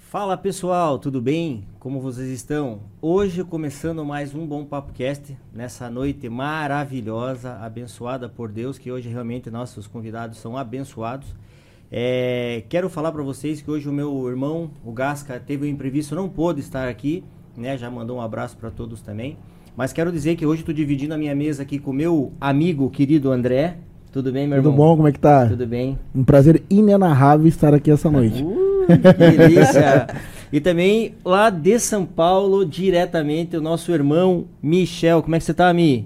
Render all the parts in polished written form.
Fala pessoal, tudo bem? Como vocês estão? Hoje começando mais um Bom Papo Cast, nessa noite maravilhosa, abençoada por Deus, que hoje realmente nossos convidados são abençoados. Quero falar para vocês que hoje o meu irmão, o Gasca, teve um imprevisto, não pôde estar aqui, né? Já mandou um abraço para todos também. Mas quero dizer que hoje estou dividindo a minha mesa aqui com o meu amigo querido André. Tudo bem, meu irmão? Tudo bom? Como é que tá? Tudo bem. Um prazer inenarrável estar aqui essa noite. Que delícia! E também lá de São Paulo, diretamente, o nosso irmão Michel. Como é que você tá, Mi?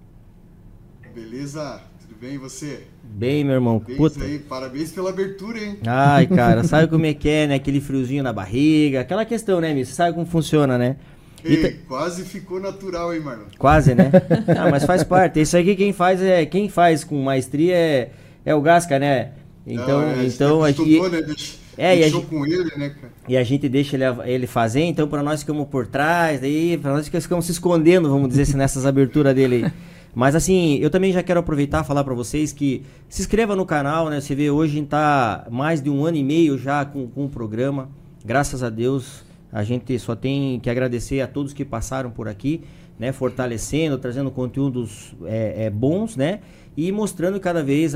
Beleza? Tudo bem e você? Bem, meu irmão. Parabéns aí, parabéns pela abertura, hein? Ai, cara, sabe como é que é, né? Aquele friozinho na barriga, aquela questão, né, Mi? Você sabe como funciona, né? Ei, quase ficou natural, hein, Marlon? Quase, né? Ah, mas faz parte. Isso aqui quem faz com maestria é o Gasca, né? Então, a gente né? Deixou com ele, né, cara? E a gente deixa ele fazer, então para nós ficamos por trás, daí para nós ficamos se escondendo, vamos dizer assim, nessas aberturas dele aí. Mas assim, eu também já quero aproveitar e falar para vocês que se inscreva no canal, né? Você vê, hoje a gente tá mais de 1 ano e meio já com o programa, graças a Deus. A gente só tem que agradecer a todos que passaram por aqui, né? Fortalecendo, trazendo conteúdos bons, né? E mostrando cada vez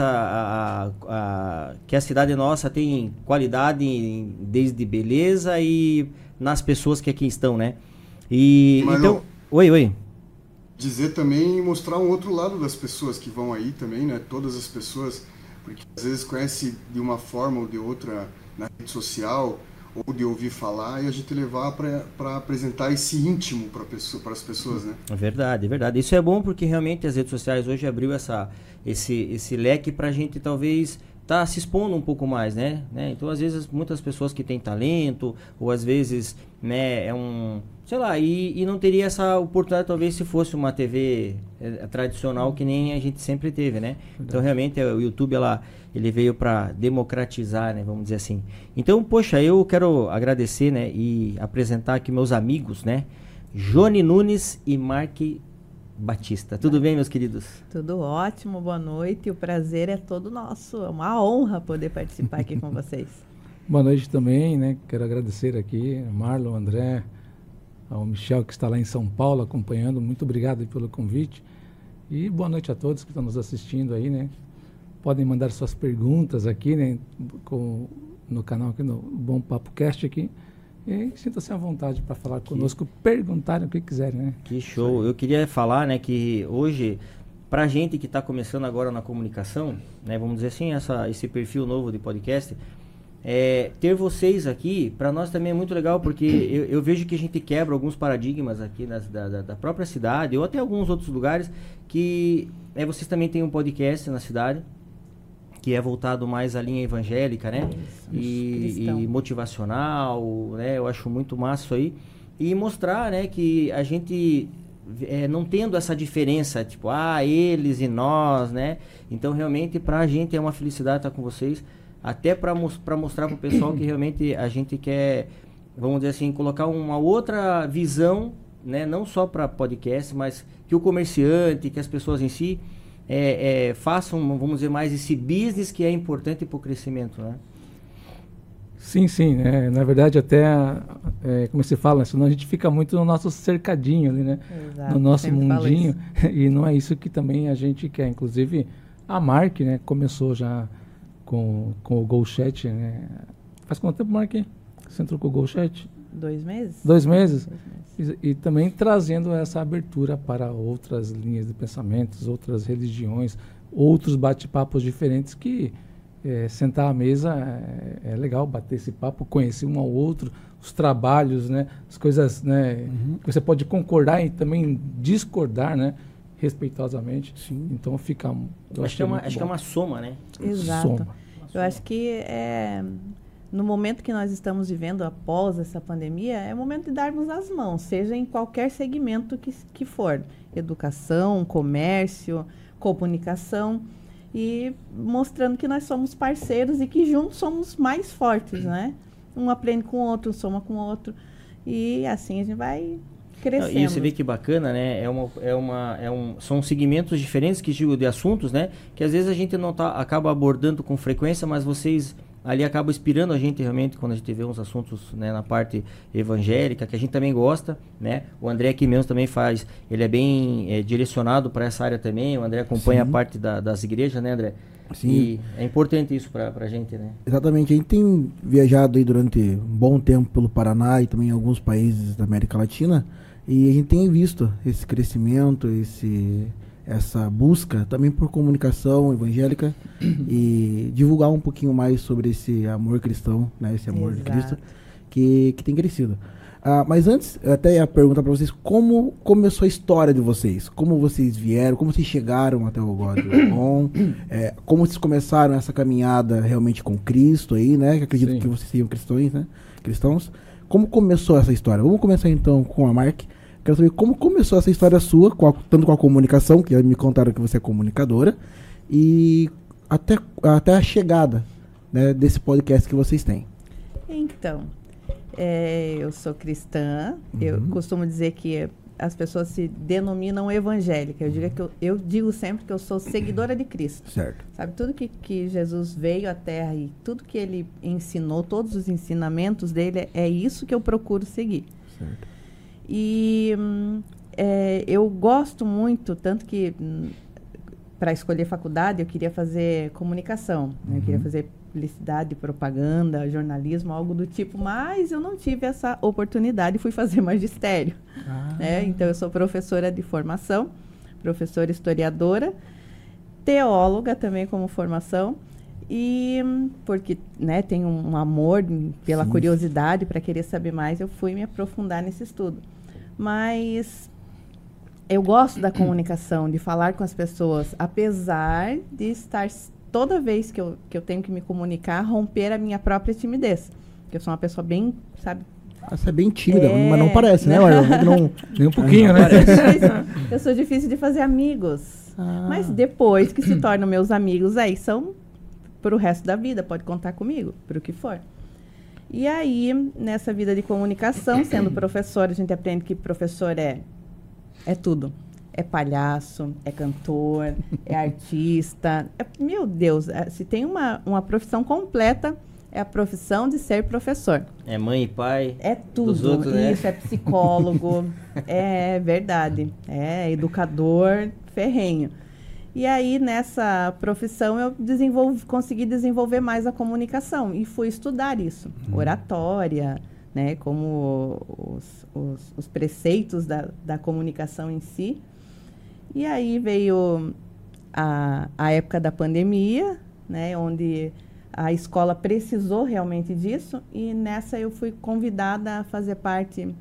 que a cidade nossa tem qualidade desde beleza e nas pessoas que aqui estão, né? E mas então, oi. Dizer também e mostrar um outro lado das pessoas que vão aí também, né? Todas as pessoas, porque às vezes conhece de uma forma ou de outra na rede social ou de ouvir falar, e a gente levar para apresentar esse íntimo para as pessoas, né? É verdade. Isso é bom porque realmente as redes sociais hoje abriu esse leque para a gente talvez tá se expondo um pouco mais, né? Então, às vezes, muitas pessoas que têm talento, ou às vezes, né, sei lá, e não teria essa oportunidade talvez se fosse uma TV tradicional que nem a gente sempre teve, né? Então, realmente, o YouTube, ele veio para democratizar, né, vamos dizer assim. Então, poxa, eu quero agradecer, né, e apresentar aqui meus amigos, né? Johnny Nunes e Mark Batista. Tudo bem, meus queridos? Tudo ótimo, boa noite. O prazer é todo nosso. É uma honra poder participar aqui com vocês. Boa noite também, né? Quero agradecer aqui Marlon, André, ao Michel que está lá em São Paulo acompanhando. Muito obrigado pelo convite. E boa noite a todos que estão nos assistindo aí, né? Podem mandar suas perguntas aqui, né? No canal aqui no Bom Papo Cast aqui. E sinta-se à vontade para falar conosco, perguntarem o que quiserem, né? Que show! Eu queria falar, né, que hoje, pra gente que está começando agora na comunicação, né, vamos dizer assim, esse perfil novo de podcast, ter vocês aqui, para nós também é muito legal, porque eu vejo que a gente quebra alguns paradigmas aqui da própria cidade, ou até alguns outros lugares, que vocês também têm um podcast na cidade, que é voltado mais à linha evangélica, né? E motivacional, né? Eu acho muito massa isso aí. E mostrar, né, que a gente, não tendo essa diferença, tipo, eles e nós, né? Então, realmente, pra gente é uma felicidade estar com vocês, até pra mostrar pro pessoal que realmente a gente quer, vamos dizer assim, colocar uma outra visão, né? Não só para podcast, mas que o comerciante, que as pessoas em si, façam, vamos dizer, mais esse business que é importante para o crescimento, né? Sim. Na verdade, até, como você fala, senão a gente fica muito no nosso cercadinho ali, né? Exato, no nosso mundinho. E não é isso que também a gente quer. Inclusive, a Mark, né, começou já com o GoChat, né? Faz quanto tempo, Mark? Você entrou com o GoChat? 2 meses. 2 meses? E também trazendo essa abertura para outras linhas de pensamentos, outras religiões, outros bate-papos diferentes que sentar à mesa é legal, bater esse papo, conhecer um ao outro, os trabalhos, né, as coisas, né, que você pode concordar e também discordar, né, respeitosamente. Sim. Então fica... Acho que é uma soma, né? Exato. Soma. Eu acho que no momento que nós estamos vivendo após essa pandemia, é o momento de darmos as mãos, seja em qualquer segmento que for. Educação, comércio, comunicação, e mostrando que nós somos parceiros e que juntos somos mais fortes, né? Um aprende com o outro, soma com o outro, e assim a gente vai crescendo. E você vê que bacana, né? São segmentos diferentes que digo de assuntos, né? Que às vezes a gente não acaba abordando com frequência, mas vocês ali acaba inspirando a gente realmente quando a gente vê uns assuntos, né, na parte evangélica, que a gente também gosta, né? O André aqui mesmo também faz, ele é bem direcionado para essa área também, o André acompanha a parte das igrejas, né, André? Sim. E é importante isso para a gente, né? Exatamente, a gente tem viajado aí durante um bom tempo pelo Paraná e também em alguns países da América Latina, e a gente tem visto esse crescimento, essa busca também por comunicação evangélica e divulgar um pouquinho mais sobre esse amor cristão, né? Esse amor de Cristo que tem crescido. Mas antes, eu até ia perguntar para vocês como começou a história de vocês, como vocês vieram, como vocês chegaram até o God On, como vocês começaram essa caminhada realmente com Cristo aí, né? Que acredito que vocês sejam cristãos, né? Cristãos. Como começou essa história? Vamos começar então com a Mark. Quero saber como começou essa história sua, tanto com a comunicação, que me contaram que você é comunicadora, e até a chegada, né, desse podcast que vocês têm. Então, eu sou cristã, eu costumo dizer que as pessoas se denominam evangélica. Eu digo sempre que eu sou seguidora de Cristo. Certo. Sabe, tudo que Jesus veio à Terra e tudo que ele ensinou, todos os ensinamentos dele, é isso que eu procuro seguir. Certo. E eu gosto muito, tanto que para escolher faculdade eu queria fazer comunicação, né? Eu queria fazer publicidade, propaganda, jornalismo, algo do tipo, mas eu não tive essa oportunidade e fui fazer magistério. Né? Então eu sou professora de formação, professora historiadora, teóloga também como formação, e porque, né, tenho um amor pela curiosidade para querer saber mais, eu fui me aprofundar nesse estudo. Mas eu gosto da comunicação, de falar com as pessoas, apesar de estar toda vez que eu tenho que me comunicar, romper a minha própria timidez. Porque eu sou uma pessoa bem, sabe... Você é bem tímida, mas não parece, né, Marlon? Nem um pouquinho, né? Eu sou difícil de fazer amigos. Mas depois que se tornam meus amigos, aí são para o resto da vida, pode contar comigo, para o que for. E aí, nessa vida de comunicação, sendo professor, a gente aprende que professor é tudo. É palhaço, é cantor, é artista. Meu Deus, se tem uma profissão completa, é a profissão de ser professor. É mãe e pai. É tudo. Dos outros, né? Isso, é psicólogo. É verdade. É educador ferrenho. E aí, nessa profissão, eu consegui desenvolver mais a comunicação. E fui estudar isso. Oratória, né? Como os preceitos da comunicação em si. E aí veio a época da pandemia, né? Onde a escola precisou realmente disso. E nessa eu fui convidada a fazer parte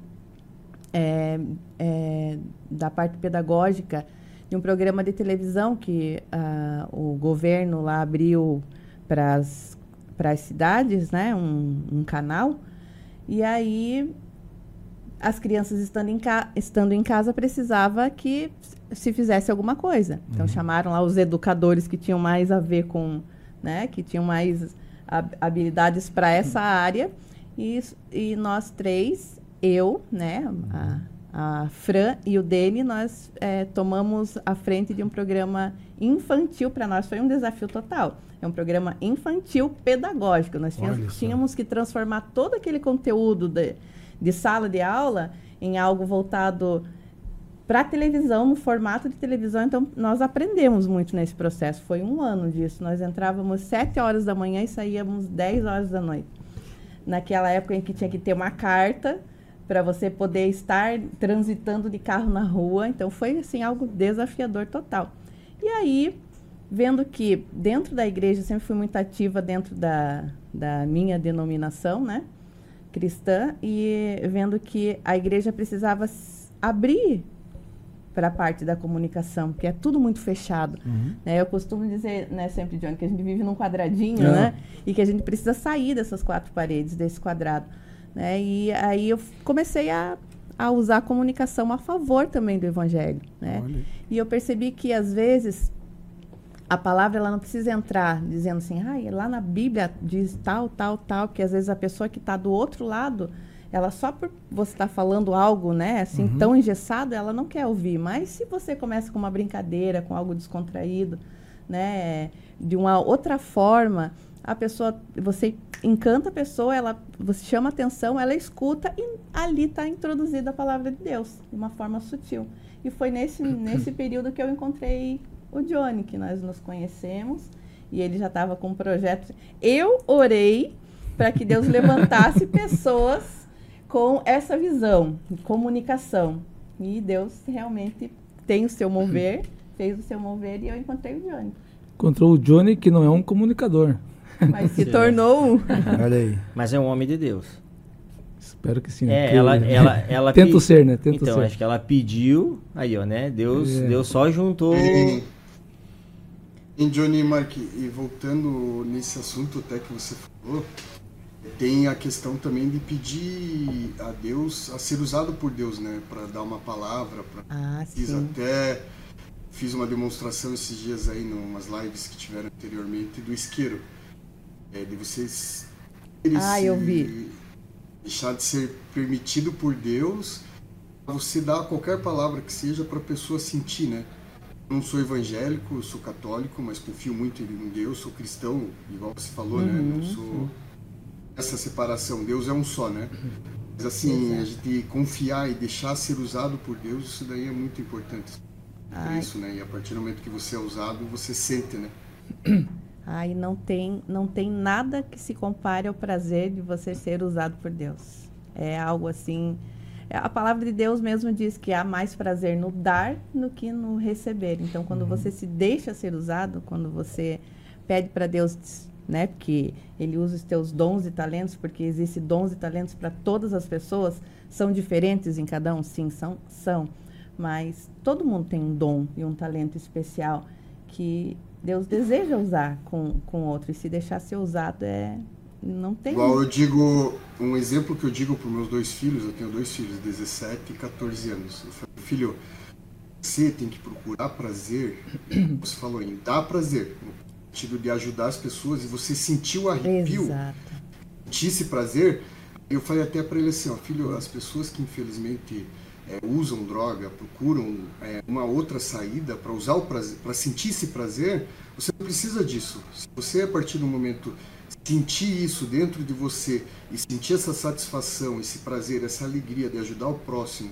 da parte pedagógica de um programa de televisão que o governo lá abriu para as cidades, né, um canal. E aí as crianças estando em casa precisava que se fizesse alguma coisa. Então chamaram lá os educadores que tinham mais a ver com, né, que tinham mais habilidades para essa área. E nós três, eu, né, a Fran e o Dene, nós tomamos a frente de um programa infantil. Para nós foi um desafio total. É um programa infantil pedagógico. Nós tínhamos que transformar todo aquele conteúdo de sala de aula em algo voltado para a televisão, no formato de televisão. Então, nós aprendemos muito nesse processo. Foi um ano disso. Nós entrávamos 7 horas da manhã e saíamos 10 horas da noite. Naquela época em que tinha que ter uma carta para você poder estar transitando de carro na rua. Então, foi assim, algo desafiador total. E aí, vendo que dentro da igreja, eu sempre fui muito ativa dentro da minha denominação, né, cristã, e vendo que a igreja precisava abrir para a parte da comunicação, porque é tudo muito fechado. Eu costumo dizer, né, sempre, Johnny, que a gente vive num quadradinho, né, e que a gente precisa sair dessas 4 paredes, desse quadrado. Né? E aí eu comecei a usar a comunicação a favor também do evangelho. Né? E eu percebi que, às vezes, a palavra ela não precisa entrar dizendo assim, lá na Bíblia diz tal, porque às vezes a pessoa que está do outro lado, ela só por você estar falando algo, né, assim, tão engessado, ela não quer ouvir. Mas se você começa com uma brincadeira, com algo descontraído, né, de uma outra forma, a pessoa, você encanta a pessoa, você chama atenção, ela escuta e ali está introduzida a palavra de Deus, de uma forma sutil. E foi nesse período que eu encontrei o Johnny, que nós nos conhecemos, e ele já estava com um projeto. Eu orei para que Deus levantasse pessoas com essa visão de comunicação. E Deus realmente tem o seu mover, fez o seu mover, e eu encontrei o Johnny. Encontrou o Johnny, que não é um comunicador. Mas se tornou um. Olha aí. Mas é um homem de Deus. Espero que sim. Ela Tento ser, né? Tento então, ser. acho que ela pediu, aí ó, né? Deus só juntou... Em Johnny e Mark, e voltando nesse assunto até que você falou, tem a questão também de pedir a Deus, a ser usado por Deus, né? Para dar uma palavra, até fiz uma demonstração esses dias aí, em umas lives que tiveram anteriormente, do isqueiro. De vocês eu vi. Deixar de ser permitido por Deus, você dar qualquer palavra que seja para a pessoa sentir, né? Eu não sou evangélico, eu sou católico, mas confio muito em Deus, sou cristão, igual você falou, né? Não sou essa separação, Deus é um só, né? Mas assim, a gente confiar e deixar ser usado por Deus, isso daí é muito importante. Isso, né? E a partir do momento que você é usado, você sente, né? E não tem nada que se compare ao prazer de você ser usado por Deus. É algo assim... A palavra de Deus mesmo diz que há mais prazer no dar do que no receber. Então, quando você se deixa ser usado, quando você pede para Deus, né, que Ele usa os teus dons e talentos, porque existem dons e talentos para todas as pessoas, são diferentes em cada um? Sim, são. Mas todo mundo tem um dom e um talento especial que Deus deseja usar com outro. E se deixar ser usado não tem... Igual eu digo, um exemplo que eu digo para os meus 2 filhos, eu tenho 2 filhos, 17 e 14 anos. Eu falo, filho, você tem que procurar prazer, você falou em dar prazer, no sentido de ajudar as pessoas, e você sentiu o arrepio, sentir esse prazer. Eu falei até para ele assim, ó, filho, as pessoas que infelizmente usam droga, procuram uma outra saída para usar o prazer, para sentir esse prazer, você não precisa disso. Se você, a partir do momento, sentir isso dentro de você e sentir essa satisfação, esse prazer, essa alegria de ajudar o próximo,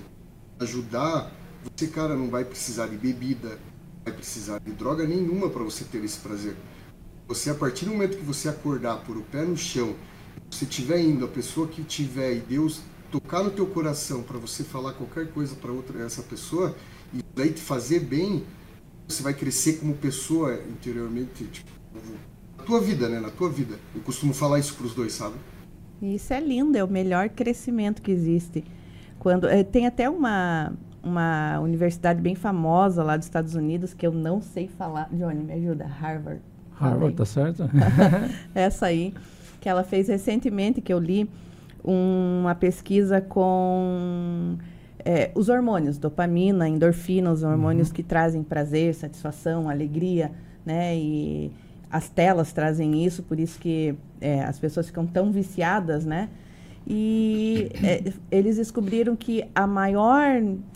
você, cara, não vai precisar de bebida, não vai precisar de droga nenhuma para você ter esse prazer. Você, a partir do momento que você acordar, pôr o pé no chão, você estiver indo, a pessoa que tiver e Deus tocar no teu coração para você falar qualquer coisa para essa pessoa e daí te fazer bem, você vai crescer como pessoa interiormente, tipo, na tua vida, né? Na tua vida. Eu costumo falar isso para os 2, sabe? Isso é lindo, é o melhor crescimento que existe. Tem até uma universidade bem famosa lá dos Estados Unidos, que eu não sei falar. Johnny, me ajuda. Harvard. Harvard, tá certo? Essa aí, que ela fez recentemente, que eu li, uma pesquisa com os hormônios, dopamina, endorfina, os hormônios que trazem prazer, satisfação, alegria, né? E as telas trazem isso, por isso que as pessoas ficam tão viciadas, né? E eles descobriram que a maior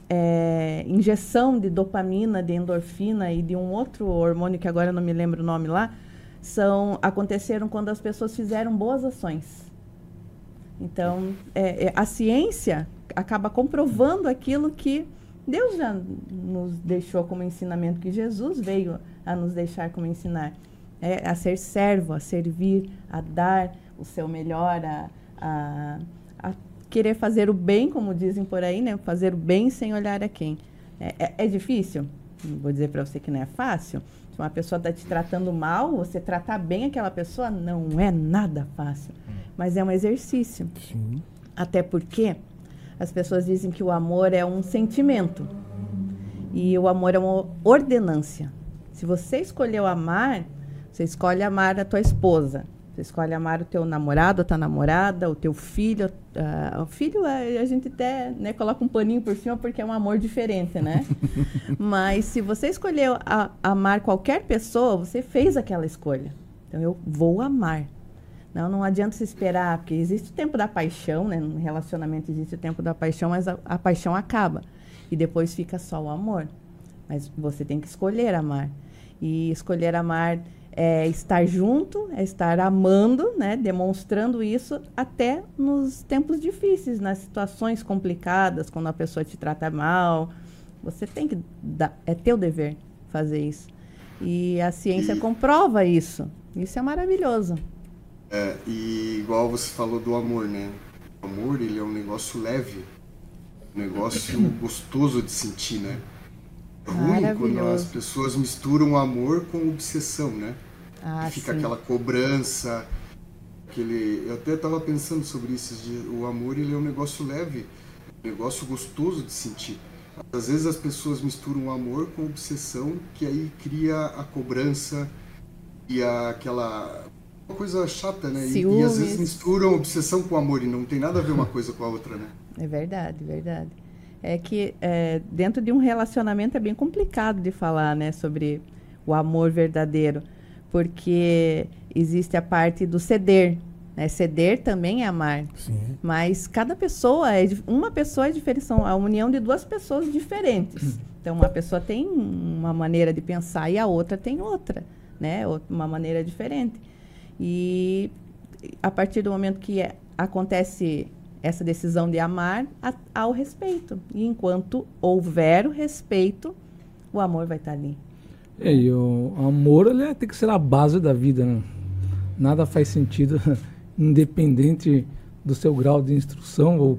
injeção de dopamina, de endorfina e de um outro hormônio, que agora eu não me lembro o nome lá, aconteceram quando as pessoas fizeram boas ações. Então, a ciência acaba comprovando aquilo que Deus já nos deixou como ensinamento, que Jesus veio a nos deixar como ensinar. A ser servo, a servir, a dar o seu melhor, a querer fazer o bem, como dizem por aí, né? Fazer o bem sem olhar a quem. É difícil? Não vou dizer para você que não é fácil. Se uma pessoa está te tratando mal, você tratar bem aquela pessoa não é nada fácil. Mas é um exercício. Sim. Até porque as pessoas dizem que o amor é um sentimento. E o amor é uma ordenância. Se você escolheu amar, você escolhe amar a tua esposa. Você escolhe amar o teu namorado, a tua namorada, o teu filho. O filho, a gente até, né, coloca um paninho por cima porque é um amor diferente, né? Mas se você escolheu amar qualquer pessoa, você fez aquela escolha. Então, eu vou amar. Não adianta se esperar, porque existe o tempo da paixão, né? No relacionamento existe o tempo da paixão, mas a paixão acaba. E depois fica só o amor. Mas você tem que escolher amar. E escolher amar é estar junto, é estar amando, né? Demonstrando isso até nos tempos difíceis, nas situações complicadas, quando a pessoa te trata mal. Você tem que dar, é teu dever fazer isso. E a ciência comprova isso. Isso é maravilhoso. E igual você falou do amor, né? O amor, ele é um negócio leve, um negócio gostoso de sentir, né? É ruim quando as pessoas misturam o amor com obsessão, né? E fica aquela cobrança, eu até estava pensando sobre isso, o amor, ele é um negócio leve, um negócio gostoso de sentir. Às vezes as pessoas misturam o amor com obsessão, que aí cria a cobrança e aquela uma coisa chata, né? E às vezes misturam obsessão com amor e não tem nada a ver uma coisa com a outra, né? É verdade, verdade. É que dentro de um relacionamento é bem complicado de falar, né, sobre o amor verdadeiro, porque existe a parte do ceder, né? Ceder também é amar. Sim. Mas cada pessoa uma pessoa é diferente, são a união de duas pessoas diferentes. Então uma pessoa tem uma maneira de pensar e a outra tem outra, né? Uma maneira diferente. E a partir do momento que acontece essa decisão de amar, há o respeito. E enquanto houver o respeito, o amor vai estar ali. E o amor, ele tem que ser a base da vida, né? Nada faz sentido, independente do seu grau de instrução ou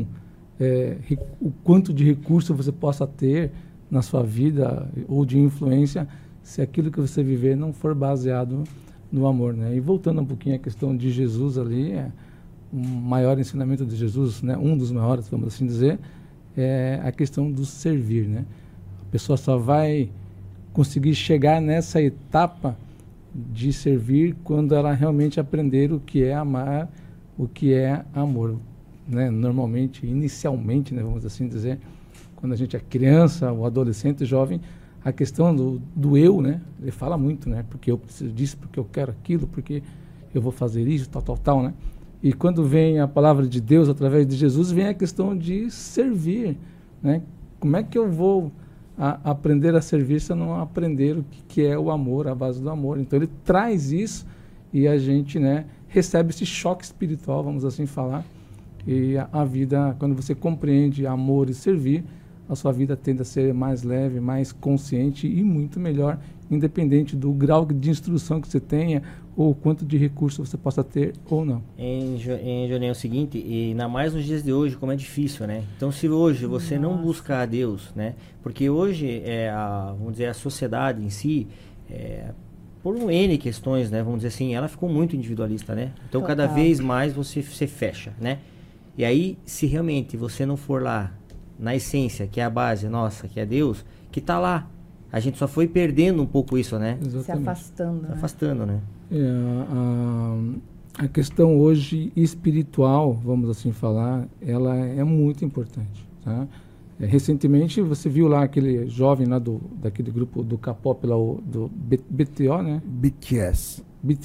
o quanto de recurso você possa ter na sua vida ou de influência, se aquilo que você viver não for baseado no amor, né? E voltando um pouquinho à questão de Jesus ali, o maior ensinamento de Jesus, né? Um dos maiores, vamos assim dizer, é a questão do servir, né? A pessoa só vai conseguir chegar nessa etapa de servir quando ela realmente aprender o que é amar, o que é amor, né? Normalmente, inicialmente, né, vamos assim dizer, quando a gente é criança, ou adolescente, jovem, a questão do eu, né? Ele fala muito, né? Porque eu preciso disso, porque eu quero aquilo, porque eu vou fazer isso, tal, né? E quando vem a palavra de Deus através de Jesus, vem a questão de servir, né? Como é que eu vou aprender a servir se eu não aprender o que é o amor, a base do amor? Então ele traz isso e a gente, né, recebe esse choque espiritual, vamos assim falar. E a vida, quando você compreende amor e servir, a sua vida tende a ser mais leve, mais consciente e muito melhor, independente do grau de instrução que você tenha ou quanto de recurso você possa ter ou não. Johnny, é o seguinte, e ainda mais nos dias de hoje, como é difícil, né? Então, se hoje você não buscar a Deus, né? Porque hoje, vamos dizer, a sociedade em si, por N questões, né? Vamos dizer assim, ela ficou muito individualista, né? Então, cada vez mais você fecha, né? E aí, se realmente você não for lá, na essência, que é a base nossa, que é Deus, que está lá. A gente só foi perdendo um pouco isso, né? Exatamente. Se afastando. Se afastando, né? A questão hoje espiritual, vamos assim falar, ela é muito importante, tá? Recentemente, você viu lá aquele jovem lá daquele grupo do K-pop, lá, do BTO, né? BTS.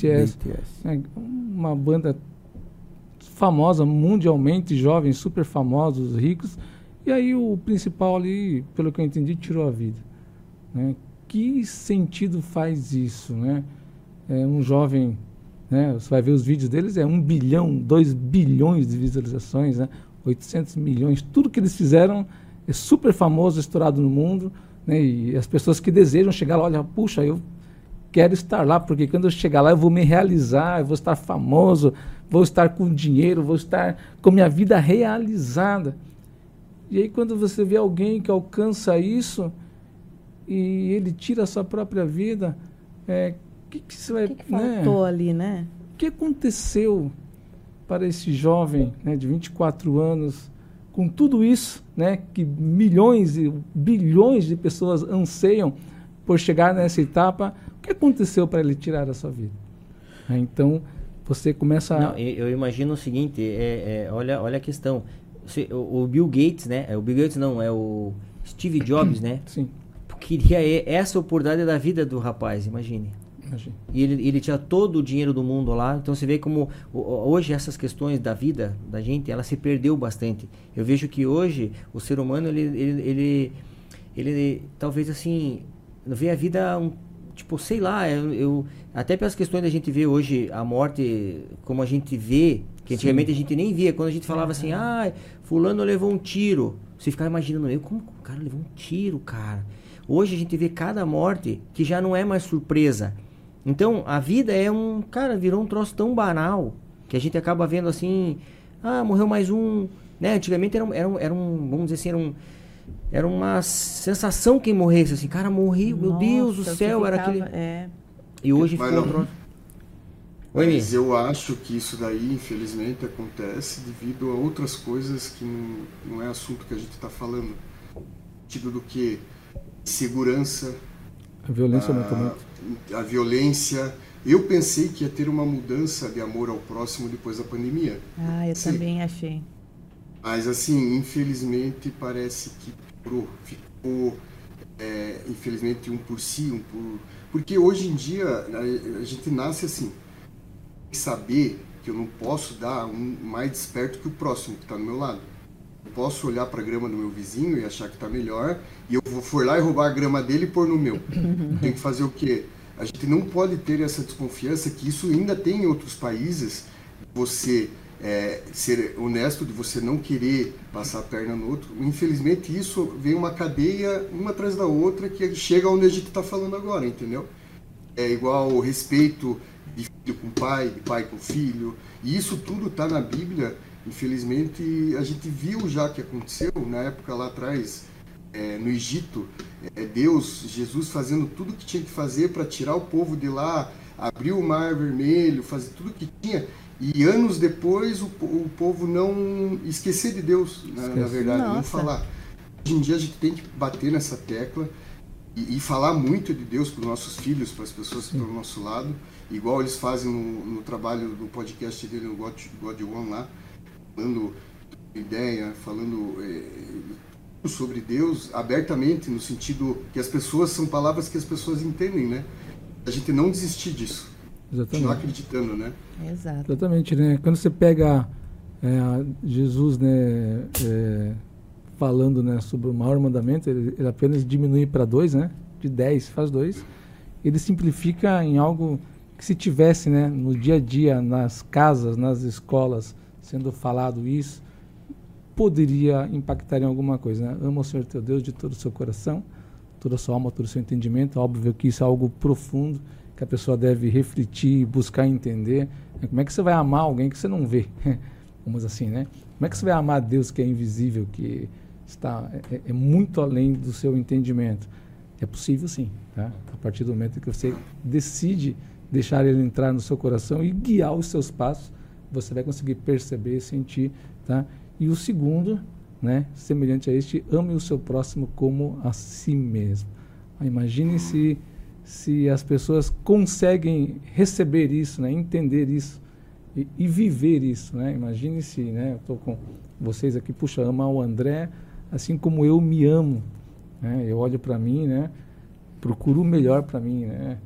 Uma banda famosa mundialmente, jovens, super famosos, ricos. E aí o principal ali, pelo que eu entendi, tirou a vida, né? Que sentido faz isso, né? Um jovem, né? Você vai ver os vídeos deles, 1 bilhão, 2 bilhões de visualizações, né? 800 milhões, tudo que eles fizeram é super famoso, estourado no mundo, né? E as pessoas que desejam chegar lá, olha, puxa, eu quero estar lá, porque quando eu chegar lá eu vou me realizar, eu vou estar famoso, vou estar com dinheiro, vou estar com minha vida realizada. E aí quando você vê alguém que alcança isso e ele tira a sua própria vida, que você vai... O que faltou, né? Ali, né? O que aconteceu para esse jovem, né, de 24 anos, com tudo isso, né, que milhões e bilhões de pessoas anseiam por chegar nessa etapa? O que aconteceu para ele tirar a sua vida? Então, você começa a... Não, eu imagino o seguinte, olha a questão. O Bill Gates, né? O Bill Gates não, é o Steve Jobs, né? Sim. Queria essa oportunidade da vida do rapaz, imagine. E ele tinha todo o dinheiro do mundo lá. Então você vê como hoje essas questões da vida da gente, ela se perdeu bastante. Eu vejo que hoje o ser humano, ele talvez assim, vê a vida tipo, sei lá, até pelas questões da gente ver hoje a morte como a gente vê, que antigamente a gente nem via, quando a gente falava assim, fulano levou um tiro, você ficava imaginando, como o cara levou um tiro, cara? Hoje a gente vê cada morte que já não é mais surpresa. Então, a vida virou um troço tão banal, que a gente acaba vendo assim, morreu mais um, né? Antigamente era um, vamos dizer assim, era uma sensação quem morresse, assim, cara, morreu, meu Deus do céu, era aquele... E hoje ficou um troço... Mas eu acho que isso daí, infelizmente, acontece devido a outras coisas que não é assunto que a gente está falando. Sentido do que? Segurança. A violência aumentou muito. A violência. Eu pensei que ia ter uma mudança de amor ao próximo depois da pandemia. Eu também achei. Mas, assim, infelizmente, parece que ficou, infelizmente, um por si, Porque hoje em dia, a gente nasce assim, saber que eu não posso dar mais desperto que o próximo que está do meu lado. Eu posso olhar para a grama do meu vizinho e achar que está melhor, e eu for lá e roubar a grama dele e pôr no meu. Tem que fazer o quê? A gente não pode ter essa desconfiança, que isso ainda tem em outros países, você ser honesto, de você não querer passar a perna no outro. Infelizmente, isso vem uma cadeia, uma atrás da outra, que chega onde a gente está falando agora, entendeu? É igual o respeito de filho com pai, de pai com filho, e isso tudo está na Bíblia. Infelizmente, a gente viu já que aconteceu na época lá atrás, no Egito, Jesus fazendo tudo o que tinha que fazer para tirar o povo de lá, abrir o Mar Vermelho, fazer tudo o que tinha, e anos depois o povo não esquecer de Deus, na verdade, não falar. Hoje em dia a gente tem que bater nessa tecla e falar muito de Deus para os nossos filhos, para as pessoas que estão do nosso lado, igual eles fazem no trabalho do podcast dele, no God One lá, falando ideia, falando sobre Deus abertamente, no sentido que as pessoas são palavras que as pessoas entendem, né? A gente não desistir disso. Exatamente. Continuar acreditando, né? Exato. Exatamente, né? Quando você pega Jesus, né, falando, né, sobre o maior mandamento, ele apenas diminui para 2, né? De 10 faz 2. Ele simplifica em algo que, se tivesse, né, no dia a dia, nas casas, nas escolas, sendo falado isso, poderia impactar em alguma coisa, né? Ama o Senhor teu Deus de todo o seu coração, toda a sua alma, todo o seu entendimento. Óbvio que isso é algo profundo, que a pessoa deve refletir, buscar entender. Como é que você vai amar alguém que você não vê? Vamos assim, né? Como é que você vai amar Deus que é invisível, que está muito além do seu entendimento? É possível, sim, tá? A partir do momento que você decide deixar ele entrar no seu coração e guiar os seus passos, você vai conseguir perceber, sentir, tá? E o segundo, né, semelhante a este, ame o seu próximo como a si mesmo. Imagine se as pessoas conseguem receber isso, né, entender isso e viver isso, né? Imagine se, né, eu estou com vocês aqui, puxa, amar o André assim como eu me amo, né? Eu olho para mim, né, procuro o melhor para mim, né?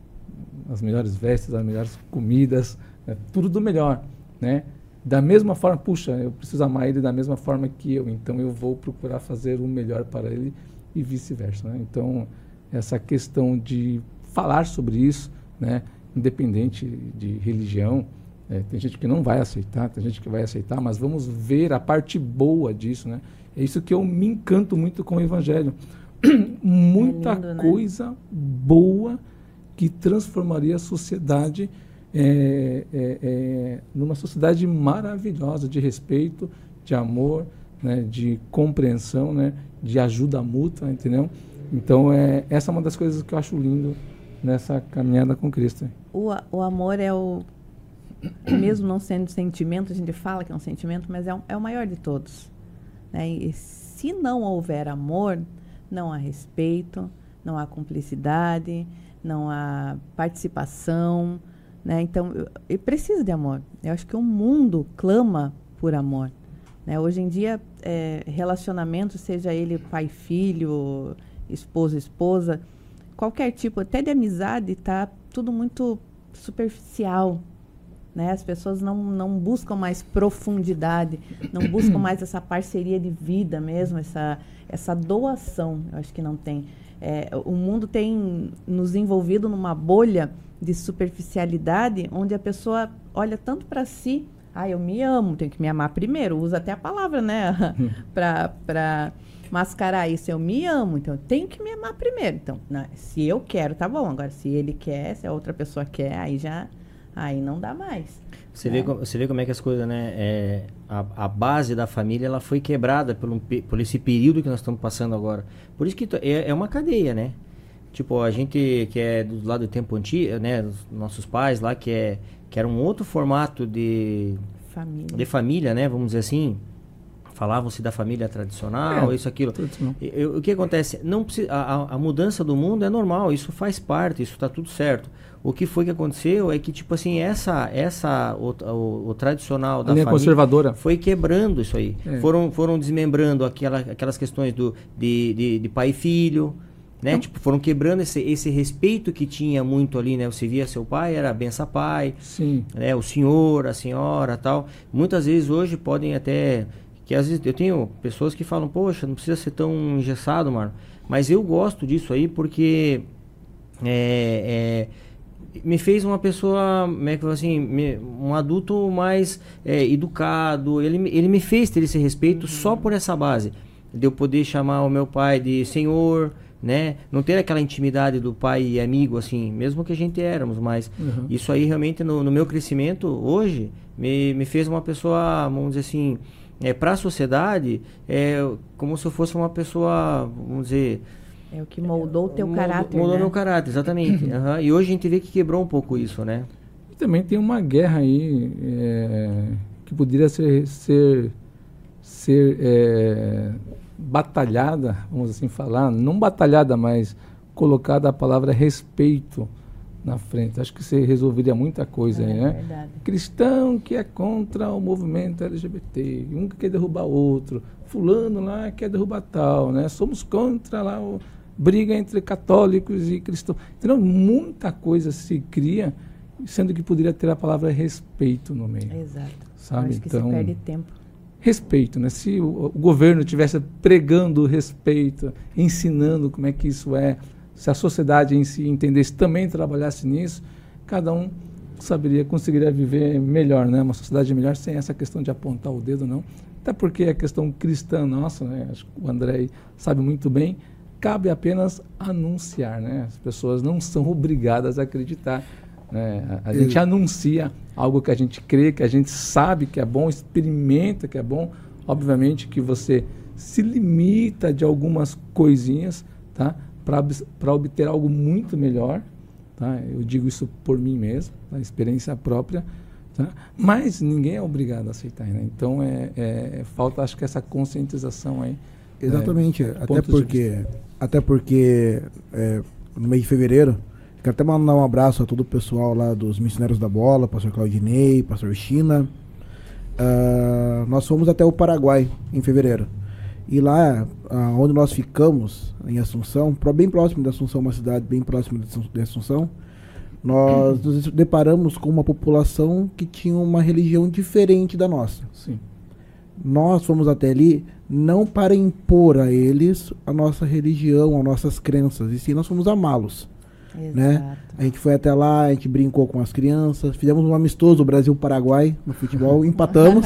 As melhores vestes, as melhores comidas, né? Tudo do melhor, né? Da mesma forma, puxa, eu preciso amar ele da mesma forma que eu, então eu vou procurar fazer o melhor para ele e vice-versa, né? Então, essa questão de falar sobre isso, né, independente de religião, tem gente que não vai aceitar, tem gente que vai aceitar, mas vamos ver a parte boa disso, né? É isso que eu me encanto muito com o Evangelho. Muita lindo, coisa, né, boa que transformaria a sociedade numa sociedade maravilhosa, de respeito, de amor, né, de compreensão, né, de ajuda mútua, entendeu? Então, essa é uma das coisas que eu acho lindo nessa caminhada com Cristo. O amor mesmo não sendo sentimento, a gente fala que é um sentimento, mas é o maior de todos, né? E se não houver amor, não há respeito, não há cumplicidade, não há participação, né? Então, precisa de amor. Eu acho que o mundo clama por amor, né? Hoje em dia, relacionamento, seja ele pai, filho, esposo, esposa, qualquer tipo, até de amizade, está tudo muito superficial, né? As pessoas não buscam mais profundidade, não buscam mais essa parceria de vida mesmo, essa doação, eu acho que não tem. O mundo tem nos envolvido numa bolha de superficialidade, onde a pessoa olha tanto para si. Eu me amo, tenho que me amar primeiro. Usa até a palavra, né? para mascarar isso. Eu me amo, então eu tenho que me amar primeiro. Então, se eu quero, tá bom. Agora, se ele quer, se a outra pessoa quer, aí não dá mais. Você vê como é que as coisas, né? A base da família, ela foi quebrada por esse período que nós estamos passando agora. Por isso que é uma cadeia, né? Tipo, a gente que é do lado do tempo antigo, né? Os nossos pais lá, que era um outro formato de família, né? Vamos dizer assim. Falavam-se da família tradicional, isso, aquilo. O que acontece? Não precisa, a mudança do mundo é normal, isso faz parte, isso está tudo certo. O que foi que aconteceu é que, tipo assim, o tradicional da família conservadora foi quebrando isso aí. Foram desmembrando aquelas questões de pai e filho, né? Tipo, foram quebrando esse respeito que tinha muito ali, né? Você via seu pai, era benção pai, sim, né? O senhor, a senhora, tal. Muitas vezes hoje podem até... Que às vezes eu tenho pessoas que falam, poxa, não precisa ser tão engessado, Marlon. Mas eu gosto disso aí porque me fez uma pessoa, assim, um adulto mais educado. Ele me fez ter esse respeito só por essa base. De eu poder chamar o meu pai de senhor, né? Não ter aquela intimidade do pai e amigo, assim, mesmo que a gente éramos. Mas isso aí realmente no meu crescimento hoje me fez uma pessoa, vamos dizer assim... para a sociedade, como se eu fosse uma pessoa, vamos dizer... É o que moldou o teu caráter, Moldou né? meu caráter, exatamente. E hoje a gente vê que quebrou um pouco isso, né? E também tem uma guerra aí que poderia ser batalhada, vamos assim falar, não batalhada, mas colocada a palavra respeito na frente. Acho que você resolveria muita coisa aí, né? Verdade. Cristão que é contra o movimento LGBT, um que quer derrubar outro, fulano lá quer derrubar tal, né? Somos contra lá briga entre católicos e cristãos. Então, muita coisa se cria, sendo que poderia ter a palavra respeito no meio. Exato. Sabe? Acho que então, se perde tempo. Respeito, né? Se o governo estivesse pregando o respeito, ensinando como é que isso é, se a sociedade em si entendesse, também trabalhasse nisso, cada um conseguiria viver melhor, né? Uma sociedade melhor sem essa questão de apontar o dedo, não. Até porque a questão cristã nossa, né? Acho que o André sabe muito bem, cabe apenas anunciar, né? As pessoas não são obrigadas a acreditar, né? A gente anuncia algo que a gente crê, que a gente sabe que é bom, experimenta que é bom. Obviamente que você se limita de algumas coisinhas, tá? Para obter algo muito melhor, tá? Eu digo isso por mim mesmo, a experiência própria, tá? Mas ninguém é obrigado a aceitar, né? Então falta, acho que essa conscientização aí. Exatamente, até porque no mês de fevereiro, quero até mandar um abraço a todo o pessoal lá dos Missionários da Bola, pastor Claudinei, pastor China. Nós fomos até o Paraguai em fevereiro. E lá, onde nós ficamos, em Assunção, bem próximo de Assunção, uma cidade bem próxima de Assunção, nós nos deparamos com uma população que tinha uma religião diferente da nossa. Sim. Nós fomos até ali não para impor a eles a nossa religião, as nossas crenças, e sim nós fomos amá-los. Né? A gente foi até lá, a gente brincou com as crianças, fizemos um amistoso Brasil-Paraguai no futebol, empatamos.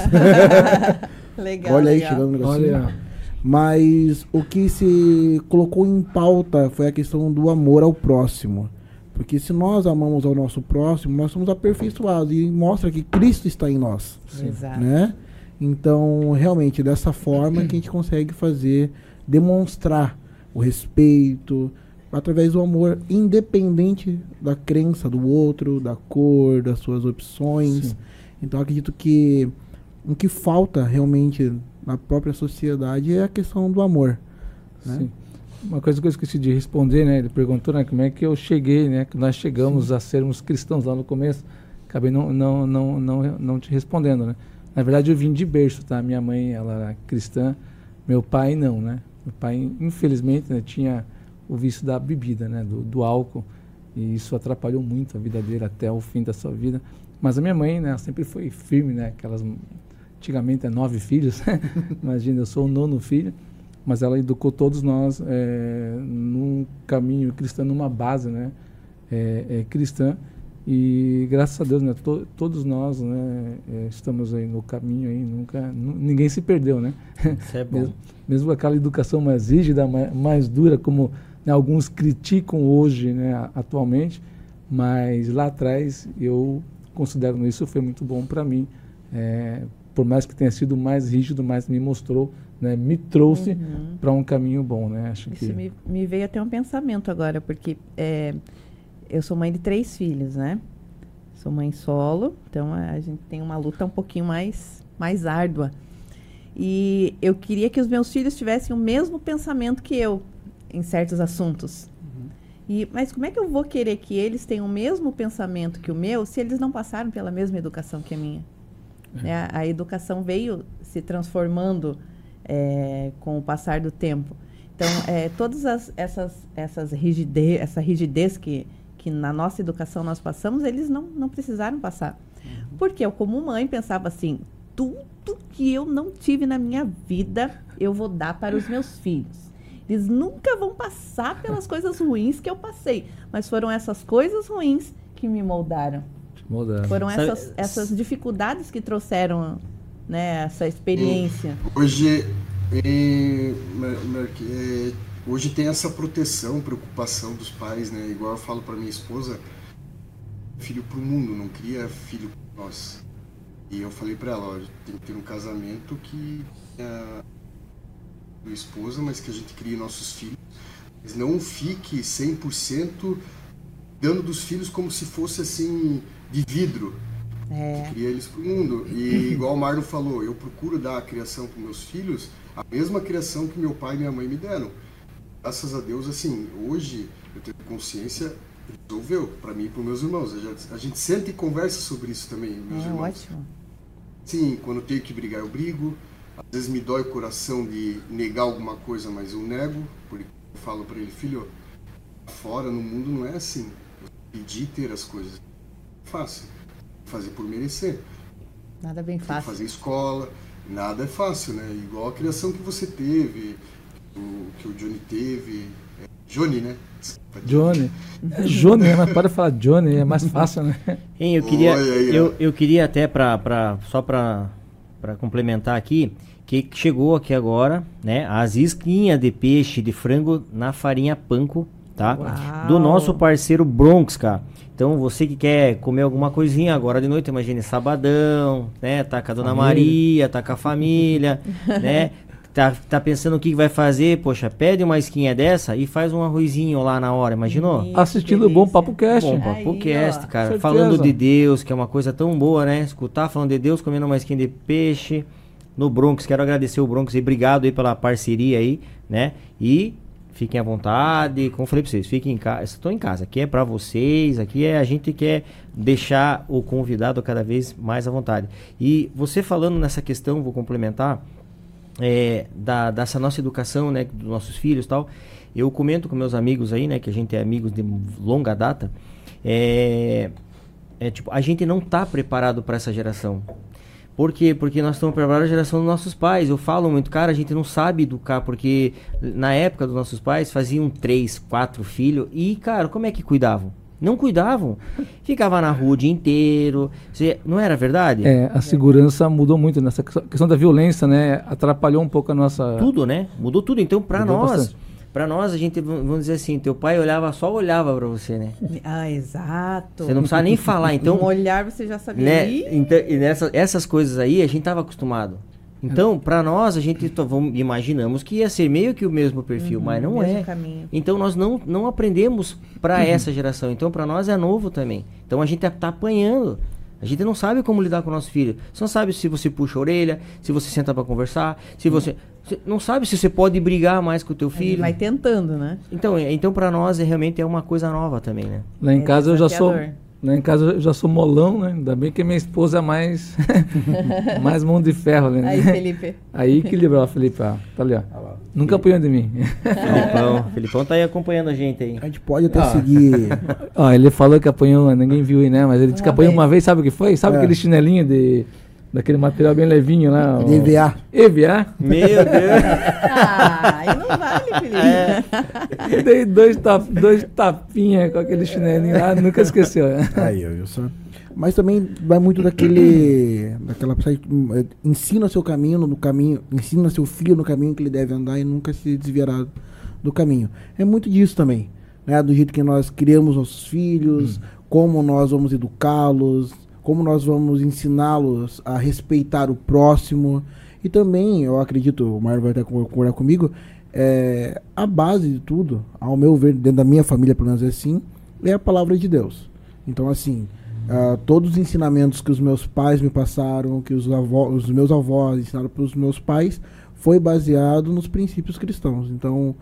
Legal. Olha aí, legal. chegando um negocinho. Mas o que se colocou em pauta foi a questão do amor ao próximo. Porque se nós amamos ao nosso próximo, nós somos aperfeiçoados e mostra que Cristo está em nós. Exato. Né? Então, realmente, dessa forma que a gente consegue demonstrar o respeito, através do amor, independente da crença do outro, da cor, das suas opções. Sim. Então, acredito que o que falta realmente na própria sociedade é a questão do amor. Né? Sim. Uma coisa que eu esqueci de responder, né? Ele perguntou, né, como é que eu cheguei, né? Que nós chegamos a sermos cristãos lá no começo. Acabei não te respondendo, né? Na verdade, eu vim de berço, tá? Minha mãe, ela era cristã, meu pai não, né? Meu pai, infelizmente, né, tinha o vício da bebida, né? Do álcool, e isso atrapalhou muito a vida dele até o fim da sua vida. Mas a minha mãe, né, sempre foi firme, né? Antigamente 9 filhos, imagina, eu sou o 9º filho, mas ela educou todos nós num caminho cristão, numa base, né, cristã. E graças a Deus, né, todos nós, né, estamos aí no caminho aí, ninguém se perdeu, né? Isso é bom. mesmo aquela educação mais rígida, mais dura, como, né, alguns criticam hoje, né, atualmente, mas lá atrás eu considero isso foi muito bom para mim, por mais que tenha sido mais rígido, mas me mostrou, né, me trouxe para um caminho bom, né? Acho isso que me veio até um pensamento agora, porque eu sou mãe de 3 filhos, né? Sou mãe solo, então a gente tem uma luta um pouquinho mais árdua. E eu queria que os meus filhos tivessem o mesmo pensamento que eu em certos assuntos. Mas como é que eu vou querer que eles tenham o mesmo pensamento que o meu se eles não passaram pela mesma educação que a minha? A educação veio se transformando com o passar do tempo. Então, todas essa rigidez que na nossa educação nós passamos, eles não precisaram passar. Porque eu, como mãe, pensava assim, tudo que eu não tive na minha vida, eu vou dar para os meus filhos. Eles nunca vão passar pelas coisas ruins que eu passei, mas foram essas coisas ruins que me moldaram. Foram essas dificuldades que trouxeram, né, essa experiência. Hoje tem essa proteção, preocupação dos pais, né? Igual eu falo para minha esposa, filho pro mundo, não cria filho para nós. E eu falei para ela, tem que ter um casamento que a esposa, mas que a gente crie nossos filhos, mas não fique 100% dando dos filhos como se fosse assim de vidro. Cria eles pro mundo. E igual o Marlon falou, eu procuro dar a criação para meus filhos, a mesma criação que meu pai e minha mãe me deram. Graças a Deus, assim, hoje eu tenho consciência, resolveu, para mim e para os meus irmãos. A gente senta e conversa sobre isso também, meus irmãos. Ótimo. Sim, quando eu tenho que brigar, eu brigo. Às vezes me dói o coração de negar alguma coisa, mas eu nego, porque eu falo para ele, filho, fora no mundo não é assim. Eu pedi ter as coisas. É fácil. Fazer por merecer. Nada bem fácil. Fazer escola, nada é fácil, né? Igual a criação que você teve, que o Johnny teve. Johnny, né? Johnny, mas pode falar Johnny, é mais fácil, né? Hein, eu queria até só para complementar aqui, que chegou aqui agora, né? As isquinhas de peixe de frango na farinha panko, tá? Uau. Do nosso parceiro Bronx, cara. Então você que quer comer alguma coisinha agora de noite, imagine sabadão, né? Tá com a Dona Maria, tá com a família, né? Tá pensando o que vai fazer, poxa, pede uma isquinha dessa e faz um arrozinho lá na hora, imaginou? Assistindo o Bom Papo Cast. Bom Papo Cast, cara. Certeza. Falando de Deus, que é uma coisa tão boa, né? Escutar falando de Deus, comendo uma isquinha de peixe no Bronx. Quero agradecer o Bronx e obrigado aí pela parceria aí, né? E fiquem à vontade, como eu falei pra vocês, fiquem em casa. Estou em casa, aqui é pra vocês, aqui a gente quer deixar o convidado cada vez mais à vontade. E você falando nessa questão, vou complementar, dessa nossa educação, né, dos nossos filhos e tal, eu comento com meus amigos aí, né, que a gente é amigos de longa data, tipo, a gente não tá preparado para essa geração. Por quê? Porque nós estamos preparados a geração dos nossos pais. Eu falo muito, cara, a gente não sabe educar, porque na época dos nossos pais faziam 3, 4 filhos e, cara, como é que cuidavam? Não cuidavam. Ficava na rua o dia inteiro. Não era verdade? A segurança mudou muito nessa questão da violência, né? Atrapalhou um pouco a nossa... Tudo, né? Mudou tudo. Então, pra nós, a gente, vamos dizer assim, teu pai só olhava pra você, né? Exato. Você não precisava nem falar, então... Um olhar você já sabia. Né? Então, e essas coisas aí, a gente tava acostumado. Então, para nós, a gente imaginamos que ia ser meio que o mesmo perfil, mas não é. Caminho. Então, nós não aprendemos para essa geração. Então, para nós é novo também. Então, a gente tá apanhando. A gente não sabe como lidar com o nosso filho. Você não sabe se você puxa a orelha, se você senta para conversar, você não sabe se você pode brigar mais com o teu filho. Vai tentando, né? Então para nós realmente é uma coisa nova também, né? Lá em casa eu já sou molão, né? Ainda bem que minha esposa é mais mais mão de ferro, né? Aí, Felipe. Aí equilibrou, Felipe, tá ali, ó. Nunca apanhou de mim. Felipão tá aí acompanhando a gente aí. A gente pode até seguir. Ele falou que apanhou, ninguém viu aí, né? Mas ele disse que apanhou uma vez, sabe o que foi? Sabe aquele chinelinho daquele material bem levinho lá. De EVA. EVA. Meu Deus. Aí não vale, Felipe. Dei dois tapinhas com aquele chinelinho lá, nunca esqueceu. Aí, Wilson. Mas também vai muito daquela ensina seu caminho no caminho, ensina seu filho no caminho que ele deve andar e nunca se desviará do caminho. É muito disso também, né? Do jeito que nós criamos nossos filhos, como nós vamos educá-los, como nós vamos ensiná-los a respeitar o próximo. E também, eu acredito, o Mário vai até concordar comigo, a base de tudo, ao meu ver, dentro da minha família, pelo menos assim, é a palavra de Deus. Então, assim, todos os ensinamentos que os meus pais me passaram, que os meus avós ensinaram para os meus pais, foi baseado nos princípios cristãos. Então,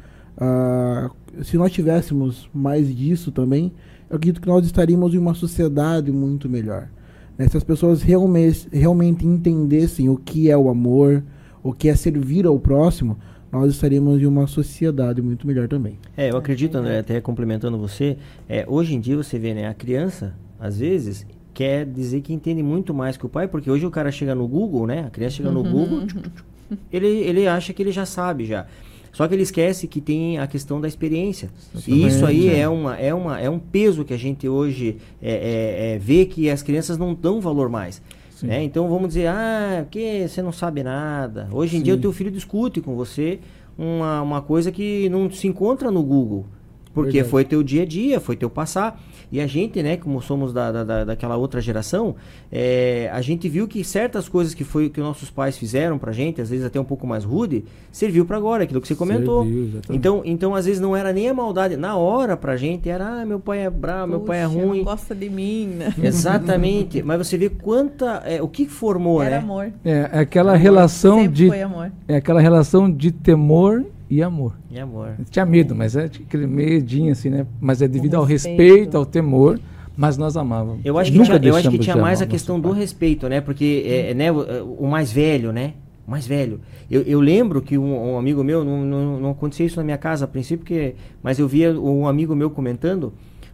se nós tivéssemos mais disso também, eu acredito que nós estaríamos em uma sociedade muito melhor. Se as pessoas realmente entendessem o que é o amor, o que é servir ao próximo, nós estaríamos em uma sociedade muito melhor também. Eu acredito, André, até complementando você, hoje em dia você vê, né, a criança, às vezes, quer dizer que entende muito mais que o pai, porque hoje o cara chega no Google, né, a criança chega no Google, ele acha que ele já sabe já. Só que ele esquece que tem a questão da experiência. E isso aí é um peso que a gente hoje vê que as crianças não dão valor mais. Né? Então vamos dizer, porque você não sabe nada. Hoje em dia o teu filho discute com você uma coisa que não se encontra no Google. Porque foi teu dia a dia, foi teu passar. E a gente, né, como somos daquela outra geração, a gente viu que certas coisas que nossos pais fizeram pra gente, às vezes até um pouco mais rude, serviu pra agora, aquilo que você comentou. Então, às vezes não era nem a maldade. Na hora pra gente era, meu pai é bravo, meu pai é ruim. Não gosta de mim, né? Exatamente. Mas você vê o que formou, era né? amor. Aquela relação Sempre foi amor. aquela relação de temor e amor. E amor. Tinha medo, mas tinha aquele medinho assim, né? Mas é devido ao respeito, ao temor, mas nós amávamos. Eu acho que tinha mais a questão do respeito, né? Porque né, o mais velho, né? O mais velho. Eu lembro que um amigo meu, não acontecia isso na minha casa a princípio, mas eu via um amigo meu comentando,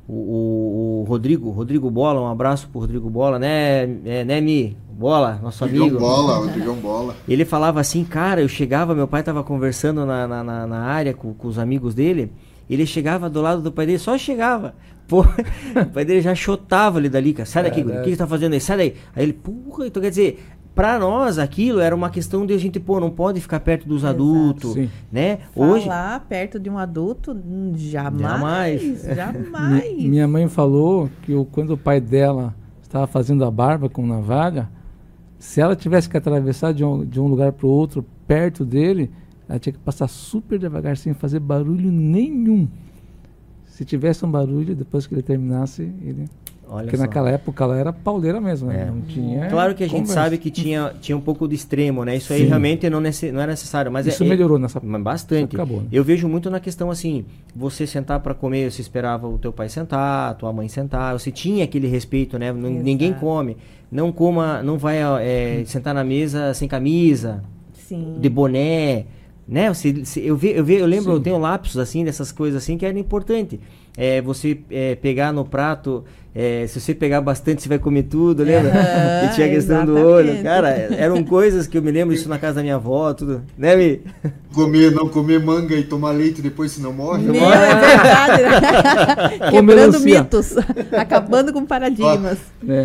o Rodrigo Bola, um abraço pro Rodrigo Bola, né, Mi? Bola, nosso amigo. Rodrigão Bola. Ele falava assim, cara, eu chegava, meu pai tava conversando na área com os amigos dele, ele chegava do lado do pai dele, só chegava. Pô, o pai dele já chotava ele dali, cara, sai daqui, o que você tá fazendo aí? Sai daí. Aí ele, porra, então quer dizer, pra nós aquilo era uma questão de a gente, não pode ficar perto dos adultos, né? Falar perto de um adulto, jamais. Minha mãe falou que quando o pai dela estava fazendo a barba com navalha, se ela tivesse que atravessar de um lugar para o outro, perto dele, ela tinha que passar super devagar, sem fazer barulho nenhum. Se tivesse um barulho, depois que ele terminasse, ele... Porque naquela época ela era pauleira mesmo, né? Não tinha. Claro que a gente sabe que tinha um pouco de extremo, né? Isso aí realmente não é necessário. Mas isso melhorou nessa bastante. Acabou, né? Eu vejo muito na questão assim, você sentar para comer, você esperava o teu pai sentar, a tua mãe sentar, você tinha aquele respeito, né? Ninguém come. Não vai sentar na mesa sem camisa, de boné, né? Eu lembro, eu tenho lapsos assim, dessas coisas assim que era importante. Você pegar no prato, se você pegar bastante, você vai comer tudo, lembra? E tinha a questão do olho. Cara, eram coisas que eu me lembro isso na casa da minha avó, tudo. Né, Mi? Não comer manga e tomar leite depois, senão morre. É verdade, né? Quebrando mitos, acabando com paradigmas.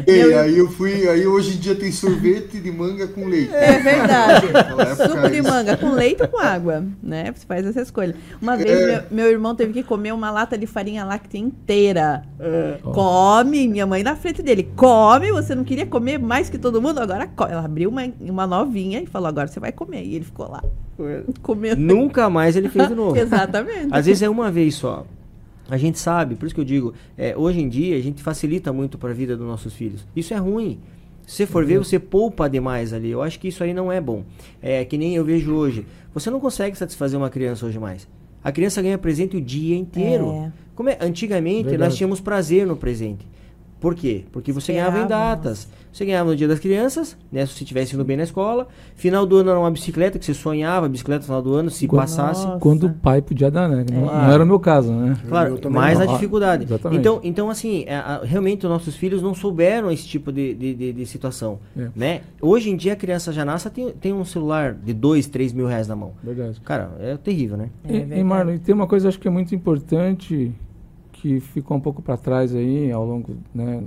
Aí hoje em dia tem sorvete de manga com leite. É verdade. Suco de manga com leite ou com água, né? Você faz essa escolha. Uma vez meu irmão teve que comer uma lata de farinha láctea inteira. Come, minha mãe na frente dele. Come, você não queria comer mais que todo mundo? Agora come. Ela abriu uma novinha e falou, agora você vai comer. E ele ficou lá, comendo. Nunca mais ele fez de novo. Exatamente. Às vezes é uma vez só. A gente sabe, por isso que eu digo, hoje em dia a gente facilita muito para a vida dos nossos filhos. Isso é ruim. Se você for ver, você poupa demais ali. Eu acho que isso aí não é bom. Que nem eu vejo hoje. Você não consegue satisfazer uma criança hoje mais. A criança ganha presente o dia inteiro. Antigamente, nós tínhamos prazer no presente. Por quê? Porque você ganhava em datas. Você ganhava no Dia das Crianças, né? Se você estivesse indo bem na escola. Final do ano era uma bicicleta, que você sonhava, bicicleta no final do ano, se passasse. Quando o pai podia dar, né? Não era o meu caso, né? Claro, mais na dificuldade. Exatamente. Então assim, realmente os nossos filhos não souberam esse tipo de situação, né? Hoje em dia a criança já nasce, tem um celular de 2, 3 mil reais na mão. Verdade. Cara, é terrível, né? E Marlon, tem uma coisa acho que é muito importante, que ficou um pouco para trás aí, ao longo, né,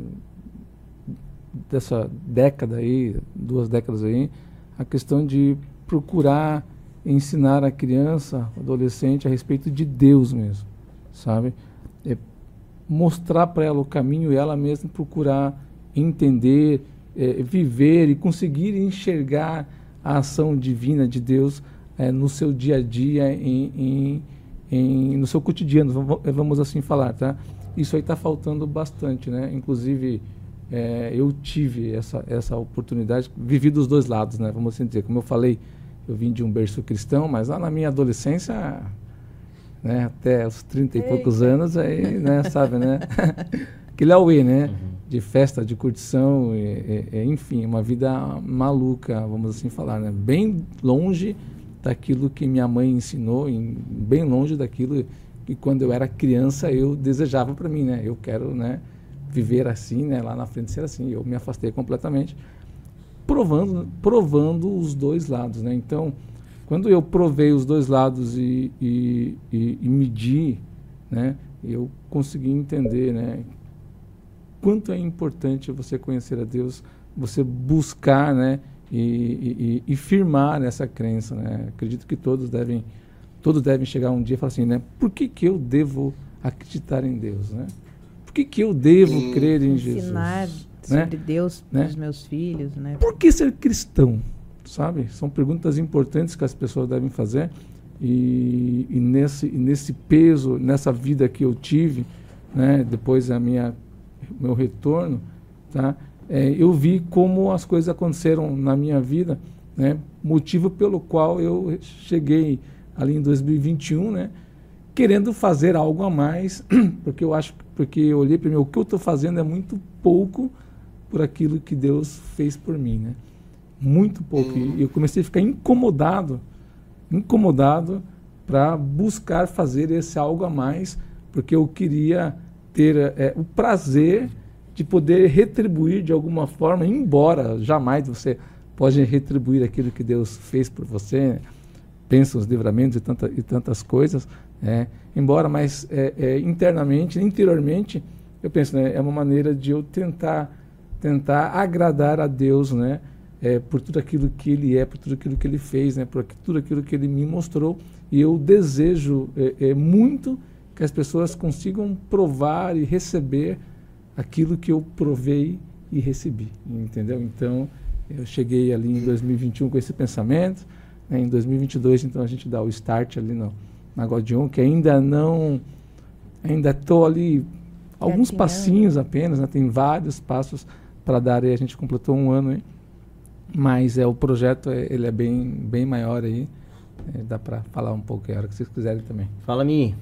dessa década aí, 2 décadas aí, a questão de procurar ensinar a criança, adolescente, a respeito de Deus mesmo, sabe? Mostrar para ela o caminho e ela mesma procurar entender, viver e conseguir enxergar a ação divina de Deus no seu dia a dia, no seu cotidiano, vamos assim falar, tá? Isso aí está faltando bastante, né? Inclusive, eu tive essa oportunidade, vivi dos 2 lados, né? Vamos assim dizer. Como eu falei, eu vim de um berço cristão, mas lá na minha adolescência, né? Até os 30 e poucos anos, aí, né? Sabe, né? Aquele auê, né? De festa, de curtição, enfim, uma vida maluca, vamos assim falar, né? Bem longe daquilo que minha mãe ensinou, bem longe daquilo que quando eu era criança eu desejava para mim, né? Eu quero, né, viver assim, né, lá na frente ser assim. Eu me afastei completamente, provando os 2 lados, né? Então, quando eu provei os 2 lados e medi, né, eu consegui entender, né, quanto é importante você conhecer a Deus, você buscar, né, e firmar nessa crença, né? Acredito que todos devem chegar um dia e falar assim, né? Por que eu devo acreditar em Deus, né? Por que eu devo crer em Jesus? Ensinar sobre Deus para os meus filhos, né? Por que ser cristão, sabe? São perguntas importantes que as pessoas devem fazer e nesse peso, nessa vida que eu tive, né? Depois meu retorno, tá? Eu vi como as coisas aconteceram na minha vida, né? Motivo pelo qual eu cheguei ali em 2021, né? Querendo fazer algo a mais, porque eu olhei para mim, o que eu estou fazendo é muito pouco por aquilo que Deus fez por mim, né? Muito pouco. E eu comecei a ficar incomodado para buscar fazer esse algo a mais, porque eu queria ter o prazer de poder retribuir de alguma forma, embora jamais você pode retribuir aquilo que Deus fez por você, bênçãos, livramentos e tantas coisas, mas internamente, interiormente, eu penso, né, é uma maneira de eu tentar agradar a Deus, né, por tudo aquilo que Ele é, por tudo aquilo que Ele fez, né, por tudo aquilo que Ele me mostrou, e eu desejo muito que as pessoas consigam provar e receber aquilo que eu provei e recebi, entendeu? Então, eu cheguei ali em 2021 com esse pensamento, né? Em 2022, então, a gente dá o start ali na Godion, que ainda estou ali, alguns passinhos apenas, né? Tem vários passos para dar, aí a gente completou 1 ano aí, mas o projeto ele é bem maior aí, dá para falar um pouco, é a hora que vocês quiserem também. Fala, Mi.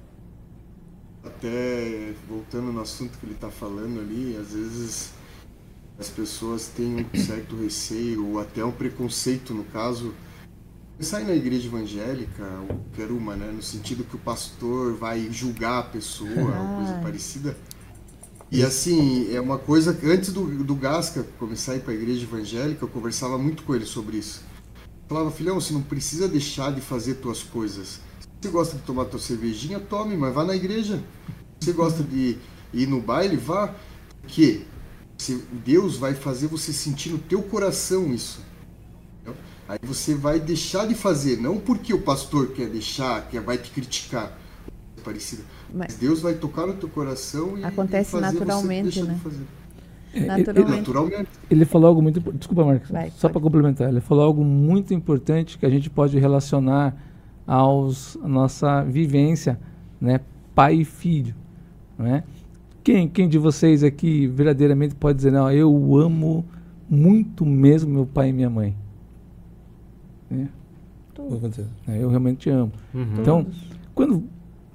Até voltando no assunto que ele está falando ali, às vezes as pessoas têm um certo receio ou até um preconceito, no caso, sair na igreja evangélica, ou qualquer uma, né, no sentido que o pastor vai julgar a pessoa, ou coisa parecida. E assim, é uma coisa que antes do Gasca começar a ir para a igreja evangélica, eu conversava muito com ele sobre isso. Eu falava, filhão, você não precisa deixar de fazer tuas coisas. Se você gosta de tomar tua cervejinha, tome, mas vá na igreja. Se você gosta de ir no baile, vá. Porque Deus vai fazer você sentir no teu coração isso. Entendeu? Aí você vai deixar de fazer, não porque o pastor quer deixar, vai te criticar, parecido. Mas Deus vai tocar no teu coração e acontece fazer naturalmente, você né? de fazer. Naturalmente. Ele falou algo muito... Desculpa, Marcos, só Pode. para complementar. Ele falou algo muito importante que a gente pode relacionar à nossa vivência, né? Pai e filho, né? Quem de vocês aqui verdadeiramente pode dizer, não, eu amo muito mesmo meu pai e minha mãe? Eu vou dizer, eu realmente amo. Então,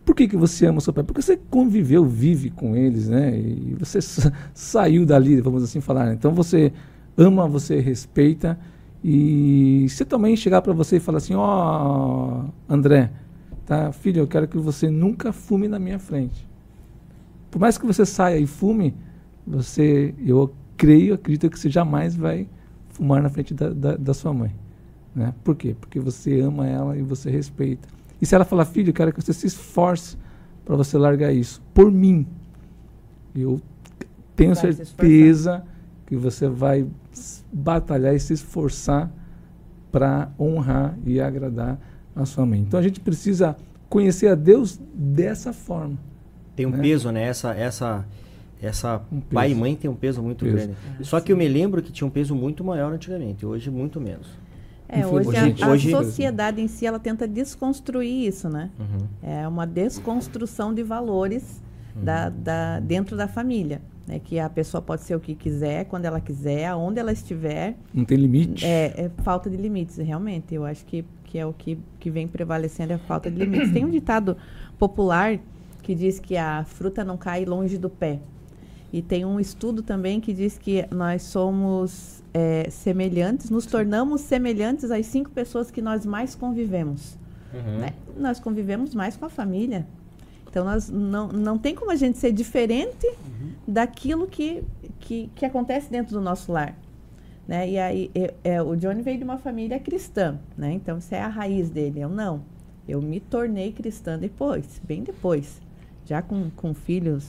por que você ama o seu pai? Porque você conviveu, vive com eles, né? E você saiu dali, vamos assim falar. Né? Então você ama, você respeita. E se também chegar para você e falar assim, André, tá, filho, eu quero que você nunca fume na minha frente. Por mais que você saia e fume, eu acredito que você jamais vai fumar na frente da sua mãe. Né? Por quê? Porque você ama ela e você respeita. E se ela falar, filho, eu quero que você se esforce para você largar isso. Por mim, eu tenho certeza que você vai batalhar e se esforçar para honrar e agradar a sua mãe. Então a gente precisa conhecer a Deus dessa forma. Tem um peso, né? Essa pai e mãe tem um peso muito grande. Só que eu me lembro que tinha um peso muito maior antigamente, hoje muito menos. Hoje a sociedade em si, ela tenta desconstruir isso, né? Uhum. É uma desconstrução de valores dentro da família. Né? Que a pessoa pode ser o que quiser, quando ela quiser, aonde ela estiver. Não tem limite. É falta de limites, realmente. Eu acho que é o que vem prevalecendo, é a falta de limites. Tem um ditado popular que diz que a fruta não cai longe do pé. E tem um estudo também que diz que nós somos semelhantes, nos tornamos semelhantes às 5 pessoas que nós mais convivemos. Uhum. Né? Nós convivemos mais com a família. Então, nós não tem como a gente ser diferente daquilo que acontece dentro do nosso lar. Né? E aí, o Johnny veio de uma família cristã. Né? Então, isso é a raiz dele. Eu me tornei cristã depois, bem depois. Já com filhos.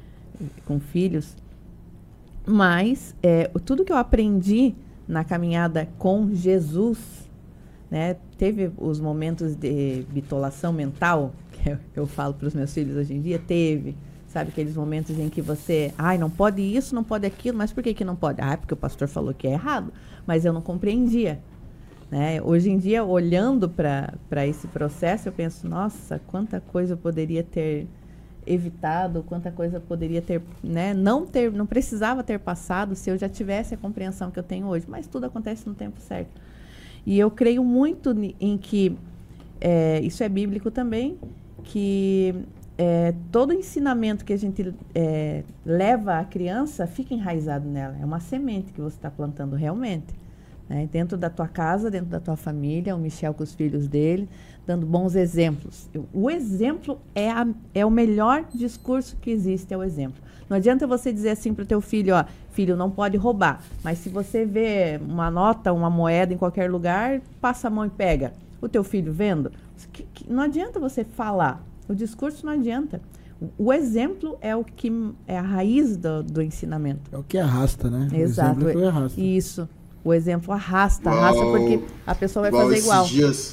Mas tudo que eu aprendi na caminhada com Jesus, né, teve os momentos de bitolação mental, que eu falo para os meus filhos hoje em dia, sabe, aqueles momentos em que você, não pode isso, não pode aquilo, mas por que não pode? Porque o pastor falou que é errado, mas eu não compreendia. Né? Hoje em dia, olhando para esse processo, eu penso, nossa, quanta coisa eu poderia ter evitado, quanta coisa poderia ter, né, não precisava ter passado se eu já tivesse a compreensão que eu tenho hoje, mas tudo acontece no tempo certo. E eu creio muito em que, isso é bíblico também, que todo ensinamento que a gente leva à criança fica enraizado nela, é uma semente que você está plantando realmente. Né? Dentro da tua casa, dentro da tua família, o Michel com os filhos dele, dando bons exemplos. O exemplo é o melhor discurso que existe, é o exemplo. Não adianta você dizer assim para o teu filho, filho, não pode roubar, mas se você vê uma nota, uma moeda em qualquer lugar, passa a mão e pega. O teu filho vendo, não adianta você falar, o discurso não adianta. O exemplo é o que é a raiz do ensinamento. É o que arrasta, né? Exato. O exemplo é o que arrasta. Isso. O exemplo arrasta porque a pessoa vai fazer igual.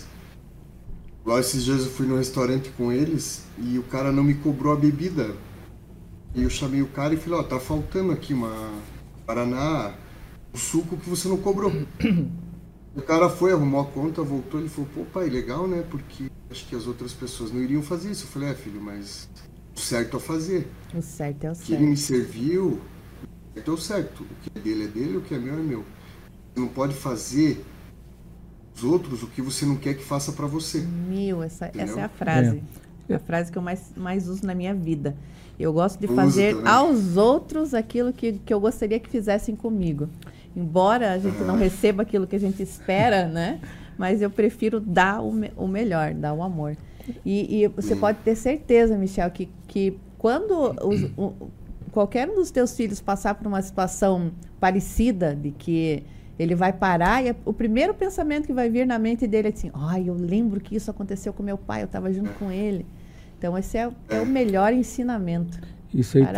Igual esses dias eu fui no restaurante com eles e o cara não me cobrou a bebida. E eu chamei o cara e falei, tá faltando aqui uma Paraná, o suco que você não cobrou. O cara foi, arrumou a conta, voltou, ele falou, pai, legal, né? Porque acho que as outras pessoas não iriam fazer isso. Eu falei, filho, mas o certo é fazer. O certo é o certo. O que ele me serviu, é o certo. O que é dele, o que é meu é meu. Você não pode fazer os outros o que você não quer que faça para você. Essa é a frase. É a frase que eu mais uso na minha vida. Eu gosto de fazer aos outros aquilo que eu gostaria que fizessem comigo. Embora a gente não receba aquilo que a gente espera, né? Mas eu prefiro dar o melhor, dar o amor. E você pode ter certeza, Michel, que quando qualquer um dos teus filhos passar por uma situação parecida, de que ele vai parar e o primeiro pensamento que vai vir na mente dele é assim, eu lembro que isso aconteceu com meu pai, eu estava junto com ele. Então, esse é o melhor ensinamento. Isso aí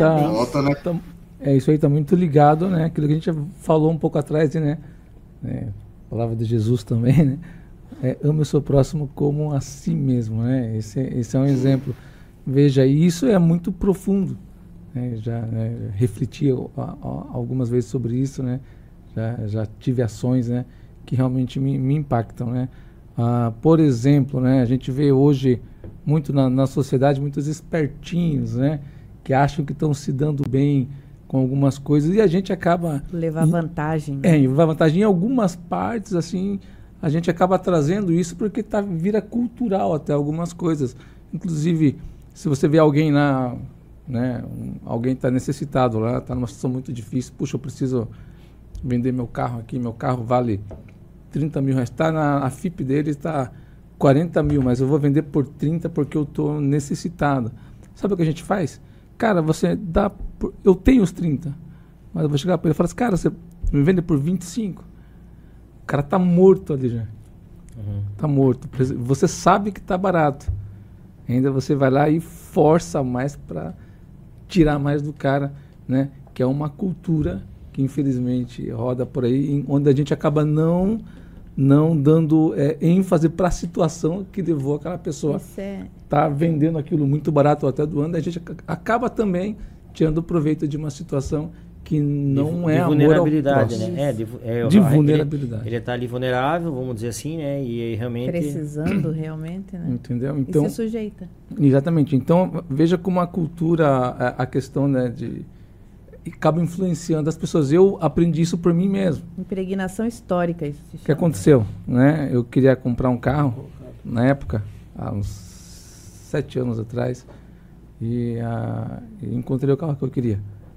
isso aí está muito ligado, né? Aquilo que a gente falou um pouco atrás, né? A palavra de Jesus também, né? Ame o seu próximo como a si mesmo, né? Esse é um exemplo. Veja, isso é muito profundo. Né? Já refleti algumas vezes sobre isso, né? Já tive ações, né, que realmente me impactam, né? Por exemplo, né, a gente vê hoje muito na sociedade muitos espertinhos, né, que acham que estão se dando bem com algumas coisas e a gente acaba levar vantagem. Levar vantagem em algumas partes, assim, a gente acaba trazendo isso porque vira cultural até algumas coisas. Inclusive Se você vê alguém lá, né, alguém está necessitado lá, está numa situação muito difícil, puxa, eu preciso vender meu carro aqui, meu carro vale 30 mil reais, a FIP dele está 40 mil, mas eu vou vender por 30 porque eu estou necessitado. Sabe o que a gente faz? Cara, você dá, eu tenho os 30, mas eu vou chegar para ele e falar assim, cara, você me vende por 25? O cara está morto ali já. Está morto. Você sabe que está barato. Ainda você vai lá e força mais para tirar mais do cara, né? Que é uma cultura que infelizmente roda por aí, onde a gente acaba não dando ênfase para a situação que levou aquela pessoa tá vendendo aquilo muito barato ou até doando, a gente acaba também tirando proveito de uma situação que não é vulnerabilidade, né? De vulnerabilidade. Ele está ali vulnerável, vamos dizer assim, né? E realmente precisando realmente, né? Entendeu? Então, e se sujeita. Exatamente. Então, veja como a cultura, a questão, né, acaba influenciando as pessoas. Eu aprendi isso por mim mesmo. Impregnação histórica, isso se chama. O que aconteceu, né? Eu queria comprar um carro na época, há uns 7 anos atrás, e encontrei o carro que eu queria.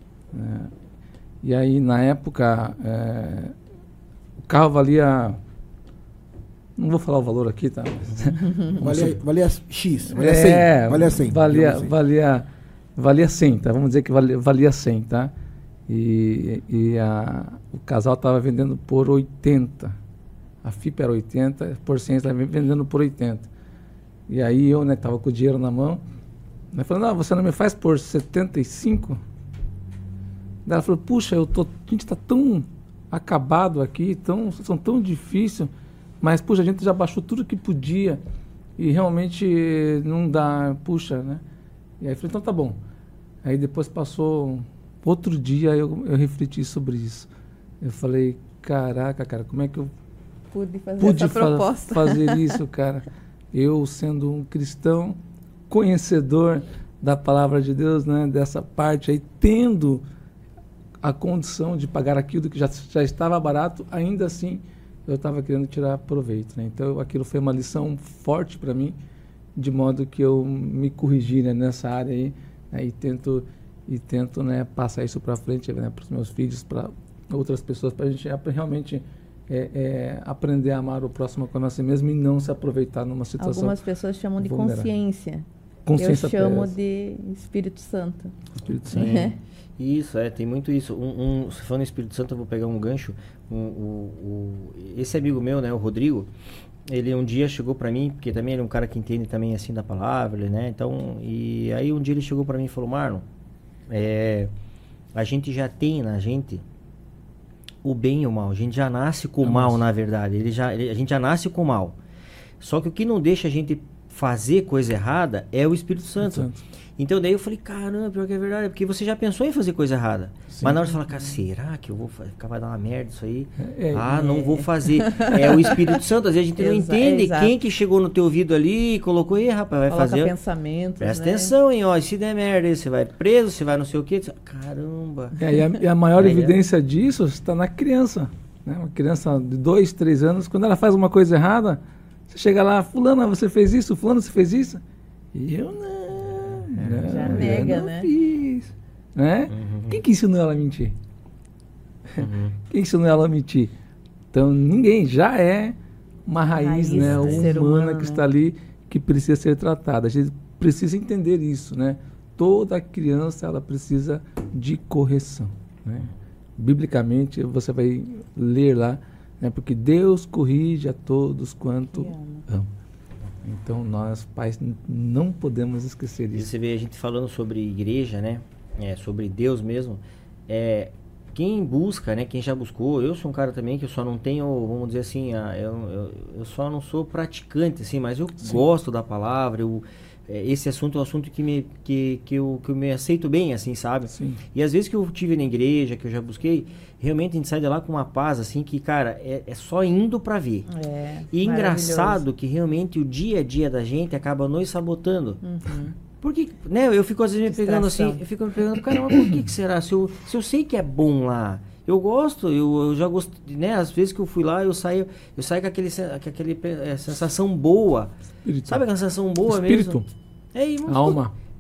E aí, na época, o carro valia... Não vou falar o valor aqui, tá? Valia X, valia 100. Valia 100. Valia 100, tá? Vamos dizer que valia 100, tá? E o casal estava vendendo por 80. A FIP era 80, por 100 estava vendendo por 80. E aí eu, né, tava com o dinheiro na mão, né, falando, não, você não me faz por 75? Daí ela falou, puxa, a gente está tão acabado aqui, são tão difícil, mas, puxa, a gente já baixou tudo que podia e realmente não dá, puxa, né? E aí eu falei, então tá bom. Aí depois passou outro dia, eu refleti sobre isso. Eu falei, caraca, cara, como é que eu pude fazer isso, cara? Eu sendo um cristão, conhecedor da palavra de Deus, né? Dessa parte aí, tendo a condição de pagar aquilo que já estava barato, ainda assim eu estava querendo tirar proveito, né? Então aquilo foi uma lição forte para mim, de modo que eu me corrigi, né, nessa área aí, né, e tento, né, passar isso para frente, né, para os meus filhos, para outras pessoas, para a gente realmente aprender a amar o próximo como a si mesmo e não se aproveitar numa situação. Algumas pessoas chamam de vulnerável. consciência. Eu chamo de Espírito Santo. Espírito Santo. Isso, tem muito isso. Se falando em Espírito Santo, eu vou pegar um gancho. Esse amigo meu, né, o Rodrigo, ele um dia chegou para mim, porque também ele é um cara que entende também assim da palavra, né? Então, e aí um dia ele chegou para mim e falou, Marlon, a gente já tem na gente o bem e o mal. A gente já nasce com o mal, na verdade. A gente já nasce com o mal. Só que o que não deixa a gente fazer coisa errada é o Espírito Santo. Então daí eu falei, caramba, pior que é verdade, porque você já pensou em fazer coisa errada. Sim. Mas na hora você fala, cara, será que eu vou fazer? Vai dar uma merda isso aí? Não vou fazer. É o Espírito Santo, às vezes a gente não entende quem que chegou no teu ouvido ali e colocou, rapaz, vai fazer. Pensamentos, presta atenção, hein, ó, se der merda, você vai preso, você vai não sei o quê. Caramba. E a maior evidência disso está na criança, né? Uma criança de 2, 3 anos, quando ela faz uma coisa errada, você chega lá, fulana, você fez isso? Fulano, você fez isso? E eu não. Já nega, né? Fiz, né? Quem que ensinou ela a mentir? Quem ensinou ela a mentir? Então, ninguém. Já é uma raiz, né, humana que está ali, que precisa ser tratada. A gente precisa entender isso, né? Toda criança, ela precisa de correção, né? Biblicamente, você vai ler lá, né? Porque Deus corrige a todos quanto ama. Então, nós, pais, não podemos esquecer isso. Você vê a gente falando sobre igreja, né? Sobre Deus mesmo. Quem busca, né? Quem já buscou, eu sou um cara também que eu só não tenho, vamos dizer assim, eu só não sou praticante, assim, mas eu gosto da palavra, esse assunto é um assunto que eu me aceito bem, assim, sabe? Sim. E às vezes que eu tive na igreja, que eu já busquei, realmente a gente sai de lá com uma paz, assim, que, cara, é só indo pra ver. E engraçado que realmente o dia a dia da gente acaba nos sabotando. Porque, né, eu fico às vezes me pegando assim, caramba, por que será? Se eu sei que é bom lá, eu gosto, eu já gosto, né, às vezes que eu fui lá, eu saio com aquele sensação boa. Espírito. Sabe aquela sensação boa Espírito. mesmo? Alma.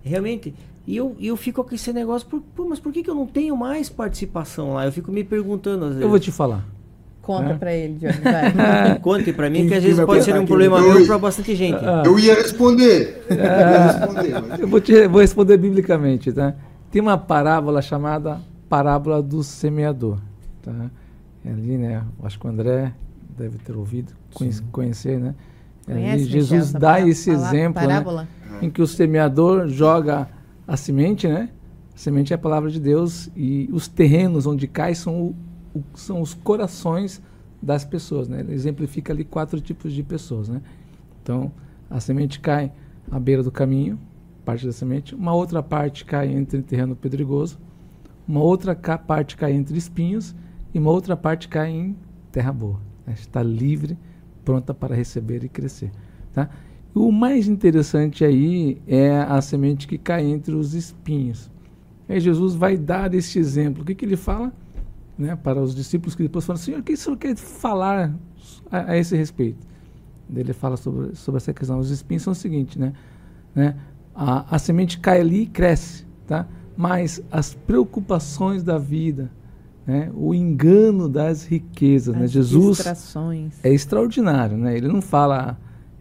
Realmente. E eu fico com esse negócio, mas por que eu não tenho mais participação lá? Eu fico me perguntando às vezes. Eu vou te falar. Conta pra ele, Johnny, vai. Conte pra mim, que às Quem vezes vai pode contar ser um aqui? problema meu pra bastante gente. Eu ia responder. Mas... Vou responder biblicamente, tá? Tem uma parábola chamada parábola do semeador, tá? Ali, né? Acho que o André deve ter ouvido, conhecer, né? Ali, Jesus dá esse exemplo, parábola? Né? Em que o semeador joga a semente, né? A semente é a palavra de Deus e os terrenos onde cai são os corações das pessoas, né? Ele exemplifica ali 4 tipos de pessoas, né? Então, a semente cai à beira do caminho, parte da semente, uma outra parte cai entre terreno pedregoso, uma outra parte cai entre espinhos e uma outra parte cai em terra boa, né? Está livre, pronta para receber e crescer, tá? O mais interessante aí é a semente que cai entre os espinhos. Aí Jesus vai dar esse exemplo. O que ele fala? Né, para os discípulos que depois falam, Senhor, o que o Senhor quer falar a esse respeito? Ele fala sobre essa questão. Os espinhos são o seguinte, né? A semente cai ali e cresce, tá? Mas as preocupações da vida, né, o engano das riquezas, né? Jesus é extraordinário, né? Ele não fala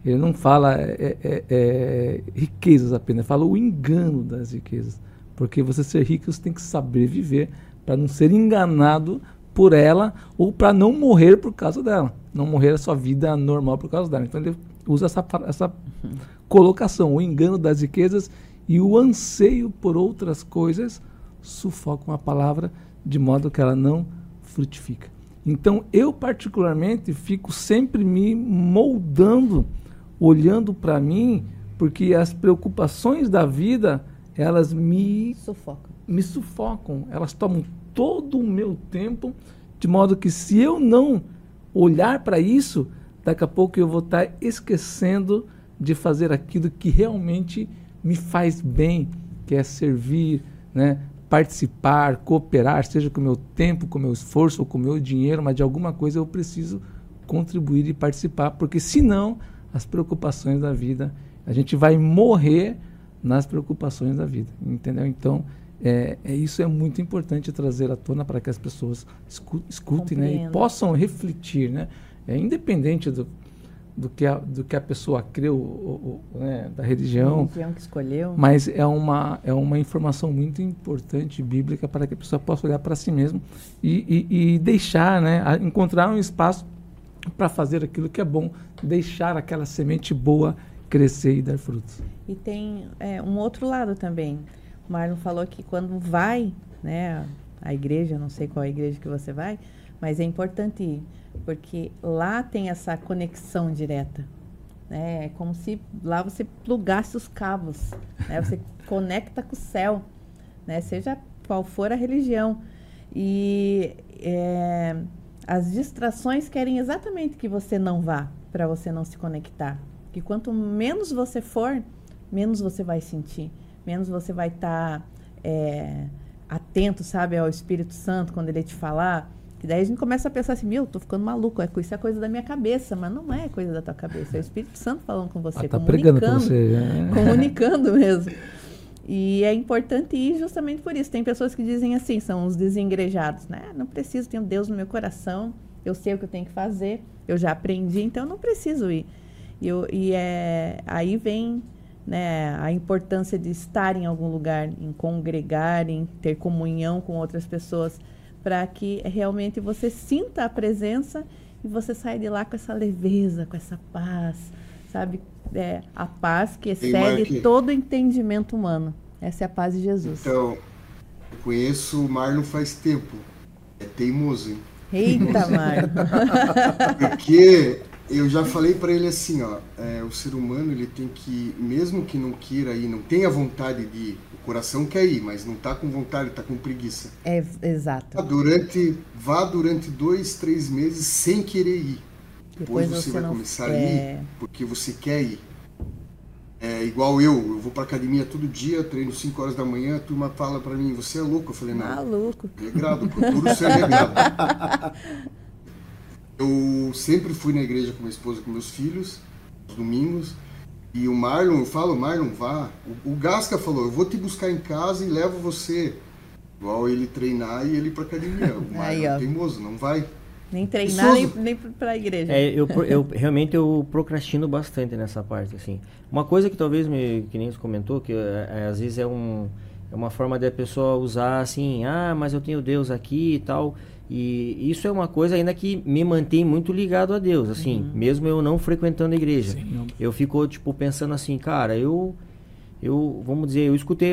riquezas apenas, ele fala o engano das riquezas, porque você ser rico você tem que saber viver para não ser enganado por ela ou para não morrer por causa dela, não morrer a sua vida normal por causa dela. Então ele usa essa colocação, o engano das riquezas e o anseio por outras coisas sufocam a palavra de modo que ela não frutifica. Então eu particularmente fico sempre me moldando, olhando para mim, porque as preocupações da vida elas me sufocam, elas tomam todo o meu tempo, de modo que se eu não olhar para isso, daqui a pouco eu vou estar esquecendo de fazer aquilo que realmente me faz bem, que é servir, né? Participar, cooperar, seja com o meu tempo, com o meu esforço ou com o meu dinheiro, mas de alguma coisa eu preciso contribuir e participar, porque senão as preocupações da vida, a gente vai morrer nas preocupações da vida, entendeu? Então, isso é muito importante trazer à tona para que as pessoas escutem, né, e possam refletir, né? Independente do que a pessoa creu, né, da religião que escolheu. Mas é uma informação muito importante, bíblica, para que a pessoa possa olhar para si mesmo e deixar, né, encontrar um espaço para fazer aquilo que é bom, deixar aquela semente boa crescer e dar frutos. E tem um outro lado também. O Marlon falou que quando vai, né, a igreja, não sei qual é a igreja que você vai, mas é importante ir, porque lá tem essa conexão direta, né? É como se lá você plugasse os cabos, né? Você conecta com o céu, né? Seja qual for a religião. E as distrações querem exatamente que você não vá, para você não se conectar. Que quanto menos você for, menos você vai sentir, menos você vai estar atento, sabe, ao Espírito Santo quando ele te falar. Que daí a gente começa a pensar assim, tô ficando maluco, isso é coisa da minha cabeça, mas não é coisa da tua cabeça, é o Espírito Santo falando com você, tá pregando com você, comunicando mesmo. E é importante ir justamente por isso. Tem pessoas que dizem assim, são os desengrejados, né? Não preciso, tenho Deus no meu coração, eu sei o que eu tenho que fazer, eu já aprendi, então eu não preciso ir. Aí vem, né, a importância de estar em algum lugar, em congregar, em ter comunhão com outras pessoas, para que realmente você sinta a presença e você saia de lá com essa leveza, com essa paz, sabe? A paz que excede todo entendimento humano. Essa é a paz de Jesus. Então, eu conheço o Marlon faz tempo. É teimoso, hein? Eita, Marlon! Porque eu já falei para ele assim, o ser humano ele tem que, mesmo que não queira ir, não tenha vontade de ir, o coração quer ir, mas não está com vontade, está com preguiça. Exato. Vá durante 2, 3 meses sem querer ir. Depois você vai começar a ir porque você quer ir. É igual eu vou para academia todo dia, treino 5 horas da manhã, a turma fala para mim, você é louco? Eu falei, não. Maluco. Regrado, procuro ser regrado. Eu sempre fui na igreja com minha esposa, com meus filhos, aos domingos, E o Marlon, eu falo, Marlon, vá. O Gasca falou, eu vou te buscar em casa e levo você. Igual ele treinar e ele ir pra academia. O Marlon é teimoso, não vai. Nem treinar, nem pra igreja. Eu realmente eu procrastino bastante nessa parte, assim. Uma coisa que talvez, que nem você comentou, que às vezes é uma forma da pessoa usar assim, mas eu tenho Deus aqui e tal. E isso é uma coisa ainda que me mantém muito ligado a Deus, assim, mesmo eu não frequentando a igreja. Sim, eu fico, tipo, pensando assim, cara, eu vamos dizer, eu escutei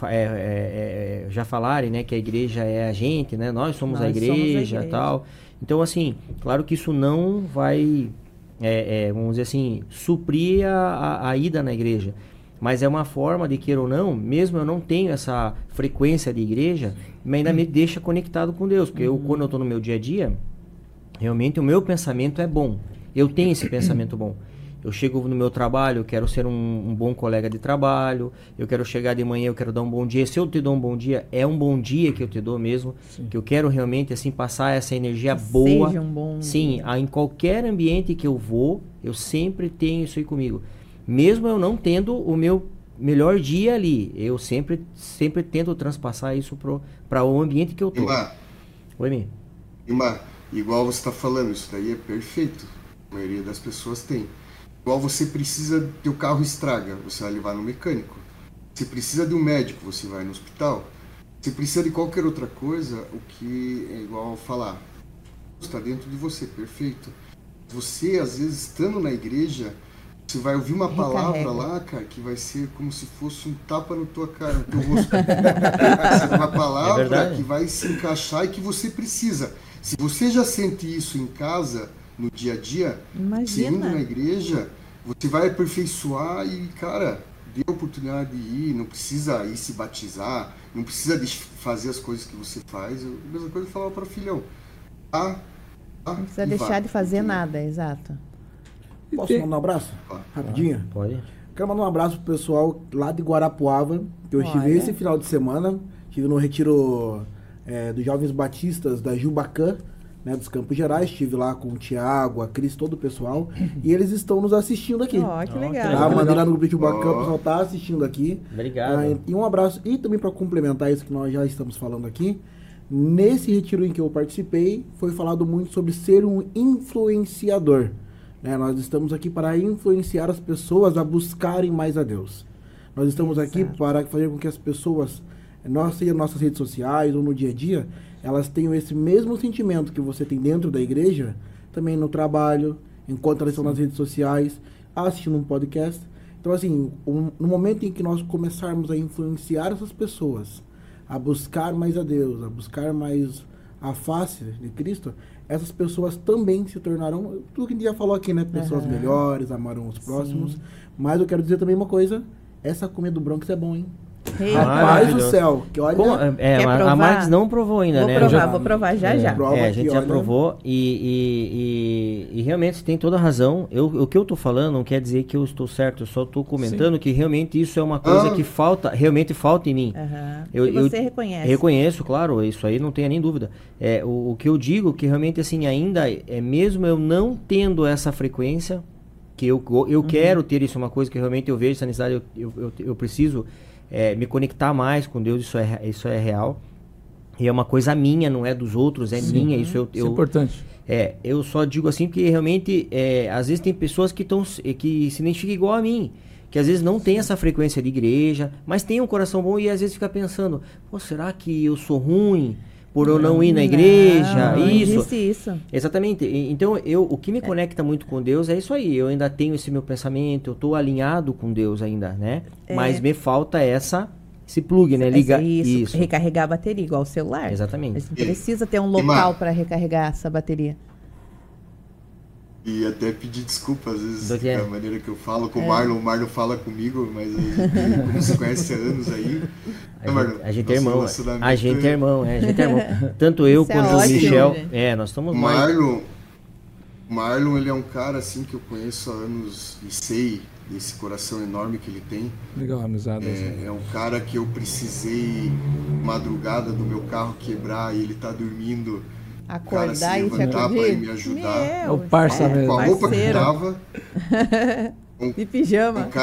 já falarem, né, que a igreja é a gente, né, nós somos a igreja e tal. Então, assim, claro que isso não vai, vamos dizer assim, suprir a ida na igreja. Mas é uma forma de, queira ou não, mesmo eu não tenho essa frequência de igreja, mas ainda me deixa conectado com Deus. Porque quando eu estou no meu dia a dia, realmente o meu pensamento é bom. Eu tenho esse pensamento bom. Eu chego no meu trabalho, eu quero ser um bom colega de trabalho, eu quero chegar de manhã, eu quero dar um bom dia. Se eu te dou um bom dia, é um bom dia que eu te dou mesmo. Sim. Que eu quero realmente assim passar essa energia boa. Seja um bom Sim, em qualquer ambiente que eu vou, eu sempre tenho isso aí comigo. Mesmo eu não tendo o meu melhor dia ali, eu sempre tento transpassar isso para o ambiente que eu tô. Oi, Mi. Igual você está falando, isso daí é perfeito. A maioria das pessoas tem. Igual você precisa, teu carro estraga, você vai levar no mecânico. Você precisa de um médico, você vai no hospital. Você precisa de qualquer outra coisa, o que é igual falar, está dentro de você, perfeito. Você, às vezes, estando na igreja, você vai ouvir uma palavra lá, cara, que vai ser como se fosse um tapa no tua cara, no teu rosto. Uma palavra que vai se encaixar e que você precisa. Se você já sente isso em casa, no dia a dia, se indo na igreja, você vai aperfeiçoar e, cara, dê a oportunidade de ir, não precisa ir se batizar, não precisa fazer as coisas que você faz. A mesma coisa eu falava para o filhão. Não precisa deixar de fazer nada, exato. Posso mandar um abraço? Rapidinho? Pode. Quero mandar um abraço pro pessoal lá de Guarapuava, que eu estive esse final de semana. Estive no retiro dos Jovens Batistas da Jubacã, né, dos Campos Gerais. Estive lá com o Tiago, a Cris, todo o pessoal. E eles estão nos assistindo aqui. Que legal. Mandei lá no grupo de Jubacã, o pessoal tá assistindo aqui. Obrigado. E um abraço. E também para complementar isso que nós já estamos falando aqui, nesse retiro em que eu participei, foi falado muito sobre ser um influenciador. Nós estamos aqui para influenciar as pessoas a buscarem mais a Deus. Nós estamos aqui para fazer com que as pessoas, seja nas nossas redes sociais ou no dia a dia, elas tenham esse mesmo sentimento que você tem dentro da igreja, também no trabalho, enquanto elas estão nas redes sociais, assistindo um podcast. Então, assim, no momento em que nós começarmos a influenciar essas pessoas, a buscar mais a Deus, a buscar mais a face de Cristo, essas pessoas também se tornarão, tudo que a gente já falou aqui, né? Pessoas melhores, amarão os próximos. Mas eu quero dizer também uma coisa, essa comida do Bronx é bom, hein? Rapaz do céu, que olha... a Marques não provou ainda, né? Vou provar já. A gente já provou e realmente tem toda a razão. O que eu tô falando não quer dizer que eu estou certo, eu só tô comentando que realmente isso é uma coisa que realmente falta em mim. Você reconhece. Reconheço, claro, isso aí não tenha nem dúvida. O que eu digo que realmente assim, ainda mesmo eu não tendo essa frequência, que eu quero ter isso, uma coisa que realmente eu vejo essa necessidade, eu preciso me conectar mais com Deus, isso é real. E é uma coisa minha, não é dos outros, é minha. Isso é importante. Eu só digo assim porque realmente, às vezes tem pessoas que se identificam igual a mim, que às vezes não tem essa frequência de igreja, mas tem um coração bom e às vezes fica pensando, será que eu sou ruim por eu não ir na igreja? Isso. Exatamente. Então, o que me conecta muito com Deus é isso aí. Eu ainda tenho esse meu pensamento, eu estou alinhado com Deus ainda, né? Mas me falta esse plug, né? Ligar isso. Recarregar a bateria, igual o celular. Exatamente. Você precisa ter um local para recarregar essa bateria. E até pedir desculpa, às vezes, da maneira que eu falo com o Marlon fala comigo, mas a gente, como se conhece há anos aí. A gente é irmão. A gente é irmão. Tanto eu quanto o Michel. Nós estamos Marlon, ele é um cara assim que eu conheço há anos e sei desse coração enorme que ele tem. Legal, amizade. É um cara que eu precisei, madrugada do meu carro quebrar e ele tá dormindo. Acordar cara, se levantar para me ajudar. O parça mesmo. Com a roupa que tava. De pijama. um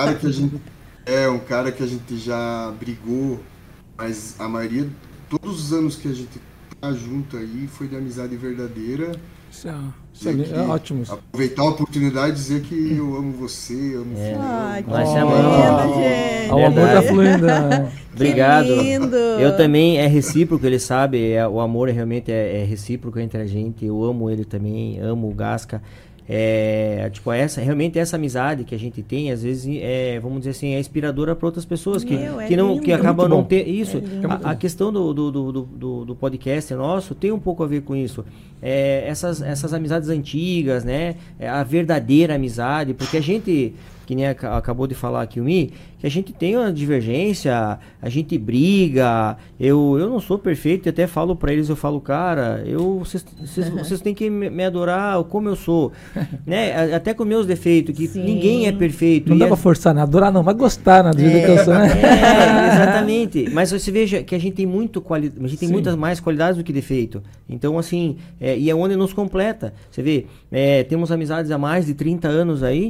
cara que a gente já brigou, mas a maioria, todos os anos que a gente tá junto aí foi de amizade verdadeira. Isso é ótimo. Aproveitar a oportunidade de dizer que eu amo você, amo o filho. Ai, que Nós se lindo, amamos. gente. O amor tá fluindo. Né? Obrigado. Que lindo. Eu também, é recíproco, ele sabe, o amor realmente é recíproco entre a gente. Eu amo ele também, amo o Gasca. Tipo, realmente essa amizade que a gente tem, às vezes, vamos dizer assim, é inspiradora para outras pessoas que lindo. acabam não ter isso. É A questão do podcast nosso tem um pouco a ver com isso. Essas amizades antigas, né? A verdadeira amizade, porque a gente, que nem acabou de falar aqui o Mi, que a gente tem uma divergência, a gente briga, eu não sou perfeito, e até falo pra eles, eu falo, cara, vocês têm que me adorar como eu sou, né? Até com meus defeitos, que Sim. ninguém é perfeito. Não dá pra forçar, né? Adorar não, mas gostar, né? Do jeito que eu sou, né? Exatamente. Mas você veja que a gente tem a gente tem muitas mais qualidades do que defeito. Então, assim, e é onde nos completa. Você vê, temos amizades há mais de 30 anos aí,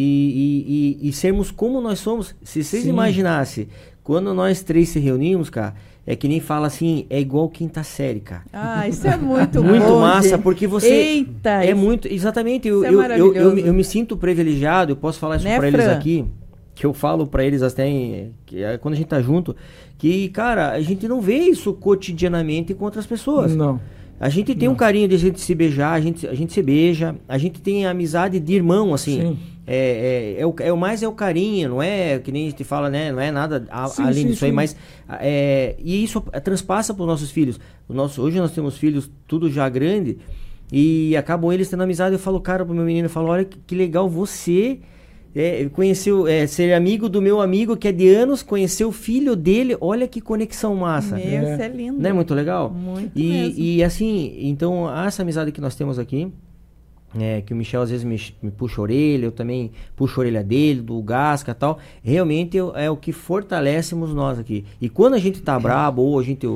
e sermos como nós somos. Se vocês imaginassem, quando nós três se reunimos, cara, é que nem fala assim, é igual quinta série, cara. Ah, isso é muito bom, Muito massa, gente. porque você... Eita! muito... Exatamente, isso é maravilhoso. eu me sinto privilegiado, eu posso falar isso Né, pra eles Fran? aqui, que eu falo pra eles até, quando a gente tá junto, que, cara, a gente não vê isso cotidianamente com outras pessoas. Não. A gente tem um carinho de a gente se beijar, a gente se beija, a gente tem amizade de irmão, assim. Sim. É o carinho, não é que nem a gente fala, né? Não é nada além disso aí, mas e isso transpassa para os nossos filhos. Hoje nós temos filhos tudo já grande e acabam eles tendo amizade. Eu falo, cara, pro meu menino, eu falo, olha que legal você conheceu, ser amigo do meu amigo que é de anos, conheceu o filho dele, olha que conexão massa. Meu, isso é lindo. Não é muito legal? Muito mesmo. E assim, então, essa amizade que nós temos aqui, que o Michel às vezes me puxa a orelha, eu também puxo a orelha dele, do Gasca e tal, realmente é o que fortalecemos nós aqui. E quando a gente tá brabo, ou a gente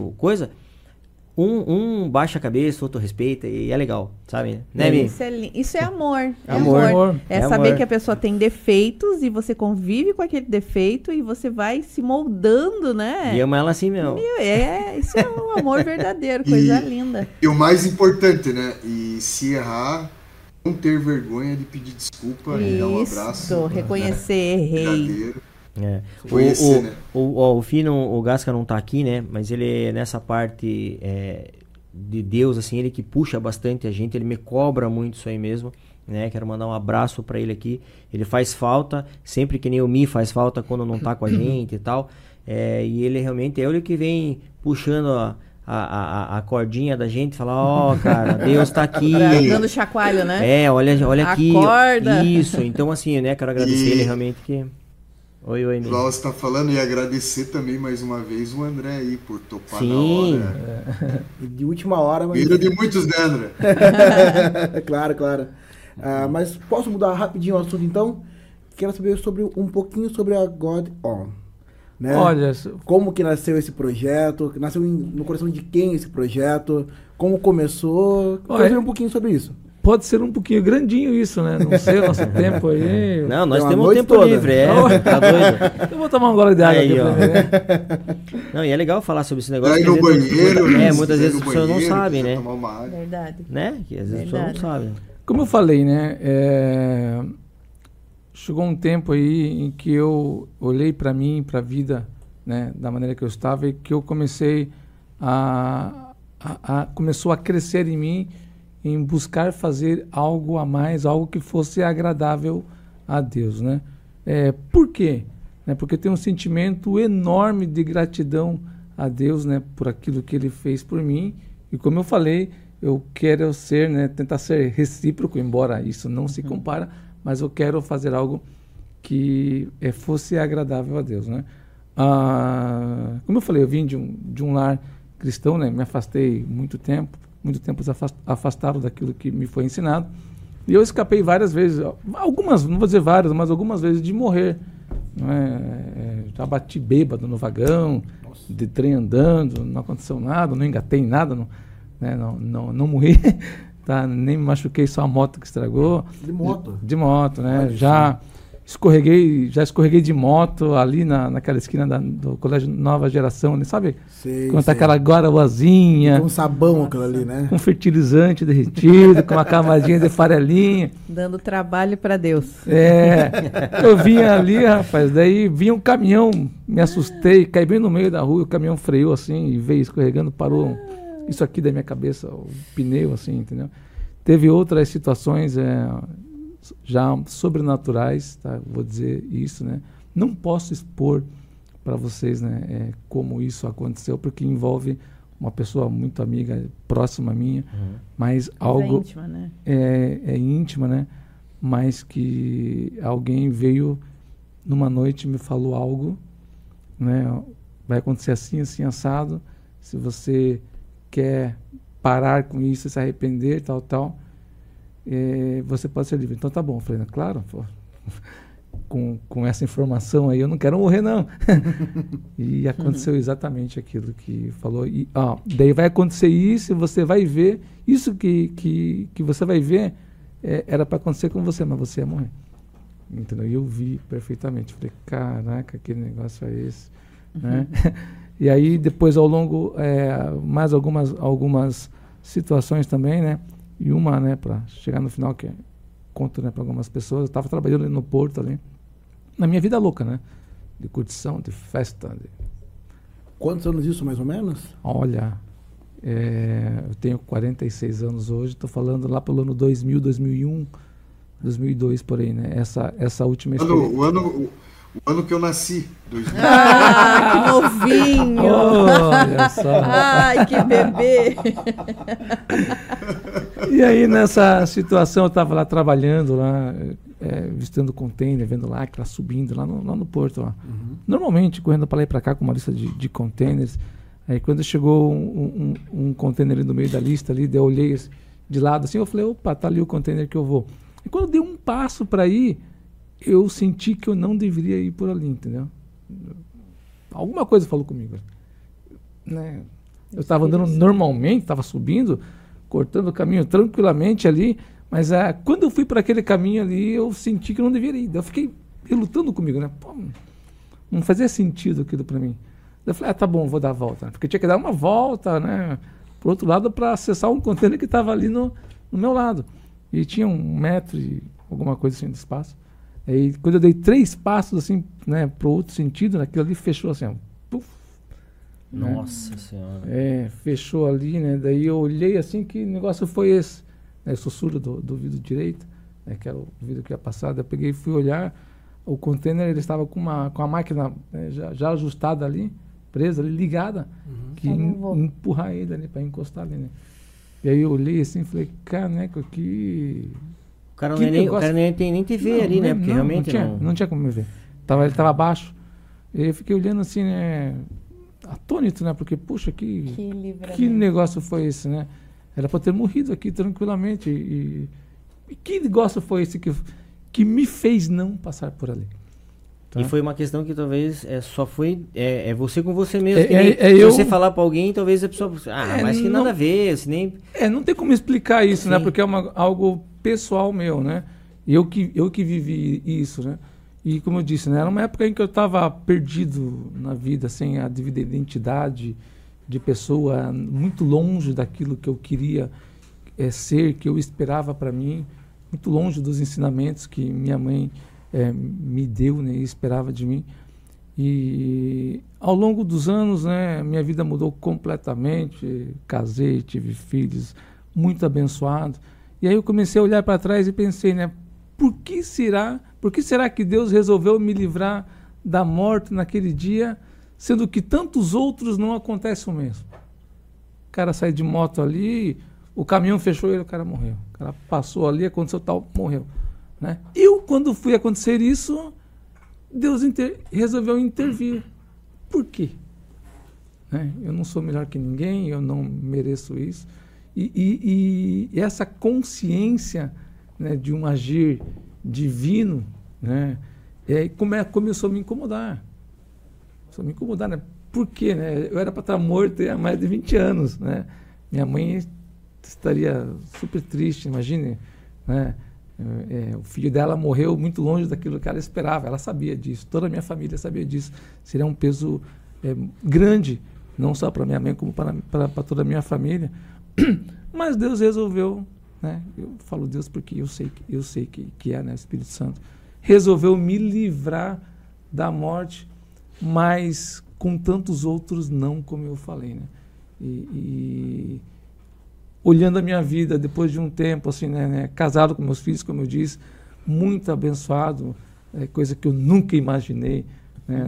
um baixa a cabeça, outro respeita, e é legal, sabe? Né, Mi? Isso é amor. Amor. É saber que a pessoa tem defeitos e você convive com aquele defeito e você vai se moldando, né? E ama ela assim mesmo. Isso é um amor verdadeiro, coisa linda. E o mais importante, né? E se errar, não ter vergonha de pedir desculpa, dar um abraço. Reconhecer, errei. Verdadeiro. Conhecer, né? O Fino, o Gasca não tá aqui, né? Mas ele nessa parte de Deus, assim, ele que puxa bastante a gente, ele me cobra muito isso aí mesmo, né? Quero mandar um abraço pra ele aqui. Ele faz falta, sempre que nem o Mi faz falta quando não tá com a gente e tal. E ele realmente é ele que vem puxando a cordinha da gente, falar, cara, Deus tá aqui. Dando chacoalho, né? Olha aqui. Acorda. Isso, então assim, né? Quero agradecer ele realmente que... Oi, Igual você tá falando, e agradecer também mais uma vez o André aí por topar Sim. na hora. De última hora, mas... Primeiro de muitos, né, André? Claro. Mas posso mudar rapidinho o assunto, então? Quero saber um pouquinho sobre a God On. Né? Olha... Como que nasceu esse projeto? Nasceu no coração de quem esse projeto? Como começou? Quero saber um pouquinho sobre isso. Pode ser um pouquinho grandinho isso, né? Não sei o nosso tempo aí. Não, nós Tem uma temos noite tempo toda. livre, tá doido? Eu vou tomar um gole de água Aí, aqui ó. pra mim, né? Não, e é legal falar sobre esse negócio. Vai que no às vezes- banheiro, né? muitas Se vezes as quiser pessoas no não banheiro, sabem, quiser né? tomar uma água. Verdade. Né? Que às vezes as pessoas não sabem. Como eu falei, né? Chegou um tempo aí em que eu olhei para mim, para a vida, né? Da maneira que eu estava e que eu comecei começou a crescer em mim em buscar fazer algo a mais, algo que fosse agradável a Deus, né? Por quê? Porque eu tenho um sentimento enorme de gratidão a Deus, né? Por aquilo que Ele fez por mim. E como eu falei, eu quero ser, né? Tentar ser recíproco, embora isso não se compara, mas eu quero fazer algo que fosse agradável a Deus, né? Como eu falei, eu vim de um lar cristão, né? Me afastei muito tempo afastado daquilo que me foi ensinado. E eu escapei várias vezes, algumas, não vou dizer várias, mas algumas vezes de morrer. Já bati bêbado no vagão, de trem andando, não aconteceu nada, não engatei em nada, não morri, tá? Nem me machuquei, só a moto que estragou. De moto? De moto, né? Já já escorreguei de moto ali naquela esquina do Colégio Nova Geração, né? Sabe? Quando tá aquela guaraguazinha. Com sabão aquilo ali, né? Com fertilizante derretido, com uma camadinha de farelinha. Dando trabalho para Deus. Eu vinha ali, rapaz, daí vinha um caminhão, me assustei, caí bem no meio da rua, o caminhão freou assim e veio escorregando, parou isso aqui da minha cabeça, o pneu, assim, entendeu? Teve outras situações já sobrenaturais, tá? Vou dizer isso, né? Não posso expor para vocês, né, como isso aconteceu, porque envolve uma pessoa muito amiga, próxima minha, mas algo... É íntima, né? É íntima, né? Mas que alguém veio numa noite e me falou algo, né? Vai acontecer assim, assim, assado. Se você quer parar com isso, se arrepender, tal, você pode ser livre. Então tá bom. Eu falei, claro, pô, com essa informação aí eu não quero morrer, não. E aconteceu exatamente aquilo que falou. E, daí vai acontecer isso e você vai ver. Isso que você vai ver era para acontecer com você, mas você ia morrer. Entendeu? E eu vi perfeitamente. Falei, caraca, que negócio é esse? Né? E aí depois ao longo, mais algumas situações também, né? E uma, né, para chegar no final, que conto, né, para algumas pessoas, eu estava trabalhando ali no Porto, ali, na minha vida louca, né? De curtição, de festa. Quantos anos isso, mais ou menos? Olha, eu tenho 46 anos hoje, estou falando lá pelo ano 2000, 2001, 2002, por aí, né? Essa última experiência. O ano que eu nasci, 2000. Ah, que novinho! Olha só! Ai, que bebê! E aí, nessa situação, eu estava lá trabalhando, lá, visitando container, vendo lá que tá subindo lá no porto. Lá. Normalmente, correndo para lá e para cá com uma lista de containers. Aí, quando chegou um container ali no meio da lista, ali, eu olhei de lado assim, eu falei, opa, tá ali o container que eu vou. E quando eu dei um passo para ir, eu senti que eu não deveria ir por ali, entendeu? Alguma coisa falou comigo. Né? Eu estava andando normalmente, estava subindo, cortando o caminho tranquilamente ali, mas quando eu fui para aquele caminho ali, eu senti que eu não deveria ir. Eu fiquei relutando comigo, né? Pô, não fazia sentido aquilo para mim. Eu falei, tá bom, vou dar a volta. Porque tinha que dar uma volta, né? Pro outro lado para acessar um container que estava ali no meu lado. E tinha 1 metro e alguma coisa assim de espaço. Aí, quando eu dei 3 passos, assim, né, pro outro sentido, aquilo ali fechou assim, ó, puf, Nossa Senhora. Fechou ali, né, daí eu olhei assim, que negócio foi esse? Eu sou surdo do vidro direito, né, que era o vidro que ia passar, daí eu peguei e fui olhar, o container, ele estava com a máquina, né, já ajustada ali, presa ali, ligada, que empurrar ele ali, para encostar ali, né. E aí eu olhei assim, falei, caneco, que... O cara nem tem nem TV ali, né? Porque realmente não tinha como me ver. Ele estava abaixo. E eu fiquei olhando assim, né? Atônito, né? Porque, puxa, que negócio foi esse, né? Era para ter morrido aqui tranquilamente. E que negócio foi esse que me fez não passar por ali? Tá? E foi uma questão que talvez só foi você com você mesmo. Se você falar para alguém, talvez a pessoa... mas que nada a ver, assim, nem... não tem como explicar isso, Sim. né? Porque é algo pessoal meu, né? Eu que vivi isso, né? E como eu disse, né? Era uma época em que eu estava perdido na vida, sem a devida identidade de pessoa, muito longe daquilo que eu queria ser, que eu esperava para mim, muito longe dos ensinamentos que minha mãe me deu, né? E esperava de mim. E ao longo dos anos, né? Minha vida mudou completamente. Casei, tive filhos, muito abençoado. E aí eu comecei a olhar para trás e pensei, né? Por que será que Deus resolveu me livrar da morte naquele dia, sendo que tantos outros não acontece o mesmo? O cara sai de moto ali, o caminhão fechou ele, o cara morreu. O cara passou ali, aconteceu tal, morreu. Né? Quando fui acontecer isso, Deus resolveu intervir. Por quê? Né? Eu não sou melhor que ninguém, eu não mereço isso. E essa consciência, né, de um agir divino, né, começou a me incomodar. Começou a me incomodar, né? Por quê? Né? Eu era para estar morto há mais de 20 anos. Né? Minha mãe estaria super triste, imagine, né? O filho dela morreu muito longe daquilo que ela esperava. Ela sabia disso, toda a minha família sabia disso. Seria um peso grande, não só para minha mãe, como para toda a minha família. Mas Deus resolveu, né? Eu falo Deus porque eu sei que é, né? O Espírito Santo resolveu me livrar da morte, mas com tantos outros não, como eu falei, né? E olhando a minha vida depois de um tempo, assim, né, casado com meus filhos, como eu disse, muito abençoado, coisa que eu nunca imaginei, né,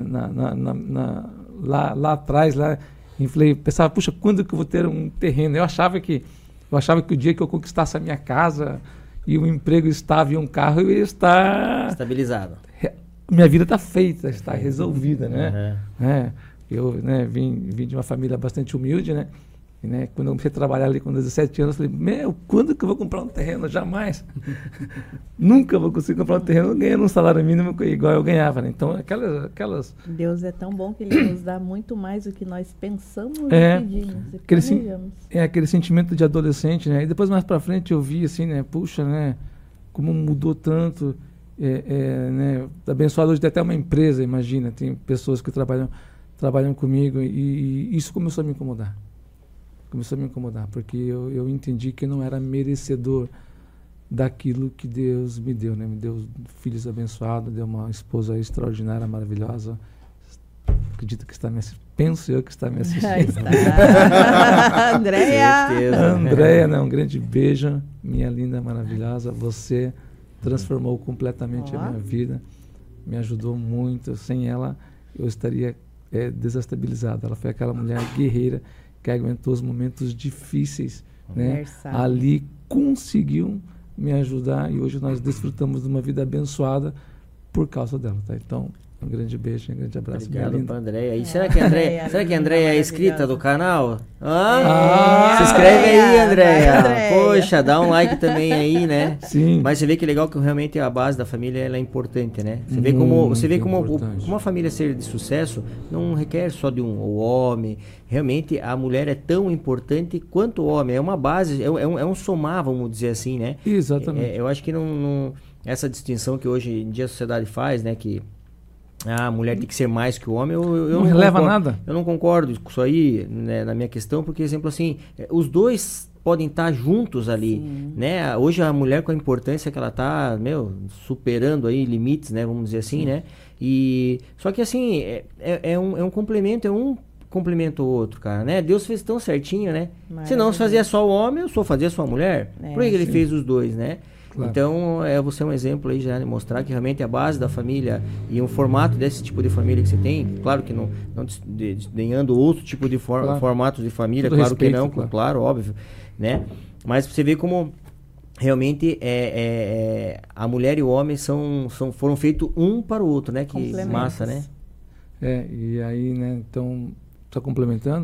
lá atrás, pensava, puxa, quando que eu vou ter um terreno? Eu achava que o dia que eu conquistasse a minha casa e um emprego estável e um carro, eu ia estar estabilizado. Minha vida está feita, está resolvida, né? Eu, né, vim de uma família bastante humilde, né? E, né, quando eu comecei a trabalhar ali com 17 anos, eu falei, quando que eu vou comprar um terreno? Jamais. Nunca vou conseguir comprar um terreno ganhando um salário mínimo igual eu ganhava, né? Então, aquelas... Deus é tão bom que Ele nos dá muito mais do que nós pensamos e pedimos e planejamos. Aquele sentimento de adolescente, né? E depois, mais pra frente, eu vi assim, né? Puxa, né? Como mudou tanto. Né? Abençoado hoje tem até uma empresa, imagina. Tem pessoas que trabalham comigo e isso começou a me incomodar. Porque eu entendi que eu não era merecedor daquilo que Deus me deu, né? Me deu filhos abençoados, deu uma esposa extraordinária, maravilhosa. Acredito que penso eu que está me assistindo. Andréia, né? Um grande beijo, minha linda, maravilhosa. Você transformou completamente a minha vida, me ajudou muito. Sem ela, eu estaria desestabilizado. Ela foi aquela mulher guerreira que aguentou os momentos difíceis, né? Ali conseguiu me ajudar e hoje nós desfrutamos de uma vida abençoada por causa dela, tá? Então, um grande beijo, um grande abraço. Obrigado para a Andréia. E será que a Andréia é inscrita do canal? Se inscreve aí, Andréia. Poxa, dá um like também aí, né? Sim. Mas você vê que legal que realmente a base da família ela é importante, né? Você vê como uma família ser de sucesso não requer só de o homem. Realmente a mulher é tão importante quanto o homem. É uma base, é um somar, vamos dizer assim, né? Exatamente. Eu acho que não essa distinção que hoje em dia a sociedade faz, né? Que a mulher tem que ser mais que o homem, eu não releva nada. Eu não concordo com isso aí, né, na minha questão, porque, exemplo assim, os dois podem estar juntos ali, né? Hoje a mulher com a importância que ela está, superando aí limites, né? Vamos dizer assim, né? E só que assim, é um complemento, um complementa o outro, cara, né? Deus fez tão certinho, né? Se não fazia só o homem, eu só fazia só a mulher. Por que ele fez os dois, né? Claro. Então, você é um exemplo aí já de mostrar que realmente a base da família e um formato desse tipo de família que você tem, claro que não desdenhando outro tipo de formatos de família, tudo claro respeito, que não, claro, óbvio, né? Mas você vê como realmente a mulher e o homem foram feitos um para o outro, né? Que massa, né? E aí, né, então, só complementando,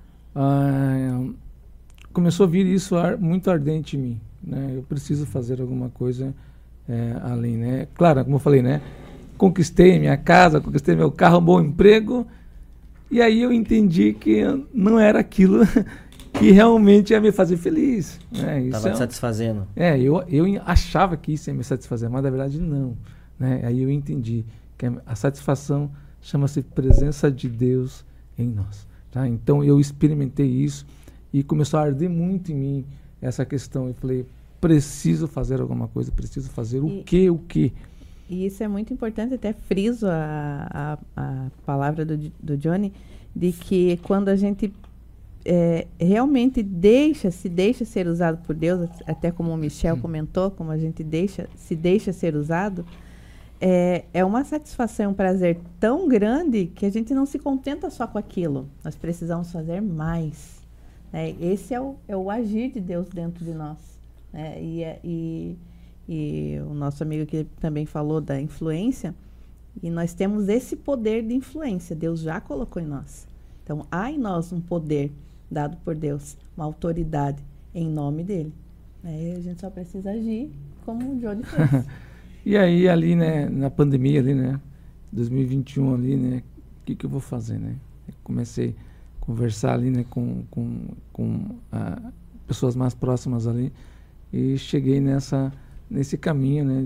começou a vir isso muito ardente em mim. Né, eu preciso fazer alguma coisa além, né? Claro, como eu falei, né? Conquistei minha casa, conquistei meu carro, um bom emprego, e aí eu entendi que não era aquilo que realmente ia me fazer feliz. Né? Estava te satisfazendo. Eu achava que isso ia me satisfazer, mas na verdade não. Né? Aí eu entendi que a satisfação chama-se presença de Deus em nós. Tá? Então eu experimentei isso e começou a arder muito em mim essa questão. Eu falei, preciso fazer alguma coisa, preciso fazer o quê? E isso é muito importante, até friso a palavra do Johnny, de que quando a gente realmente se deixa ser usado por Deus, até como o Michel comentou, como a gente se deixa ser usado, é uma satisfação, um prazer tão grande que a gente não se contenta só com aquilo. Nós precisamos fazer mais. Esse é o agir de Deus dentro de nós. E o nosso amigo aqui também falou da influência, e nós temos esse poder de influência, Deus já colocou em nós. Então, há em nós um poder dado por Deus, uma autoridade em nome dele. A gente só precisa agir como o Johnny fez. E aí, ali, né, na pandemia, ali, né, 2021, ali, né, o que eu vou fazer, né? Comecei conversar ali, né, com pessoas mais próximas ali, e cheguei nessa nesse caminho, né,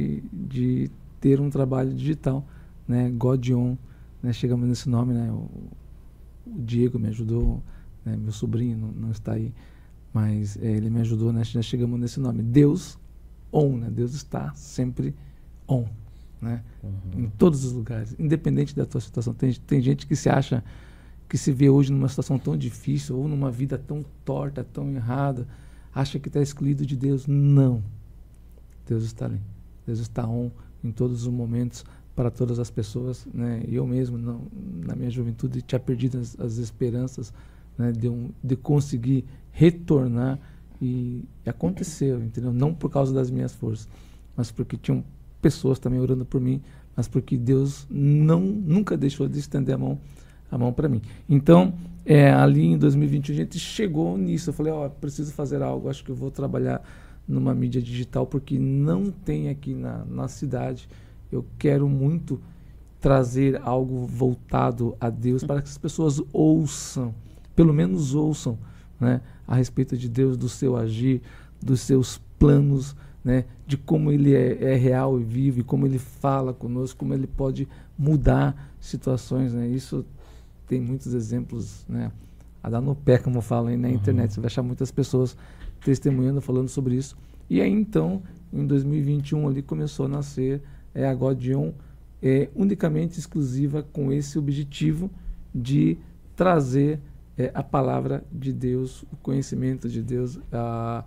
de ter um trabalho digital, né, Godion, né, chegamos nesse nome, né, o Diego me ajudou, né, meu sobrinho não está aí, mas ele me ajudou, né, já chegamos nesse nome, Deus on, né, Deus está sempre on, né, em todos os lugares, independente da tua situação. Tem gente que se acha, que se vê hoje numa situação tão difícil, ou numa vida tão torta, tão errada, acha que está excluído de Deus. Não. Deus está ali. Deus está on em todos os momentos, para todas as pessoas, né? Eu mesmo, na minha juventude, tinha perdido as esperanças, né, de conseguir retornar, e aconteceu, entendeu? Não por causa das minhas forças, mas porque tinham pessoas também orando por mim, mas porque Deus nunca deixou de estender a mão para mim. Então, ali em 2021 a gente chegou nisso. Eu falei, preciso fazer algo, acho que eu vou trabalhar numa mídia digital, porque não tem aqui na cidade. Eu quero muito trazer algo voltado a Deus para que as pessoas ouçam, pelo menos ouçam, né, a respeito de Deus, do seu agir, dos seus planos, né, de como Ele é real e vivo, e como Ele fala conosco, como Ele pode mudar situações, né? Isso tem muitos exemplos, né, a dar no pé, como falam aí na internet. Você vai achar muitas pessoas testemunhando, falando sobre isso. E aí, então, em 2021, ali começou a nascer a Godion, unicamente exclusiva com esse objetivo de trazer a palavra de Deus, o conhecimento de Deus, a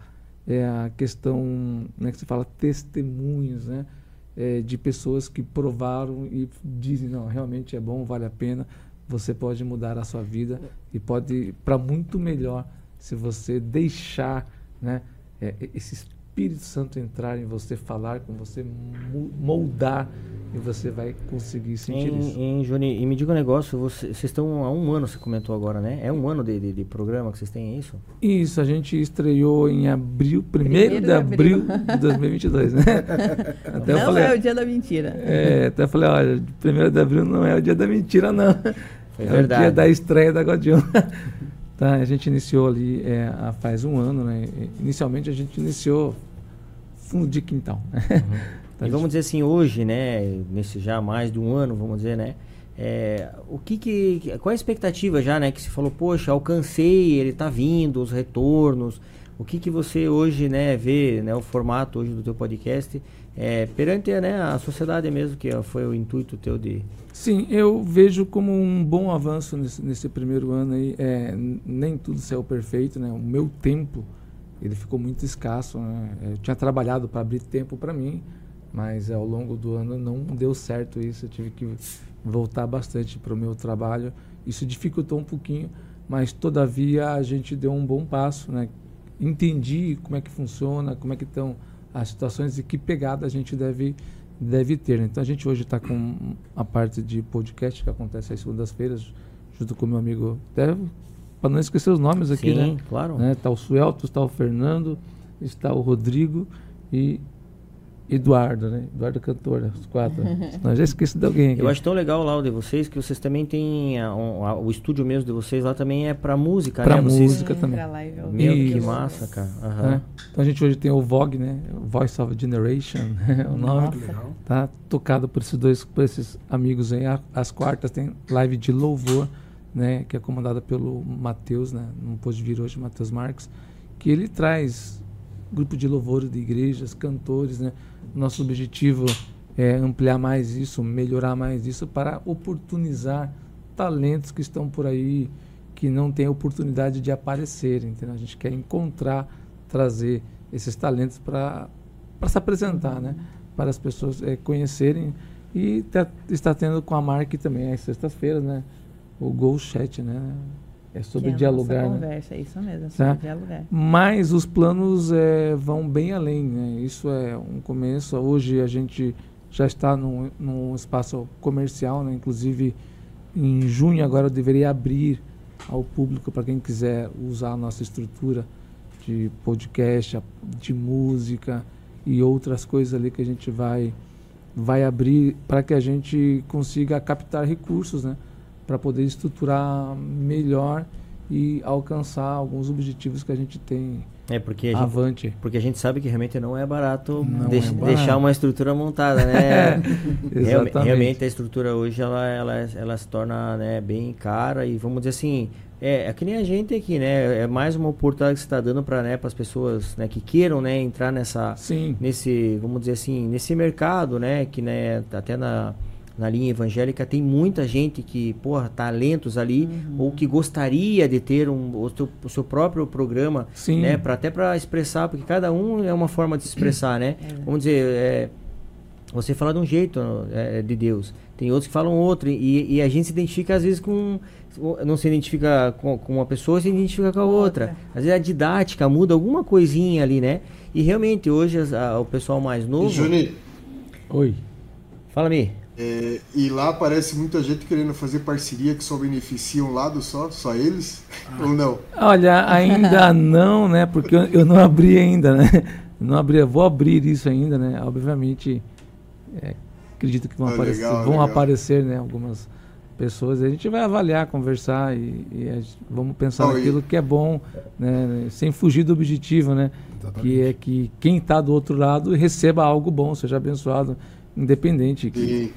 questão, né, que se fala testemunhos, né, de pessoas que provaram e dizem, não, realmente é bom, vale a pena, você pode mudar a sua vida e pode para muito melhor se você deixar, né, esse Espírito Santo entrar em você, falar com você, moldar, e você vai conseguir sentir isso. Johnny, e me diga um negócio, vocês estão há um ano, você comentou agora, né? É um ano de programa que vocês têm, é isso? Isso, a gente estreou em abril, 1º de abril de 2022, né? Até não falei, é o dia da mentira. Até falei, olha, 1º de abril não é o dia da mentira, não. Foi verdade. É o dia da estreia da Godion. Tá, a gente iniciou ali faz um ano, né? Inicialmente a gente iniciou fundo de quintal. E vamos dizer assim, hoje, né, nesse já mais de um ano, vamos dizer, né, qual é a expectativa já, né, que você falou, poxa, alcancei, ele tá vindo, os retornos, o que você hoje, né, vê, né, o formato hoje do teu podcast, perante, né, a sociedade mesmo, que foi o intuito teu de... Sim, eu vejo como um bom avanço nesse primeiro ano aí. Nem tudo saiu perfeito, né, o meu tempo, ele ficou muito escasso, né? Eu tinha trabalhado para abrir tempo para mim, mas ao longo do ano não deu certo isso. Eu tive que voltar bastante para o meu trabalho. Isso dificultou um pouquinho, mas todavia a gente deu um bom passo, né? Entendi como é que funciona, como é que estão as situações e que pegada a gente deve ter. Então a gente hoje está com a parte de podcast que acontece às segundas-feiras, junto com o meu amigo Devo, para não esquecer os nomes aqui, sim, né? Claro. Está o Suelto, está o Fernando, está o Rodrigo e Eduardo, né? Eduardo Cantor, né? Os 4. Não, já esqueci de alguém aqui. Eu acho tão legal lá o de vocês, que vocês também têm o estúdio mesmo de vocês lá também é para música, pra né? música vocês... também. Pra live, Meu, que Isso. massa, cara. Então a gente hoje tem o VOG, né? Voice of Generation, o nome. Tá tocado por esses amigos aí. Às quartas tem live de louvor, né? Que é comandada pelo Matheus, né? Não pôde vir hoje, Matheus Marques, que ele traz grupo de louvor de igrejas, cantores, né? Nosso objetivo é ampliar mais isso, melhorar mais isso, para oportunizar talentos que estão por aí, que não têm oportunidade de aparecer, entendeu? A gente quer encontrar, trazer esses talentos para se apresentar, né? Para as pessoas conhecerem, e está tendo com a Mark também às sextas-feiras, né? O Go Chat, né? É sobre dialogar, nossa né? Conversa, é isso mesmo, é sobre dialogar. Mas os planos vão bem além, né? Isso é um começo. Hoje a gente já está num espaço comercial, né? Inclusive em junho agora eu deveria abrir ao público para quem quiser usar a nossa estrutura de podcast, de música e outras coisas ali que a gente vai abrir para que a gente consiga captar recursos, né? Para poder estruturar melhor e alcançar alguns objetivos que a gente tem Porque a gente sabe que realmente não é barato deixar uma estrutura montada, né? Realmente a estrutura hoje ela se torna, né, bem cara e vamos dizer assim, é que nem a gente aqui, né? É mais uma oportunidade que você está dando para, né, as pessoas, né, que queiram, né, entrar nesse, vamos dizer assim, nesse mercado, né, que, né, até na linha evangélica tem muita gente que, talentos ali, ou que gostaria de ter o seu próprio programa, né, até para expressar, porque cada um é uma forma de se expressar, né? Vamos dizer, você fala de um jeito de Deus, tem outros que falam outro, e a gente se identifica às vezes não se identifica com uma pessoa, se identifica com a outra. Às vezes a didática muda alguma coisinha ali, né? E realmente hoje o pessoal mais novo... Juni. Oi. Fala-me. E lá aparece muita gente querendo fazer parceria que só beneficia um lado só eles, ou não? Olha, ainda não, né? Porque eu não abri ainda, né? Vou abrir isso ainda, né? Obviamente, acredito que vão aparecer, né, algumas pessoas. A gente vai avaliar, conversar e vamos pensar naquilo que é bom, né? Sem fugir do objetivo, né? Exatamente. Que é que quem está do outro lado receba algo bom, seja abençoado, independente.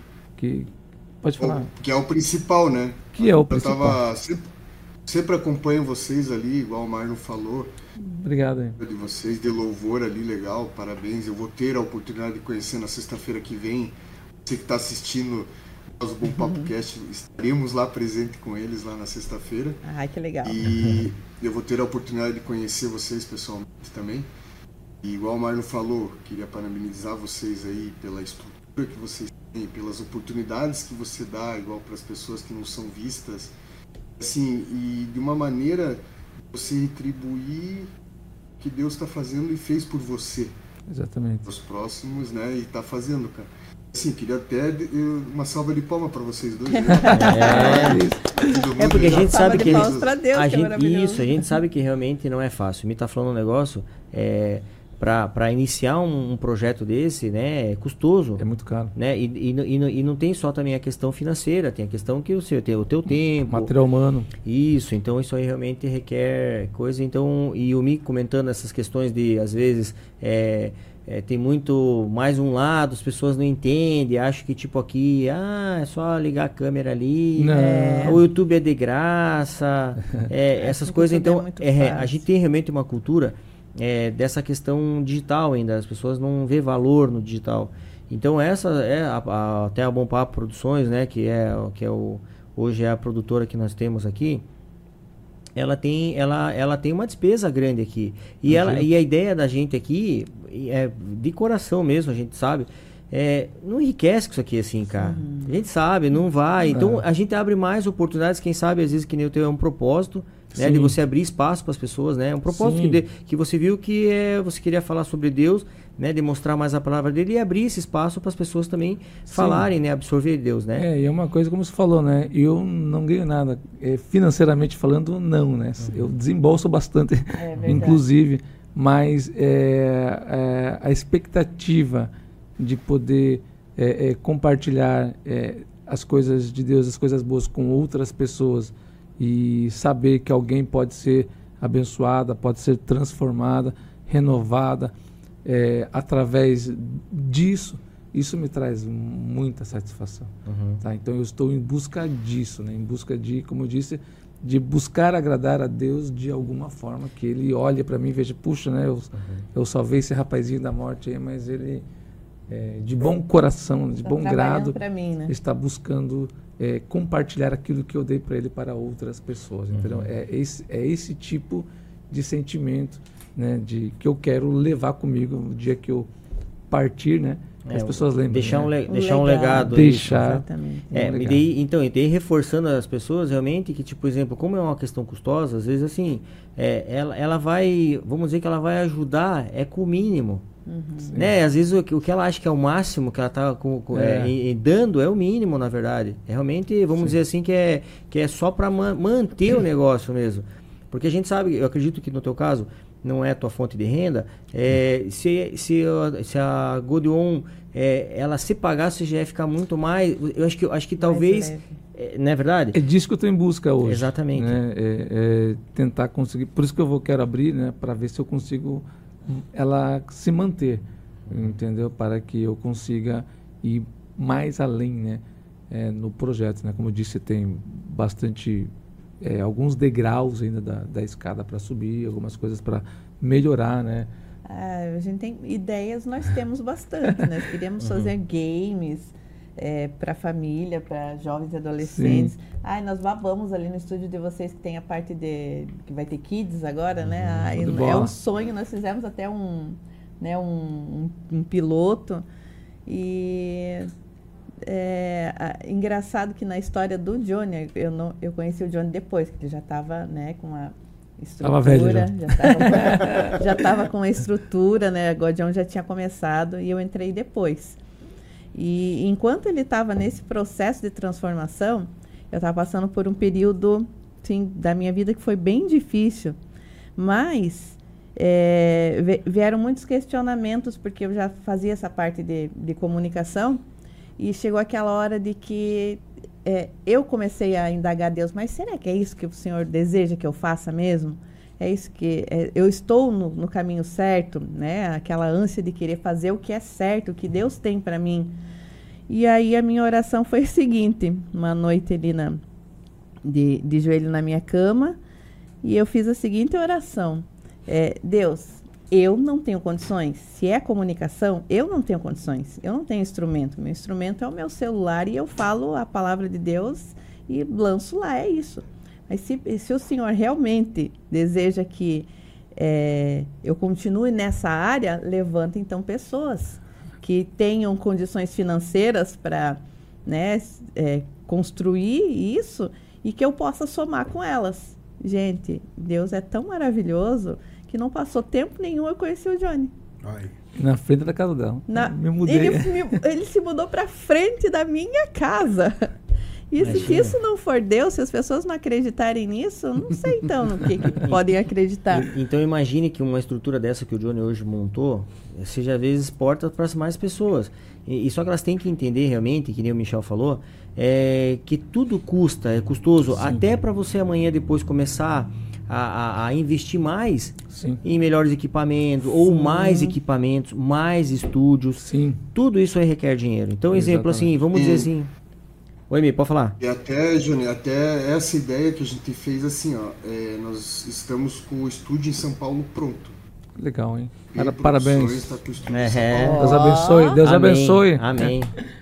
Pode falar. Que é o principal, né? Que é o principal. Sempre acompanho vocês ali, igual o Marlon falou. Obrigado. Hein? De vocês, de louvor ali, legal, parabéns. Eu vou ter a oportunidade de conhecer na sexta-feira que vem. Você que está assistindo o nosso Bom Papo Cast, estaremos lá presente com eles lá na sexta-feira. Ai, que legal. E eu vou ter a oportunidade de conhecer vocês pessoalmente também. E igual o Marlon falou, queria parabenizar vocês aí pela estrutura que vocês têm, pelas oportunidades que você dá, igual para as pessoas que não são vistas, assim, e de uma maneira você retribuir o que Deus está fazendo e fez por você. Exatamente. Os próximos, né, e está fazendo, cara. Assim, queria até uma salva de palmas para vocês dois. Né? Porque a gente sabe que Deus, a gente sabe que realmente não é fácil. Me tá falando um negócio, para iniciar um projeto desse, né, é custoso. É muito caro. Né? E não tem só também a questão financeira, tem a questão que você tem o teu tempo. Material humano. Isso, então isso aí realmente requer coisa. Então, e o Mico comentando essas questões de, às vezes, tem muito mais um lado, as pessoas não entendem, acham que tipo aqui, é só ligar a câmera ali, o YouTube é de graça, essas coisas. Então, a gente tem realmente uma cultura dessa questão digital ainda, as pessoas não vê valor no digital. Então essa até a Bom Papo Produções, né, hoje é a produtora que nós temos aqui, ela tem uma despesa grande aqui. E a ideia da gente aqui, de coração mesmo, a gente sabe, não enriquece com isso aqui assim, cara. A gente sabe, não vai. Então a gente abre mais oportunidades, quem sabe às vezes que nem o teu é um propósito, né, de você abrir espaço para as pessoas, né? Um propósito que você viu que você queria falar sobre Deus, né, demonstrar mais a palavra dele e abrir esse espaço para as pessoas também falarem, né, absorver Deus, né? E é uma coisa como você falou, né? Eu não ganho nada, financeiramente falando, não, né? Eu desembolso bastante, inclusive, mas a expectativa de poder compartilhar as coisas de Deus, as coisas boas com outras pessoas, e saber que alguém pode ser abençoada, pode ser transformada, renovada através disso, isso me traz muita satisfação. Tá? Então eu estou em busca disso, né? Em busca de, como eu disse, de buscar agradar a Deus de alguma forma, que Ele olhe para mim e veja, puxa, né? Eu salvei esse rapazinho da morte aí, mas ele de bom coração, de bom grado, mim, né? está buscando compartilhar aquilo que eu dei para ele para outras pessoas. Então é esse tipo de sentimento, né, que eu quero levar comigo no dia que eu partir, né? As pessoas lembrem. Deixar um legado. Exatamente. E daí reforçando as pessoas realmente que, tipo, por exemplo, como é uma questão custosa, às vezes assim, ela vai, vamos dizer que ela vai ajudar com o mínimo. Né? Às vezes o que ela acha que é o máximo que ela está dando é o mínimo, na verdade. Realmente, vamos dizer assim, que é só para manter o negócio mesmo. Porque a gente sabe, eu acredito que no teu caso não é a tua fonte de renda, se a Godeon ela se pagasse já ia ficar muito mais. Eu acho que talvez não é verdade? É disso que eu estou em busca hoje. Exatamente. Né? Tentar conseguir. Por isso que quero abrir, né? Para ver se eu consigo ela se manter, entendeu? Para que eu consiga ir mais além, né? No projeto, né? Como eu disse, tem bastante, alguns degraus ainda da escada para subir, algumas coisas para melhorar, né? A gente tem ideias, nós temos bastante, né? Queríamos fazer games para família, para jovens e adolescentes. Sim. Nós babamos ali no estúdio de vocês que tem a parte que vai ter kids agora, né? É um sonho, nós fizemos até um piloto e engraçado que na história do Johnny, eu conheci o Johnny depois, que ele já estava, né, com a estrutura, tava velho já estava com a estrutura, né? O John já tinha começado e eu entrei depois. E enquanto ele estava nesse processo de transformação, eu estava passando por um período, sim, da minha vida que foi bem difícil, mas vieram muitos questionamentos, porque eu já fazia essa parte de comunicação, e chegou aquela hora de que eu comecei a indagar a Deus, mas será que é isso que o Senhor deseja que eu faça mesmo? É isso que eu estou no caminho certo, né? Aquela ânsia de querer fazer o que é certo, o que Deus tem para mim. E aí a minha oração foi a seguinte: uma noite ali de joelho na minha cama, e eu fiz a seguinte oração: Deus, eu não tenho condições. Se é comunicação, eu não tenho condições. Eu não tenho instrumento. Meu instrumento é o meu celular e eu falo a palavra de Deus e lanço lá, é isso. Mas se o Senhor realmente deseja que eu continue nessa área, levanta então pessoas que tenham condições financeiras para, né, construir isso e que eu possa somar com elas. Gente, Deus é tão maravilhoso que não passou tempo nenhum eu conheci o Johnny. Ai. Na frente da casa dela. Me mudei. Ele se mudou para frente da minha casa. E se isso não for Deus, se as pessoas não acreditarem nisso, eu não sei então no que podem acreditar. Então imagine que uma estrutura dessa que o Johnny hoje montou seja às vezes porta para mais pessoas. E só que elas têm que entender realmente, que nem o Michel falou, que tudo é custoso. Sim. Até para você amanhã depois começar a investir mais em melhores equipamentos, ou mais equipamentos, mais estúdios. Sim. Tudo isso aí requer dinheiro. Então, exemplo assim, vamos dizer assim... Oi, Mi, pode falar. E até, Johnny, até essa ideia que a gente fez assim, nós estamos com o estúdio em São Paulo pronto. Legal, hein? Parabéns. Tá com o estúdio em São Paulo. Deus abençoe. Deus abençoe. Amém.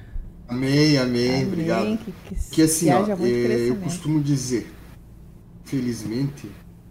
Amém. Obrigado. Que assim, eu costumo dizer, felizmente,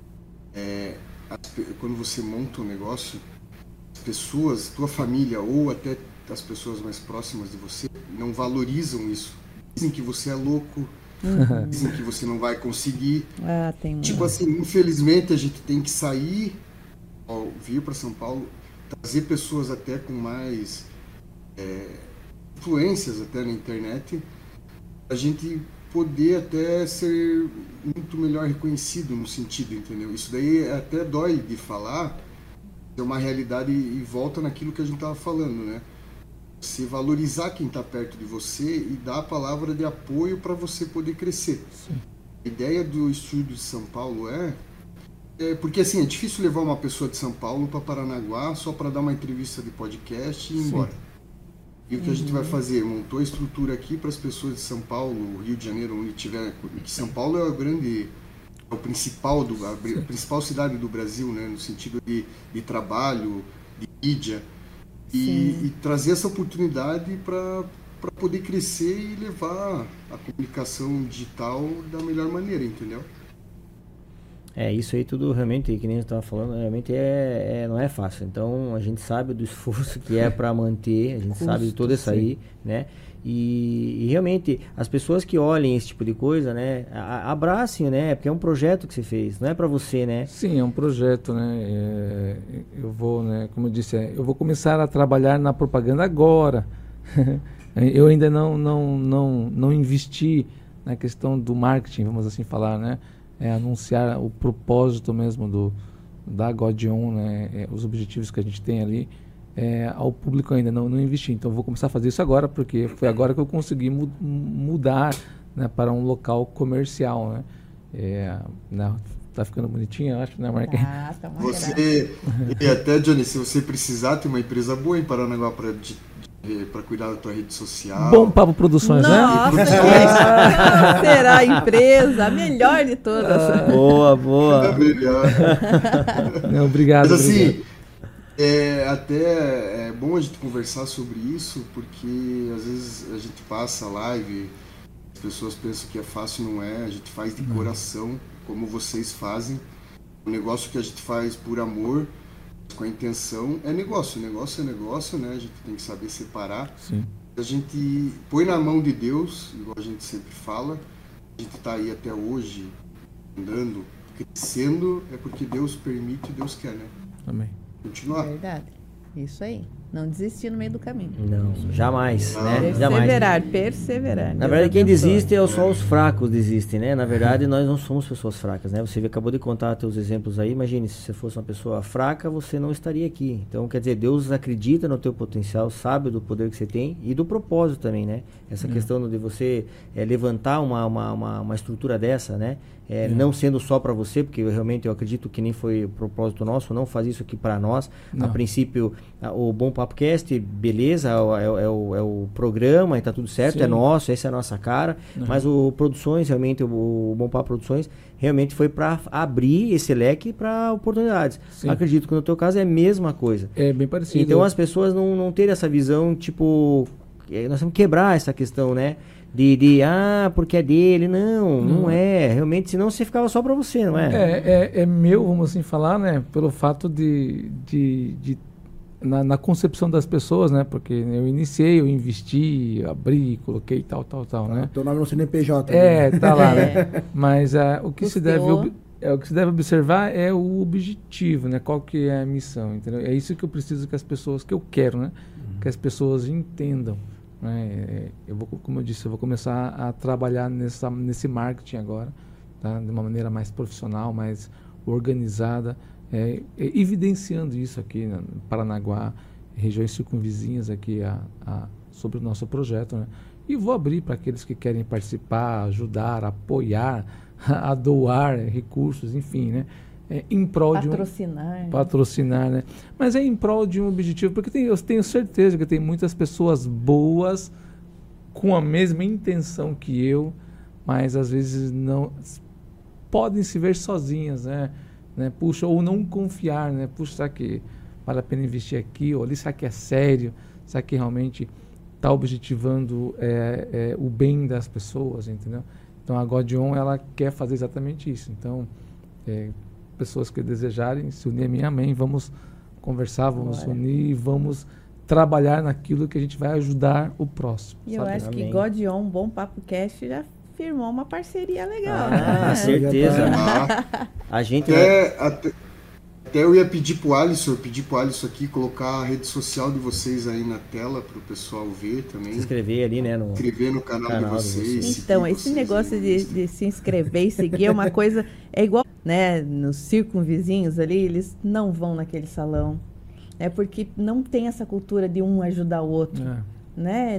quando você monta um negócio, as pessoas, tua família ou até as pessoas mais próximas de você não valorizam isso. Dizem que você é louco, dizem que você não vai conseguir. Tipo assim, infelizmente a gente tem que sair, vir para São Paulo, trazer pessoas até com mais influências até na internet, a gente poder até ser muito melhor reconhecido no sentido, entendeu? Isso daí até dói de falar, é uma realidade e volta naquilo que a gente estava falando, né? Você valorizar quem está perto de você e dar a palavra de apoio para você poder crescer. Sim. A ideia do estúdio de São Paulo porque assim, é difícil levar uma pessoa de São Paulo para Paranaguá só para dar uma entrevista de podcast e ir embora. E o que a gente vai fazer? Montou a estrutura aqui para as pessoas de São Paulo, Rio de Janeiro, onde tiver. São Paulo é a principal cidade do Brasil, né, no sentido de trabalho, de mídia. E trazer essa oportunidade para poder crescer e levar a comunicação digital da melhor maneira, entendeu? Isso aí tudo realmente, que nem eu estava falando, realmente não é fácil. Então a gente sabe do esforço que é para manter, a gente sabe de tudo isso aí, né? E realmente as pessoas que olhem esse tipo de coisa, né, abracem, né? Porque é um projeto que você fez, não é para você, né? Sim, é um projeto, né? Eu vou, né? Como eu disse, eu vou começar a trabalhar na propaganda agora. Eu ainda não investi na questão do marketing, vamos assim falar, né? Anunciar o propósito mesmo da Godion, né? Os objetivos que a gente tem ali. Ao público ainda não investi, então vou começar a fazer isso agora, porque foi agora que eu consegui mudar, né, para um local comercial, né? Tá ficando bonitinho, eu acho, né, Marquinhos? Tá uma Você, e até, Johnny, se você precisar, tem uma empresa boa em Paranaguá para cuidar da tua rede social. Bom Papo Produções, Nossa, né? gente, será a empresa a melhor de todas. Boa. É melhor. Não, obrigado. Mas assim, obrigado. até é bom a gente conversar sobre isso, porque às vezes a gente passa live, as pessoas pensam que é fácil, não é, a gente faz de coração, como vocês fazem. O negócio que a gente faz por amor, com a intenção, é negócio é negócio, né? A gente tem que saber separar. Sim. A gente põe na mão de Deus, igual a gente sempre fala, a gente está aí até hoje, andando, crescendo, é porque Deus permite e Deus quer, né? Amém. Continuar. Verdade. Isso aí. Não desistir no meio do caminho. Não, jamais, né? Perseverar. Na verdade, quem desiste é só os fracos desistem, né? Na verdade, nós não somos pessoas fracas, né? Você acabou de contar teus exemplos aí. Imagine, se você fosse uma pessoa fraca, você não estaria aqui. Então, quer dizer, Deus acredita no teu potencial, sabe do poder que você tem e do propósito também, né? Essa questão de você levantar uma estrutura dessa, né? Não sendo só para você, porque eu acredito que nem foi o propósito nosso, não fazer isso aqui para nós. Não. A princípio, o Bom PapoCast, beleza, é o programa e tá tudo certo, Sim. é nosso, essa é a nossa cara, mas o Produções, realmente, o Bom Papo Produções, realmente foi para abrir esse leque para oportunidades. Sim. Acredito que no teu caso é a mesma coisa. É bem parecido. Então as pessoas não terem essa visão, tipo, nós temos que quebrar essa questão, né? Porque é dele. Não é. Realmente, senão você ficava só para você, não é? É meu, vamos assim falar, né? Pelo fato na concepção das pessoas, né? Porque eu iniciei, eu investi, abri, coloquei tal, né? Teu nome no CNPJ. Tá lá, né? Mas o que se deve Custeou. o que se deve observar é o objetivo, né? Qual que é a missão, entendeu? É isso que eu preciso que as pessoas, que eu quero, né? Que as pessoas entendam. Né? Como eu disse, eu vou começar a trabalhar nesse marketing agora, tá? De uma maneira mais profissional, mais organizada, evidenciando isso aqui no Paranaguá, regiões circunvizinhas aqui sobre o nosso projeto, né? E vou abrir para aqueles que querem participar, ajudar, apoiar, a doar recursos, enfim, né? Em prol patrocinar, né? Mas é em prol de um objetivo, porque eu tenho certeza que tem muitas pessoas boas com a mesma intenção que eu, mas às vezes não podem se ver sozinhas, né? Puxa, ou não confiar, né? Puxa, será que vale a pena investir aqui ou ali? Será que é sério? Será que realmente está objetivando o bem das pessoas, entendeu? Então a Godion, ela quer fazer exatamente isso. Então, pessoas que desejarem se unir a mim, amém. Vamos conversar, vamos unir, vamos trabalhar naquilo que a gente vai ajudar o próximo. E eu acho que Godion, Bom Papo Cast, já firmou uma parceria legal, né? Certeza. A gente até eu ia pedir pro Alisson aqui colocar a rede social de vocês aí na tela para o pessoal ver também. Se inscrever ali, né? Inscrever no canal de vocês. Então, esse negócio de se inscrever e seguir é uma coisa... É igual, né? Nos circunvizinhos ali, eles não vão naquele salão. É porque não tem essa cultura de um ajudar o outro. Né?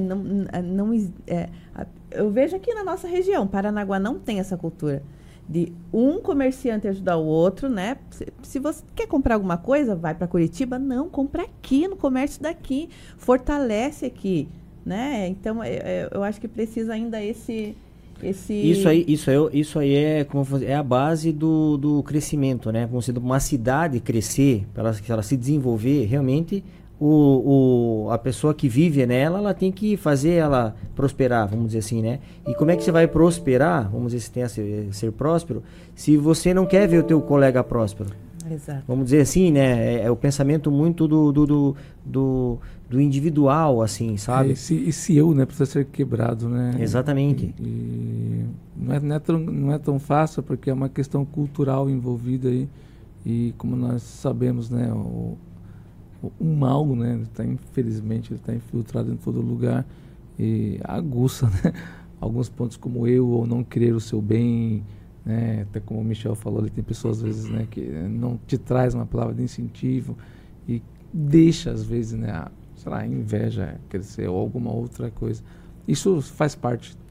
Eu vejo aqui na nossa região, Paranaguá não tem essa cultura de um comerciante ajudar o outro, né? Se você quer comprar alguma coisa, vai para Curitiba, não, compra aqui no comércio daqui, fortalece aqui, né? Então eu acho que precisa ainda esse Isso aí é a base do crescimento, né? Vamos dizer, uma cidade crescer, para ela se desenvolver, realmente a pessoa que vive nela, ela tem que fazer ela prosperar, vamos dizer assim, né? E como é que você vai prosperar, vamos dizer, se tem a ser próspero, se você não quer ver o teu colega próspero? Exato. Vamos dizer assim, né? É o pensamento muito do individual, assim, sabe? Esse eu, né, precisa ser quebrado, né? Exatamente. E não é tão fácil, porque é uma questão cultural envolvida aí. E como nós sabemos, né, o mal, né, infelizmente, ele está infiltrado em todo lugar e aguça, né, alguns pontos como eu ou não querer o seu bem, né, até como o Michel falou, ele tem pessoas às vezes, né, que não te traz uma palavra de incentivo e deixa às vezes, né, sei lá, a inveja crescer ou alguma outra coisa. Isso faz parte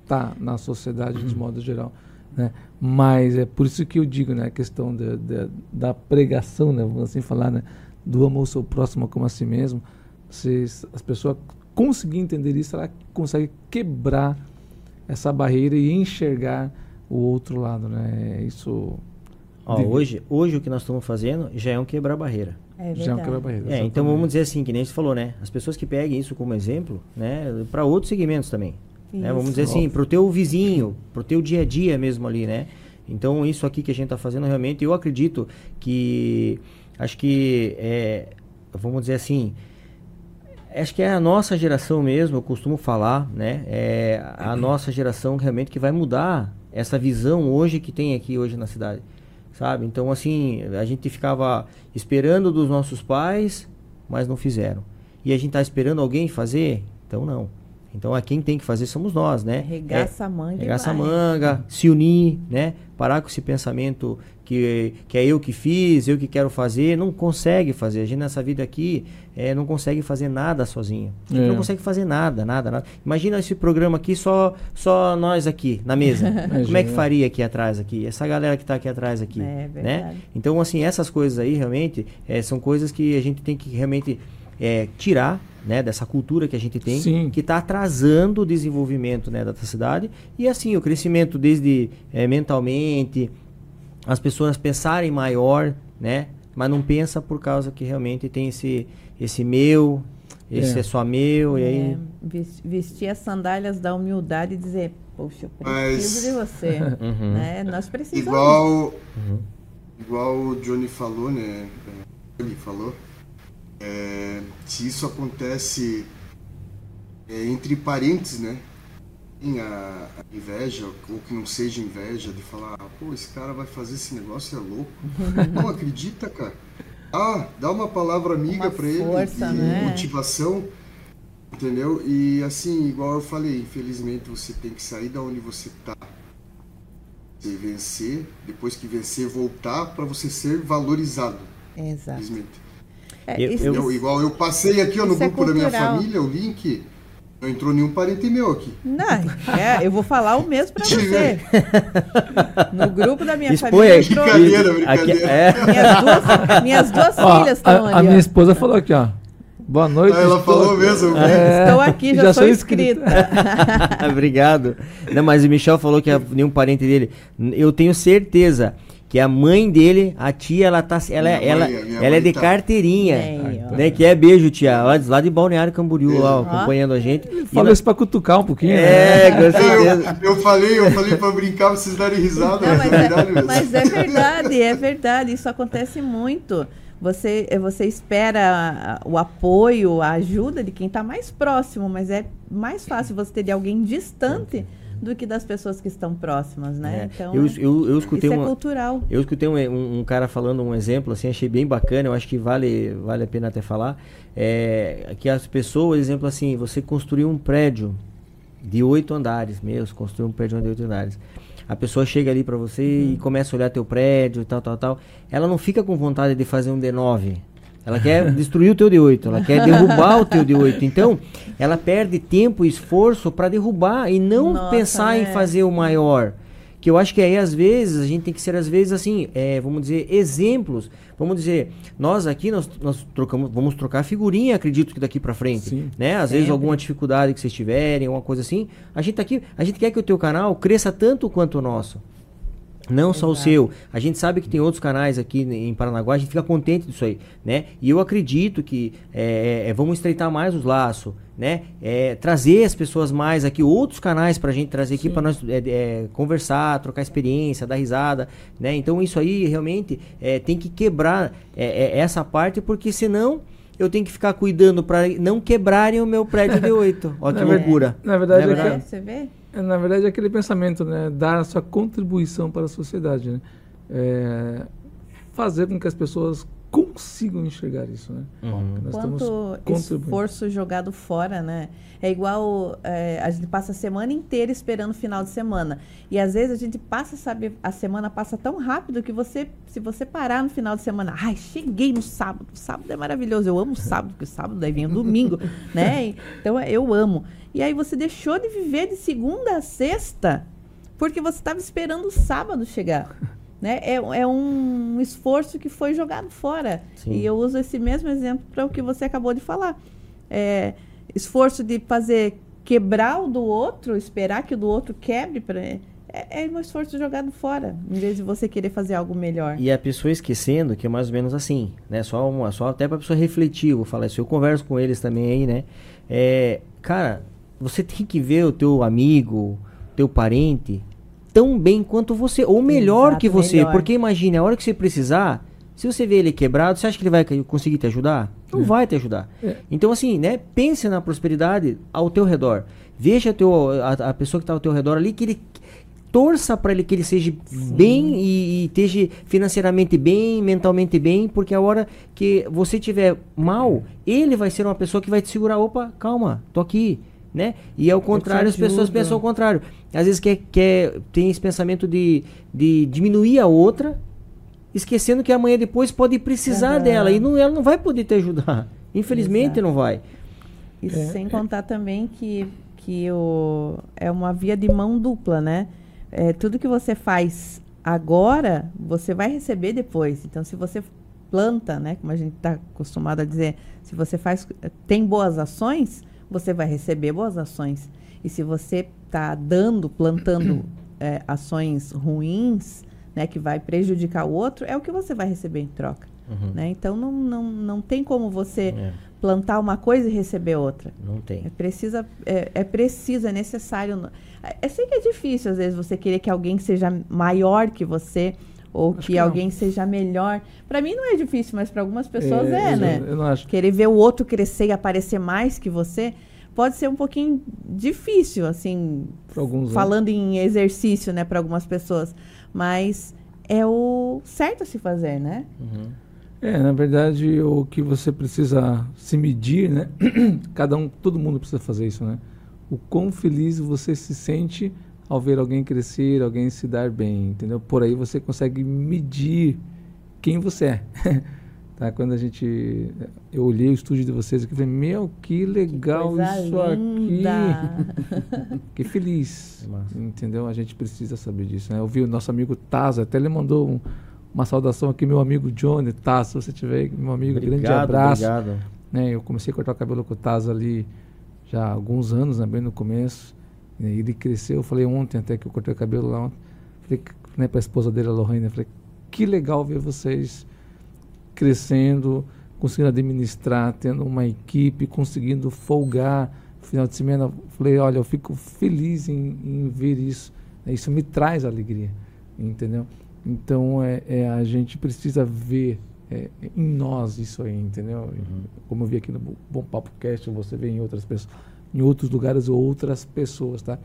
está na sociedade de modo geral, né? Mas é por isso que eu digo, né, a questão da pregação, né, vamos assim falar, né, do amor ao seu próximo como a si mesmo. As pessoas conseguirem entender isso, ela consegue quebrar essa barreira e enxergar o outro lado, né? Isso. Hoje o que nós estamos fazendo já é um quebrar barreira. Já é um quebrar barreira. Então vamos dizer assim, que nem você falou, né? As pessoas que peguem isso como exemplo, né, para outros segmentos também. Né? Vamos dizer assim, para o teu vizinho, para o teu dia a dia mesmo ali, né? Então isso aqui que a gente está fazendo realmente, eu acredito que, acho que, vamos dizer assim, acho que é a nossa geração mesmo, eu costumo falar, né? É a nossa geração realmente que vai mudar essa visão hoje que tem aqui hoje na cidade, sabe? Então, assim, a gente ficava esperando dos nossos pais, mas não fizeram. E a gente está esperando alguém fazer? Então, não. Então, quem tem que fazer somos nós, né? Regaça a manga. Regaça a manga, se unir, né? Parar com esse pensamento que é eu que fiz, eu que quero fazer. Não consegue fazer. A gente nessa vida aqui não consegue fazer nada sozinho. A gente não consegue fazer nada. Imagina esse programa aqui, só nós aqui, na mesa. Como é que faria aqui atrás, aqui? Essa galera que está aqui atrás, aqui. É verdade. Né? Então, assim, essas coisas aí, realmente, são coisas que a gente tem que realmente tirar, né, dessa cultura que a gente tem. Sim. Que está atrasando o desenvolvimento, né, da cidade. E, assim, o crescimento desde mentalmente, as pessoas pensarem maior, né? Mas não pensa por causa que realmente tem esse meu, esse é só meu, e aí... Vestir as sandálias da humildade e dizer, poxa, eu preciso de você. Né? Nós precisamos. Igual o Johnny falou, né? Ele falou, se isso acontece entre parentes, né? A inveja, ou que não seja inveja, de falar, pô, esse cara vai fazer esse negócio, é louco. Não acredita, cara. Dá uma palavra amiga para ele, né? motivação, entendeu? E assim, igual eu falei, infelizmente você tem que sair da onde você tá, você vencer, depois que vencer, voltar para você ser valorizado. Exato. Infelizmente. Igual eu passei aqui no grupo da minha família, o link... Não entrou nenhum parente meu aqui. Não, eu vou falar o mesmo pra você. No grupo da minha família entrou... Brincadeira. Minhas duas filhas estão ali. A minha esposa falou aqui, ó. Boa noite. Ela falou mesmo. Estou aqui, já sou inscrita. Obrigado. Não, mas o Michel falou que nenhum parente dele. Eu tenho certeza que a mãe dele, a tia, ela é de carteirinha, né? Que é beijo, tia, lá de Balneário Camboriú, lá, acompanhando a gente. Falou isso pra cutucar um pouquinho, com certeza. Eu falei pra brincar, pra vocês darem risada. Não, mas é verdade, isso acontece muito. Você espera o apoio, a ajuda de quem está mais próximo, mas é mais fácil você ter de alguém distante do que das pessoas que estão próximas, né? Então, eu escutei isso é cultural. Eu escutei um cara falando um exemplo, assim, achei bem bacana, eu acho que vale a pena até falar, que as pessoas, exemplo assim, você construiu um prédio de 8 andares, construiu um prédio de 8 andares. A pessoa chega ali para você e começa a olhar teu prédio e tal. Ela não fica com vontade de fazer um D9. Ela quer destruir o teu D8, ela quer derrubar o teu D8. Então, ela perde tempo e esforço para derrubar e não pensar em fazer o maior. Que eu acho que aí, às vezes, a gente tem que ser, às vezes, assim, vamos dizer, exemplos. Vamos dizer, nós aqui, nós vamos trocar figurinha, acredito que daqui para frente. Sim. Né? Às vezes, alguma dificuldade que vocês tiverem, alguma coisa assim. A gente tá aqui, a gente quer que o teu canal cresça tanto quanto o nosso. Não só o seu. A gente sabe que tem outros canais aqui em Paranaguá, a gente fica contente disso aí, né? E eu acredito que vamos estreitar mais os laços, né? Trazer as pessoas mais aqui, outros canais pra gente trazer aqui para nós conversar, trocar experiência, dar risada, né? Então isso aí realmente tem que quebrar essa parte, porque senão eu tenho que ficar cuidando para não quebrarem o meu prédio de 8. Olha que loucura. Na verdade, você vê? Na verdade, é aquele pensamento, né? Dar a sua contribuição para a sociedade, né? Fazer com que as pessoas consigam enxergar isso, né? Nós estamos Quanto contribuindo. esforço jogado fora, né? É igual a gente passa a semana inteira esperando o final de semana. E às vezes a gente passa, sabe, a semana passa tão rápido que se você parar no final de semana, ai, cheguei no sábado. O sábado é maravilhoso, eu amo o sábado, porque o sábado daí vem o domingo, né? Então eu amo. E aí você deixou de viver de segunda a sexta porque você estava esperando o sábado chegar. Né? É um esforço que foi jogado fora. Sim. E eu uso esse mesmo exemplo para o que você acabou de falar. Esforço de fazer quebrar o do outro, esperar que o do outro quebre, é um esforço jogado fora, em vez de você querer fazer algo melhor. E a pessoa esquecendo que é mais ou menos assim, né? Só até para a pessoa refletir, vou falar isso. Eu converso com eles também aí, né? Cara, você tem que ver o teu amigo, teu parente tão bem quanto você, ou melhor. Exato, que você, melhor. Porque imagine, a hora que você precisar, se você vê ele quebrado, você acha que ele vai conseguir te ajudar? Não vai te ajudar. Então assim, né, pense na prosperidade ao teu redor. Veja a pessoa que está ao teu redor ali, que ele torça para ele que ele seja bem e esteja financeiramente bem, mentalmente bem, porque a hora que você estiver mal, ele vai ser uma pessoa que vai te segurar. Opa, calma, tô aqui. Né? E ao contrário, as pessoas pensam ao contrário. Às vezes tem esse pensamento de diminuir a outra, esquecendo que amanhã depois pode precisar dela. E ela não vai poder te ajudar. Infelizmente não vai. E sem contar também que é uma via de mão dupla, né? Tudo que você faz agora, você vai receber depois. Então, se você planta, né? Como a gente está acostumado a dizer, se você tem boas ações, você vai receber boas ações. E se você está plantando ações ruins, né, que vai prejudicar o outro, é o que você vai receber em troca. Né? Então, não tem como você plantar uma coisa e receber outra. Não tem. É preciso, é necessário. Eu sei que é difícil, às vezes, você querer que alguém seja maior que você, ou que alguém seja melhor. Para mim não é difícil, mas para algumas pessoas né? Eu não acho. Querer ver o outro crescer e aparecer mais que você pode ser um pouquinho difícil, assim, falando em exercício, né, para algumas pessoas. Mas é o certo a se fazer, né? Na verdade, o que você precisa se medir, né? Todo mundo precisa fazer isso, né? O quão feliz você se sente ao ver alguém crescer, alguém se dar bem, entendeu? Por aí você consegue medir quem você é. Tá? Quando eu olhei o estúdio de vocês aqui e falei, meu, que legal isso aqui. Que feliz. Entendeu? A gente precisa saber disso, né? Eu vi o nosso amigo Taz, até ele mandou uma saudação aqui, meu amigo Johnny Taz, se você tiver aí, meu amigo, grande abraço. Obrigado. Né? Eu comecei a cortar o cabelo com o Taz ali já há alguns anos, né? Bem no começo. Ele cresceu, eu falei ontem até que eu cortei o cabelo lá ontem, falei, né, para a esposa dele, a Lorraine, falei, que legal ver vocês crescendo, conseguindo administrar, tendo uma equipe, conseguindo folgar no final de semana. Falei, olha, eu fico feliz em ver isso, isso me traz alegria, entendeu? Então a gente precisa ver em nós isso aí, entendeu? Como eu vi aqui no Bom Papo Cast, você vê em outras pessoas, em outros lugares ou outras pessoas, tá?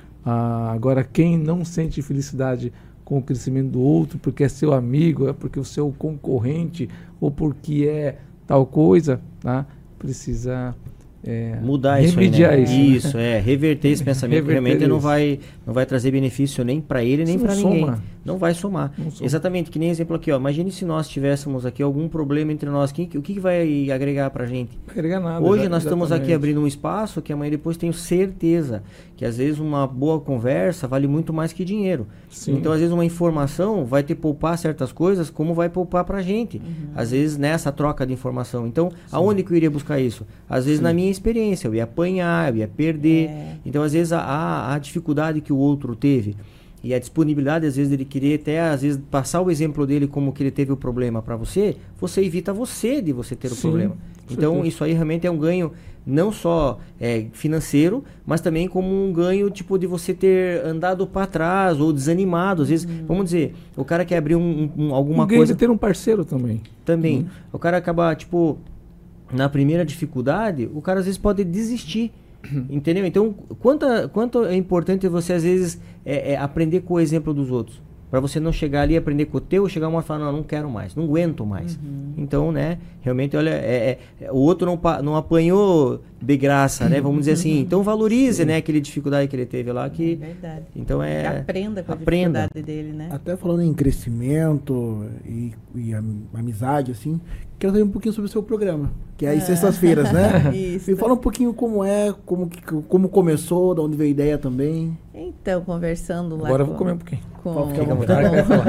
Agora, quem não sente felicidade com o crescimento do outro, porque é seu amigo, é porque o seu concorrente, ou porque é tal coisa, tá? Precisa mudar remediar isso, né? Isso, reverter esse pensamento, que realmente não vai trazer benefício nem para ele, nem para ninguém. Não vai somar. Exatamente, que nem exemplo aqui, ó. Imagine se nós tivéssemos aqui algum problema entre nós, o que vai agregar pra gente? Não vai agregar nada. Hoje nós estamos aqui abrindo um espaço que amanhã depois tenho certeza que às vezes uma boa conversa vale muito mais que dinheiro. Sim. Então às vezes uma informação vai te poupar certas coisas, como vai poupar pra gente. Às vezes nessa troca de informação. Então, aonde que eu iria buscar isso? Às vezes na minha experiência, eu ia apanhar, eu ia perder. Então às vezes a dificuldade que o outro teve e a disponibilidade, às vezes, dele querer até, às vezes, passar o exemplo dele como que ele teve o problema para você evita de você ter o problema. Então, isso aí realmente é um ganho não só financeiro, mas também como um ganho, tipo, de você ter andado para trás ou desanimado. Às vezes, vamos dizer, o cara quer abrir alguma coisa... de ter um parceiro também. Também. O cara acaba, tipo, na primeira dificuldade, o cara, às vezes, pode desistir. Entendeu? Então, quanto é importante você, às vezes, aprender com o exemplo dos outros. para você não chegar ali e aprender com o teu, chegar uma hora e falar, não quero mais, não aguento mais. Então, né, realmente, olha, o outro não apanhou de graça, né, vamos dizer assim. Então, valorize, né, aquela dificuldade que ele teve lá. Que, É verdade. então, Que aprenda com a dificuldade dele, né? Até falando em crescimento e amizade, assim, quero saber um pouquinho sobre o seu programa, que é às sextas-feiras, né? Isso. Me fala um pouquinho como é, como começou, de onde veio a ideia também. Então, conversando lá Agora eu vou comer um pouquinho. Fica à vontade.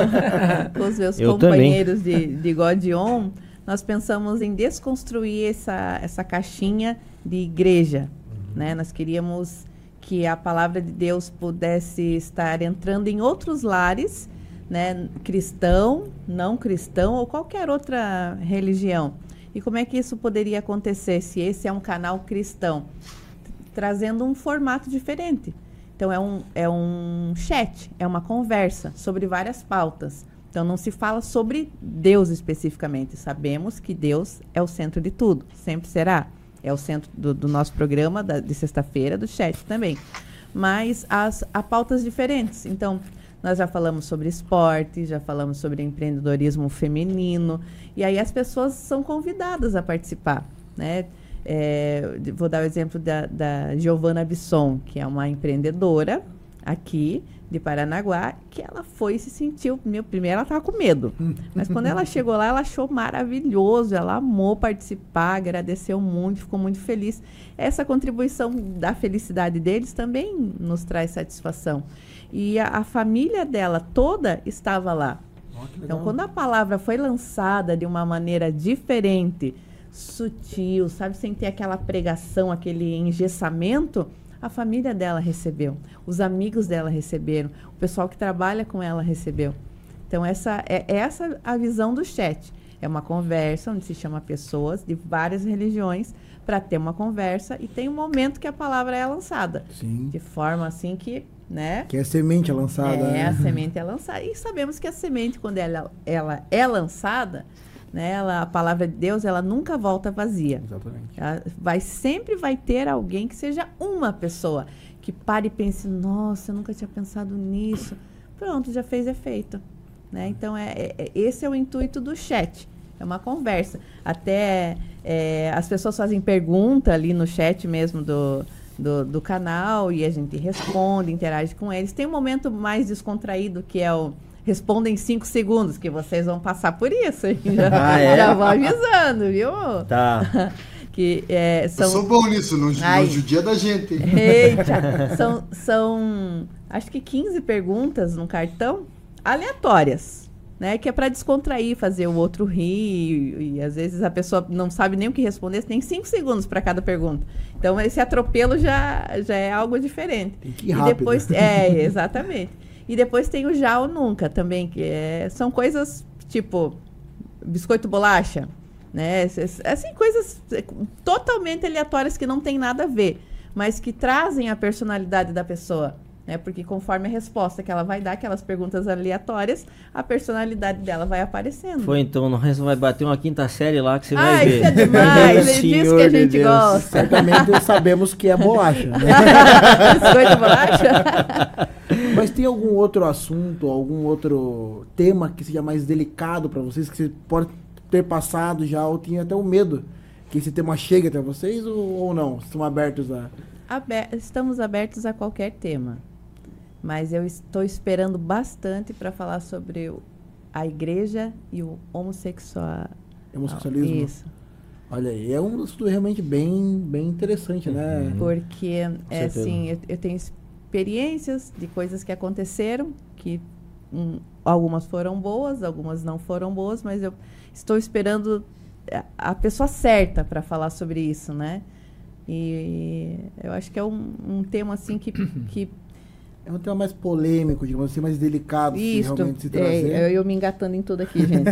com os meus Eu companheiros de God On, nós pensamos em desconstruir essa caixinha de igreja, né? Nós queríamos que a palavra de Deus pudesse estar entrando em outros lares, né? Cristão, não cristão ou qualquer outra religião. E como é que isso poderia acontecer se esse é um canal cristão? Trazendo um formato diferente. Então, é um chat, é uma conversa sobre várias pautas. Então, não se fala sobre Deus especificamente. Sabemos que Deus é o centro de tudo, sempre será. É o centro do nosso programa de sexta-feira, do chat também. Mas há pautas diferentes. Então, nós já falamos sobre esporte, já falamos sobre empreendedorismo feminino. E aí as pessoas são convidadas a participar, né? Vou dar o exemplo da Giovana Bisson, que é uma empreendedora aqui de Paranaguá, que ela foi e se sentiu... Primeiro ela estava com medo, mas quando ela chegou lá, ela achou maravilhoso, ela amou participar, agradeceu muito, ficou muito feliz. Essa contribuição da felicidade deles também nos traz satisfação. E a família dela toda estava lá. Então, quando a palavra foi lançada de uma maneira diferente, sutil, sabe, sem ter aquela pregação, aquele engessamento, a família dela recebeu, os amigos dela receberam, o pessoal que trabalha com ela recebeu. Então, essa a visão do chat. É uma conversa onde se chama pessoas de várias religiões para ter uma conversa e tem um momento que a palavra é lançada. Sim. De forma assim que, né? Que a semente é lançada. A semente é lançada. E sabemos que a semente, quando ela é lançada, né, a palavra de Deus, ela nunca volta vazia. Exatamente. Ela sempre vai ter alguém que seja uma pessoa que pare e pense, nossa, eu nunca tinha pensado nisso. Pronto, já fez efeito. Né? Então, esse é o intuito do chat. É uma conversa. Até as pessoas fazem pergunta ali no chat mesmo do canal e a gente responde, interage com eles. Tem um momento mais descontraído que é o responda em 5 segundos, que vocês vão passar por isso. Já vou avisando, viu? Tá. Que, Eu sou bom nisso, não judia da gente. Eita! São acho que 15 perguntas num cartão aleatórias, né? Que é para descontrair, fazer o outro rir. E às vezes a pessoa não sabe nem o que responder, tem 5 segundos para cada pergunta. Então esse atropelo já é algo diferente. Tem que ir rápido. E depois, exatamente. E depois tem o já ou nunca também, que são coisas tipo biscoito bolacha, né? Assim, coisas totalmente aleatórias que não tem nada a ver, mas que trazem a personalidade da pessoa, né? Porque conforme a resposta que ela vai dar, aquelas perguntas aleatórias, a personalidade dela vai aparecendo. Foi, então, nós vai bater uma 5ª série lá que você vai ver. Isso é demais, é disso que a gente gosta. Certamente sabemos que é bolacha, né? Biscoito bolacha? Mas tem algum outro assunto, algum outro tema que seja mais delicado para vocês, que você pode ter passado já, ou tinha até o medo que esse tema chegue até vocês, ou não? Estão abertos a... Estamos abertos a qualquer tema. Mas eu estou esperando bastante para falar sobre a igreja e o homossexualismo. Isso. Olha aí, é um estudo realmente bem interessante, né? Porque, assim, eu tenho experiências de coisas que aconteceram, que algumas foram boas, algumas não foram boas, mas eu estou esperando a pessoa certa para falar sobre isso, né? E eu acho que é um tema, assim, que é um tema mais polêmico, digamos assim, mais delicado. Isso, realmente se trazer. Eu me engatando em tudo aqui, gente.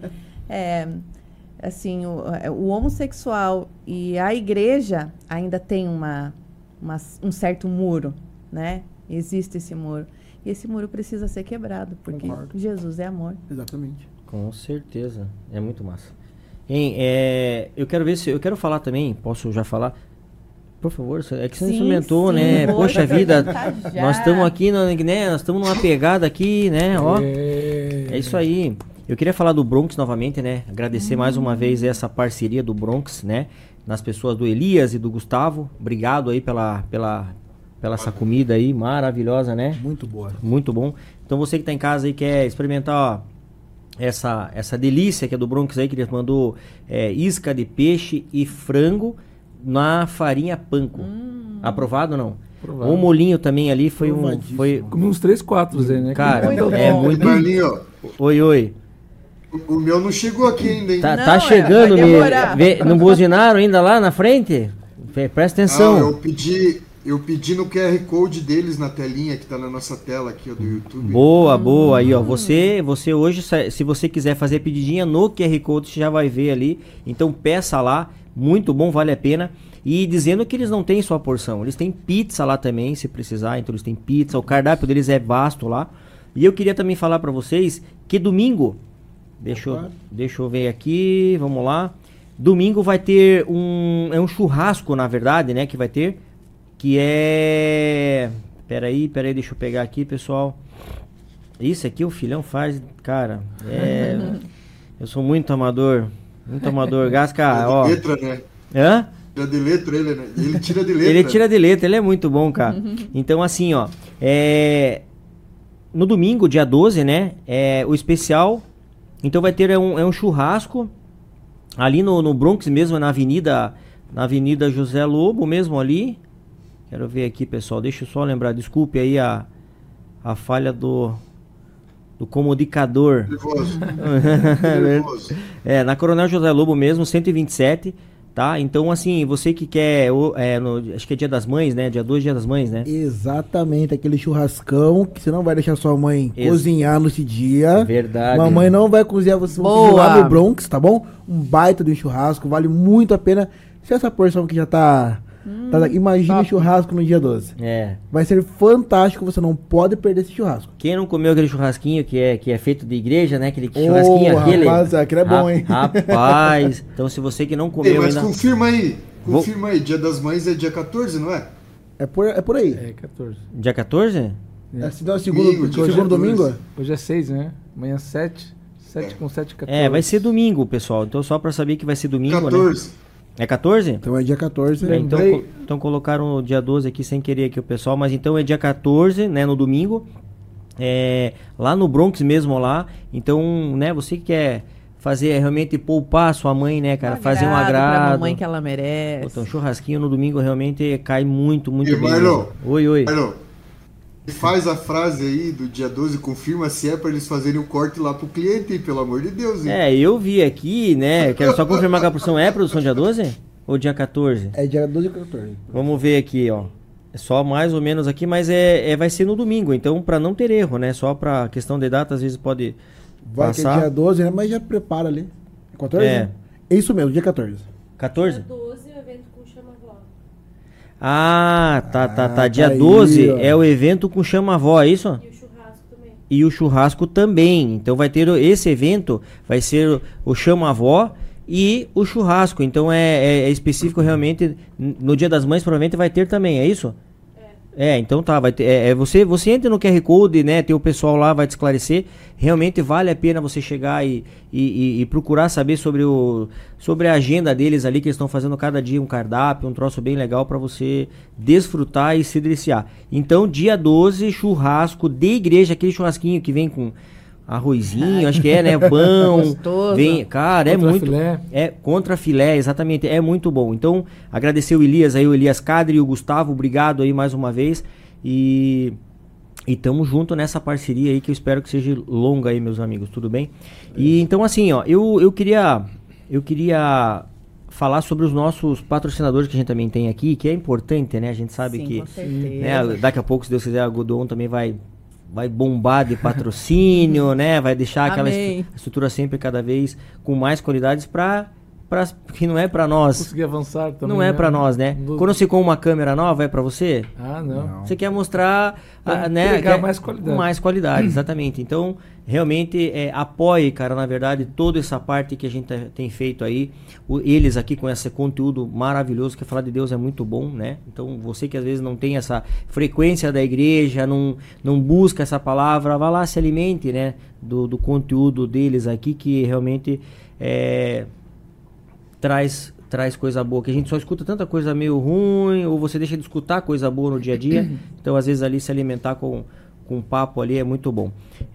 Assim, o homossexual e a igreja ainda tem um certo muro, né? Existe esse muro. E esse muro precisa ser quebrado, porque Concordo. Jesus é amor. Exatamente. Com certeza. É muito massa. Eu quero falar também, posso já falar, Por favor, é que você Sim, instrumentou, sim, né? vou Poxa vida, apresentar já. nós estamos aqui, né? Nós estamos numa pegada aqui, né? Ó, É. é isso aí. Eu queria falar do Bronx novamente, né? Agradecer mais uma vez essa parceria do Bronx, né? Nas pessoas do Elias e do Gustavo. Obrigado aí pela essa comida aí maravilhosa, né? Muito boa. Muito bom. Então você que tá em casa aí quer experimentar, ó, essa delícia que é do Bronx aí, que eles mandou isca de peixe e frango na farinha panko. Aprovado ou não? Aprovado. O molinho também ali foi Aprovadíssimo. Comi uns 3, 4 aí, né? Cara, Muito é bom. muito... Marlinho, Oi. o meu não chegou aqui ainda, hein? Tá, Não, tá chegando, vai demorar. não buzinaram ainda lá na frente? Presta atenção. Não, eu pedi no QR Code deles na telinha que tá na nossa tela aqui, ó, do YouTube. Boa, aí ó, você hoje, se você quiser fazer pedidinha no QR Code, você já vai ver ali, então peça lá, muito bom, vale a pena, e dizendo que eles não têm só porção, eles têm pizza lá também, se precisar, então eles têm pizza, o cardápio deles é vasto lá, e eu queria também falar pra vocês que domingo, deixa eu ver aqui, vamos lá, domingo vai ter um churrasco, na verdade, né, que vai ter, que é... Peraí, deixa eu pegar aqui, pessoal. Isso aqui o filhão faz, cara, eu sou muito amador, Gasca, ó. De letra, né? Hã? Tira de letra ele, né? Ele tira de letra. Ele tira de letra, ele é muito bom, cara. Então, assim, ó, no domingo, dia 12, né, o especial, então vai ter um churrasco, ali no Bronx mesmo, na Avenida José Lobo mesmo ali. Quero ver aqui, pessoal, deixa eu só lembrar, desculpe aí a falha do comodicador. Nervoso. Na Coronel José Lobo mesmo, 127, tá? Então, assim, você que quer, acho que é Dia das Mães, né? Dia 2, Dia das Mães, né? Exatamente, aquele churrascão que você não vai deixar sua mãe cozinhar nesse dia. Verdade. Mamãe não vai cozinhar, você vai Boa. lá no Bronx, tá bom? Um baita de um churrasco, vale muito a pena. Se essa porção que já tá imagina o churrasco no dia 12. Vai ser fantástico, você não pode perder esse churrasco. Quem não comeu aquele churrasquinho que é feito de igreja, né? Aquele churrasquinho, rapaz, aquele é bom, hein? Rapaz, então se você que não comeu Mas ainda... confirma aí, Dia das Mães é dia 14, não é? É por aí. É 14. Dia 14? Segundo domingo? Hoje é 6, né? Amanhã 7. 7 com 7, 14. Vai ser domingo, pessoal. Então só pra saber que vai ser domingo, 14. né? É 14? Então é dia 14. Então colocaram o dia 12 aqui sem querer aqui o pessoal, mas então é dia 14, né, no domingo, lá no Bronx mesmo lá, então, né, você que quer fazer realmente poupar a sua mãe, né, cara, fazer um agrado. Pra mamãe que ela merece. Então, churrasquinho no domingo realmente cai muito E bem. Marlon, Oi. Marlon, faz a frase aí do dia 12, confirma se é pra eles fazerem o corte lá pro cliente, hein, pelo amor de Deus, hein? Eu vi aqui, né, quero só confirmar que a produção dia 12 ou dia 14? É dia 12 e 14. Vamos ver aqui, ó. É só mais ou menos aqui, mas vai ser no domingo, então pra não ter erro, né, só pra questão de data, às vezes pode Vai passar. que é dia 12, né? Mas já prepara ali. 14? É isso mesmo, dia 14. 14? Dia 12, o evento com chama-vó. Tá. Dia 12 é o evento com chama-vó, é isso? E o churrasco também. E o churrasco também. Então vai ter esse evento, vai ser o chama-vó e o churrasco. Então é específico realmente. No Dia das Mães provavelmente vai ter também, é isso? Então tá, vai ter, você entra no QR Code, né, tem o pessoal lá, vai te esclarecer, realmente vale a pena você chegar e procurar saber sobre a agenda deles ali, que eles estão fazendo cada dia um cardápio, um troço bem legal para você desfrutar e se deliciar. Então dia 12, churrasco de igreja, aquele churrasquinho que vem com arrozinho, acho que né, pão, Gostoso. vem, cara, Contra muito, filé. contra filé, exatamente, é muito bom. Então, agradecer o Elias aí, o Elias Cadre e o Gustavo, obrigado aí mais uma vez, e tamo junto nessa parceria aí, que eu espero que seja longa aí, meus amigos, tudo bem? E então, assim, ó, eu queria falar sobre os nossos patrocinadores que a gente também tem aqui, que é importante, né, a gente sabe Sim, que, com certeza. né, daqui a pouco, se Deus quiser, a Godon também vai bombar de patrocínio, né? Vai deixar aquela Amém. estrutura sempre cada vez com mais qualidades para que não é para nós. Conseguir avançar também. Não é para nós, né? Quando você compra uma câmera nova, é para você? Ah, não. Você quer mostrar, né? Entregar mais qualidade. Mais qualidade, exatamente. Então, realmente, apoie, cara, na verdade, toda essa parte que a gente tem feito aí. Eles aqui com esse conteúdo maravilhoso, que falar de Deus é muito bom, né? Então, você que às vezes não tem essa frequência da igreja, não busca essa palavra, vá lá, se alimente, né? Do conteúdo deles aqui, que realmente traz coisa boa, que a gente só escuta tanta coisa meio ruim, ou você deixa de escutar coisa boa no dia a dia. Então, às vezes, ali se alimentar com um papo ali é muito bom.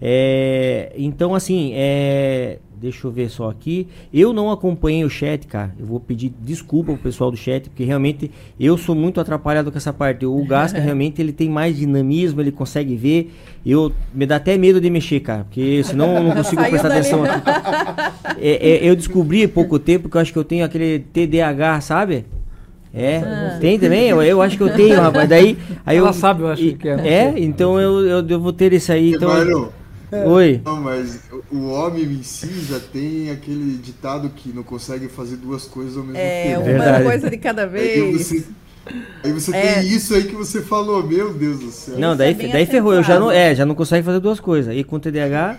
Então, assim, deixa eu ver só aqui. Eu não acompanhei o chat, cara. Eu vou pedir desculpa pro pessoal do chat, porque realmente eu sou muito atrapalhado com essa parte. O Gasca, realmente, ele tem mais dinamismo, ele consegue ver. Me dá até medo de mexer, cara, porque senão eu não consigo prestar atenção aqui. Eu descobri há pouco tempo que eu acho que eu tenho aquele TDAH, sabe? Tem também? Eu acho que eu tenho, rapaz. Aí ela sabe, eu acho que é. Então eu vou ter isso aí. Então, Mano, oi. não, mas o homem em si já tem aquele ditado que não consegue fazer duas coisas ao mesmo tempo. Uma Verdade. coisa de cada vez. Aí você tem isso aí que você falou, meu Deus do céu. Não, Isso daí, é bem daí ferrou. Eu acentuado. já não consegue fazer duas coisas. E com TDAH,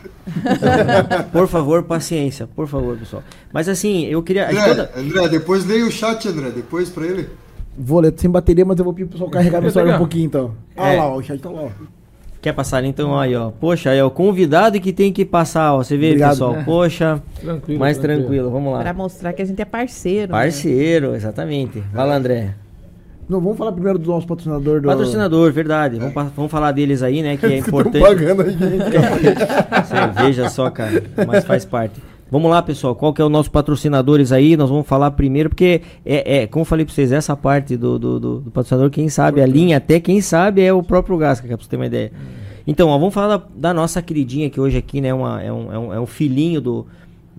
por favor, paciência. Por favor, pessoal. Mas assim, eu queria... André, depois leia o chat, André. Depois pra ele. Vou ler sem bateria, mas eu vou pedir pro pessoal carregar meu celular um pouquinho, então. Olha lá, o chat tá lá, ó. Quer passar ali, então? Aí, ó. Poxa, aí, ó. Convidado que tem que passar, ó. Você vê, Obrigado. pessoal. Poxa, Tranquilo, mais tranquilo. Vamos lá. Para mostrar que a gente é parceiro. Parceiro, exatamente. Vai lá, André. Não, vamos falar primeiro do nosso patrocinador. Patrocinador, verdade. Vamos falar deles aí, né? Que é importante. pagando a gente. Cerveja só, cara. Mas faz parte. Vamos lá, pessoal. Qual que é o nosso patrocinadores aí? Nós vamos falar primeiro, porque como eu falei pra vocês, essa parte do patrocinador, quem sabe, a linha até, quem sabe, é o próprio Gasca, pra você ter uma ideia. Então, ó, vamos falar da nossa queridinha que hoje aqui, né? É um filhinho do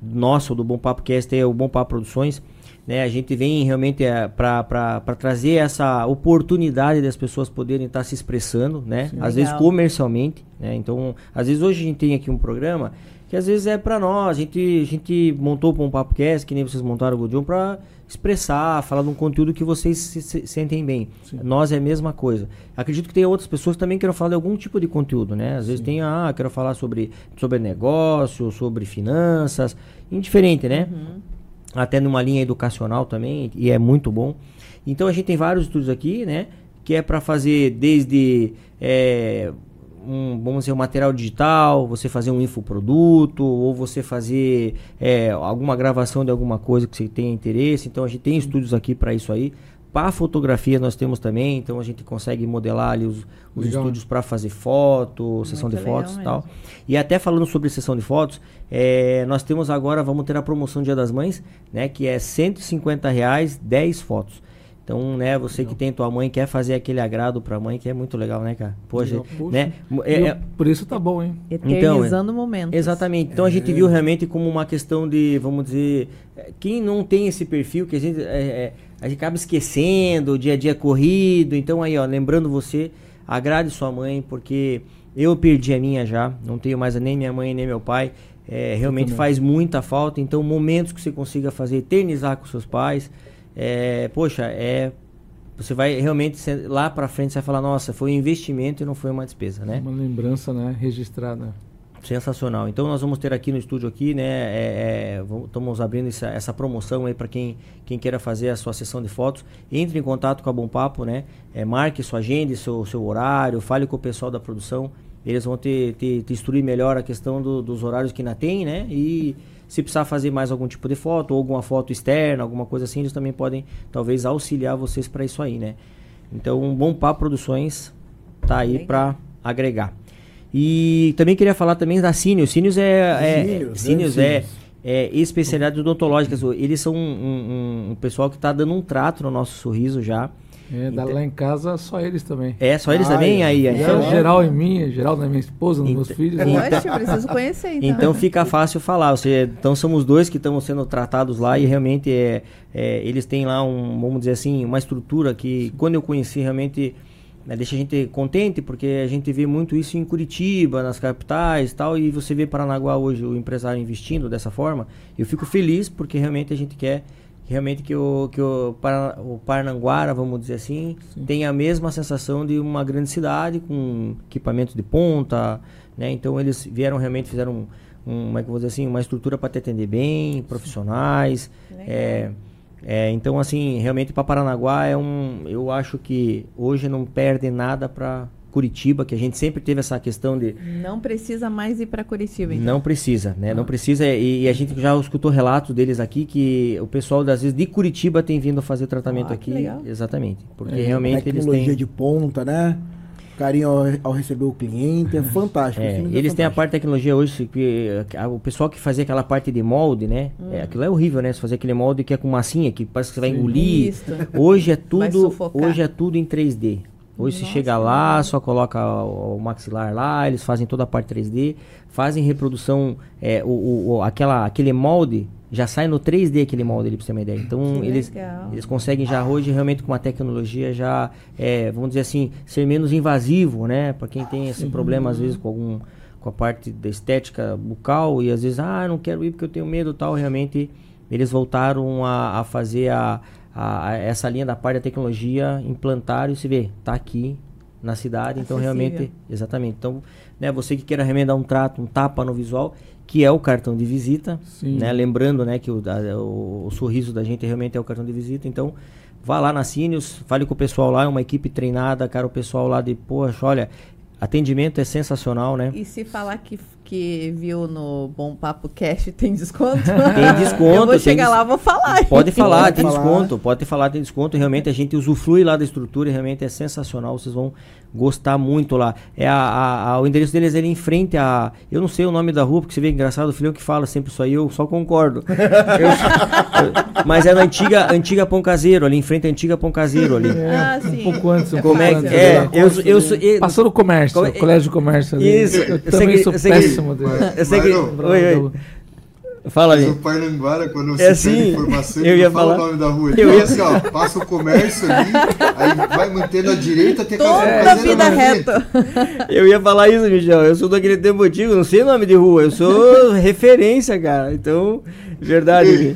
Bom Papo Cast, é o Bom Papo Produções. Né, a gente vem realmente para trazer essa oportunidade das pessoas poderem estar se expressando, né? Sim, às legal. vezes comercialmente, né? Então, às vezes hoje a gente tem aqui um programa que às vezes é para nós, a gente montou para um Papo Cast, que nem vocês montaram o Godion, para expressar, falar de um conteúdo que vocês se sentem bem. Sim. Nós é a mesma coisa. Acredito que tem outras pessoas que também queiram falar de algum tipo de conteúdo, né? Às vezes tem, quero falar sobre negócio, sobre finanças, indiferente, né? Até numa linha educacional também, e é muito bom. Então a gente tem vários estudos aqui, né? Que é para fazer desde vamos dizer, um material digital, você fazer um infoproduto, ou você fazer alguma gravação de alguma coisa que você tenha interesse. Então a gente tem estúdios aqui para isso aí. Para fotografia nós temos também, então a gente consegue modelar ali os estúdios para fazer foto, sessão de fotos e tal. E até falando sobre sessão de fotos, nós temos agora, vamos ter a promoção Dia das Mães, né, que é R$150, 10 fotos. Então, né, você que tem tua mãe, quer fazer aquele agrado pra mãe, que é muito legal, né, cara? Poxa, né? Por isso tá bom, hein? Eternizando o momento. Exatamente. Então a gente viu realmente como uma questão de, vamos dizer, quem não tem esse perfil, que a gente acaba esquecendo, o dia a dia corrido. Então aí, ó, lembrando você, agrade sua mãe, porque eu perdi a minha já, não tenho mais nem minha mãe nem meu pai. Realmente faz muita falta. Então, momentos que você consiga fazer, eternizar com seus pais. Você vai realmente lá pra frente, você vai falar, nossa, foi um investimento e não foi uma despesa, né? Uma lembrança, né, registrada. Sensacional. Então nós vamos ter aqui no estúdio aqui, né, estamos abrindo essa promoção aí para quem queira fazer a sua sessão de fotos. Entre em contato com a Bom Papo, né, marque sua agenda, seu horário, fale com o pessoal da produção. Eles vão te instruir melhor a questão dos horários que ainda tem, né, e se precisar fazer mais algum tipo de foto, ou alguma foto externa, alguma coisa assim, eles também podem, talvez, auxiliar vocês para isso aí, né? Então, um Bom Papo Produções tá aí para agregar. E também queria falar também da Cínios. Cínios é especialidades odontológicas. Eles são um pessoal que tá dando um trato no nosso sorriso já. Lá em casa, só eles também. Só eles também? Aí, então, geral em mim, geral na minha esposa, nos meus filhos. Poxa, eu preciso conhecer, então. Então fica fácil falar. Então somos dois que estamos sendo tratados lá e realmente eles têm lá vamos dizer assim, uma estrutura que quando eu conheci realmente deixa a gente contente, porque a gente vê muito isso em Curitiba, nas capitais e tal, e você vê Paranaguá hoje o empresário investindo dessa forma. Eu fico feliz porque realmente a gente quer realmente que o Paranaguara, vamos dizer assim, tenha a mesma sensação de uma grande cidade com equipamentos de ponta, né? Então eles vieram realmente, fizeram como é que eu vou dizer assim, uma estrutura para te atender bem, profissionais. Então, assim, realmente para Paranaguá eu acho que hoje não perde nada para Curitiba, que a gente sempre teve essa questão de... Não precisa mais ir para Curitiba, então. Não precisa, né? Não precisa, e a gente já escutou relatos deles aqui que o pessoal, às vezes, de Curitiba tem vindo fazer tratamento aqui. Legal. Exatamente, porque realmente eles têm... Tecnologia de ponta, né? Carinho ao receber o cliente, é fantástico. Eles têm a parte de tecnologia hoje, que o pessoal que fazia aquela parte de molde, né? Aquilo é horrível, né? Você fazer aquele molde que é com massinha, que parece que você vai engolir. Isso. Hoje é Vai sufocar. hoje é tudo em 3D. Hoje você chega lá, só coloca o maxilar lá, eles fazem toda a parte 3D, fazem reprodução, aquele molde, já sai no 3D aquele molde ali, pra você ter uma ideia. Então eles conseguem já hoje realmente com uma tecnologia já, vamos dizer assim, ser menos invasivo, né? Para quem tem esse problema às vezes com a parte da estética bucal e às vezes, não quero ir porque eu tenho medo e tal, realmente eles voltaram a fazer essa linha da parte da tecnologia, implantaram e se vê, tá aqui na cidade, então realmente, exatamente, então, né, você que queira remendar um tapa no visual, que é o cartão de visita, né, lembrando, né, que o sorriso da gente realmente é o cartão de visita, então, vá lá na Sinius, fale com o pessoal lá, é uma equipe treinada, cara, o pessoal lá de, poxa, olha, atendimento é sensacional, né? E se falar que viu no Bom Papo Cash, tem desconto? Tem desconto. Eu vou chegar lá, vou falar. Pode falar, tem desconto. Pode falar, tem desconto. Realmente a gente usufrui lá da estrutura, realmente é sensacional. Vocês vão gostar muito lá. O endereço deles é ali em frente a... Eu não sei o nome da rua, porque você vê engraçado, o filho que fala sempre isso aí, eu só concordo. Mas é na antiga Pão Caseiro, ali em frente à antiga Pão Caseiro ali. Sim. Um pouco antes. Como é que... Passou no comércio, o colégio de comércio ali. Isso. Eu também sou péssimo. Eu sei que... Oi. Fala ali. Mas o Paranaguara, quando você assim, pede informação, eu ele ia não fala falar, o nome da rua. Ele fala assim, ó, passa o comércio ali, aí vai mantendo a direita até Toda a vida reta. Eu ia falar isso, Michel. Eu sou daquele tempo antigo, não sei nome de rua. Eu sou referência, cara. Então, verdade.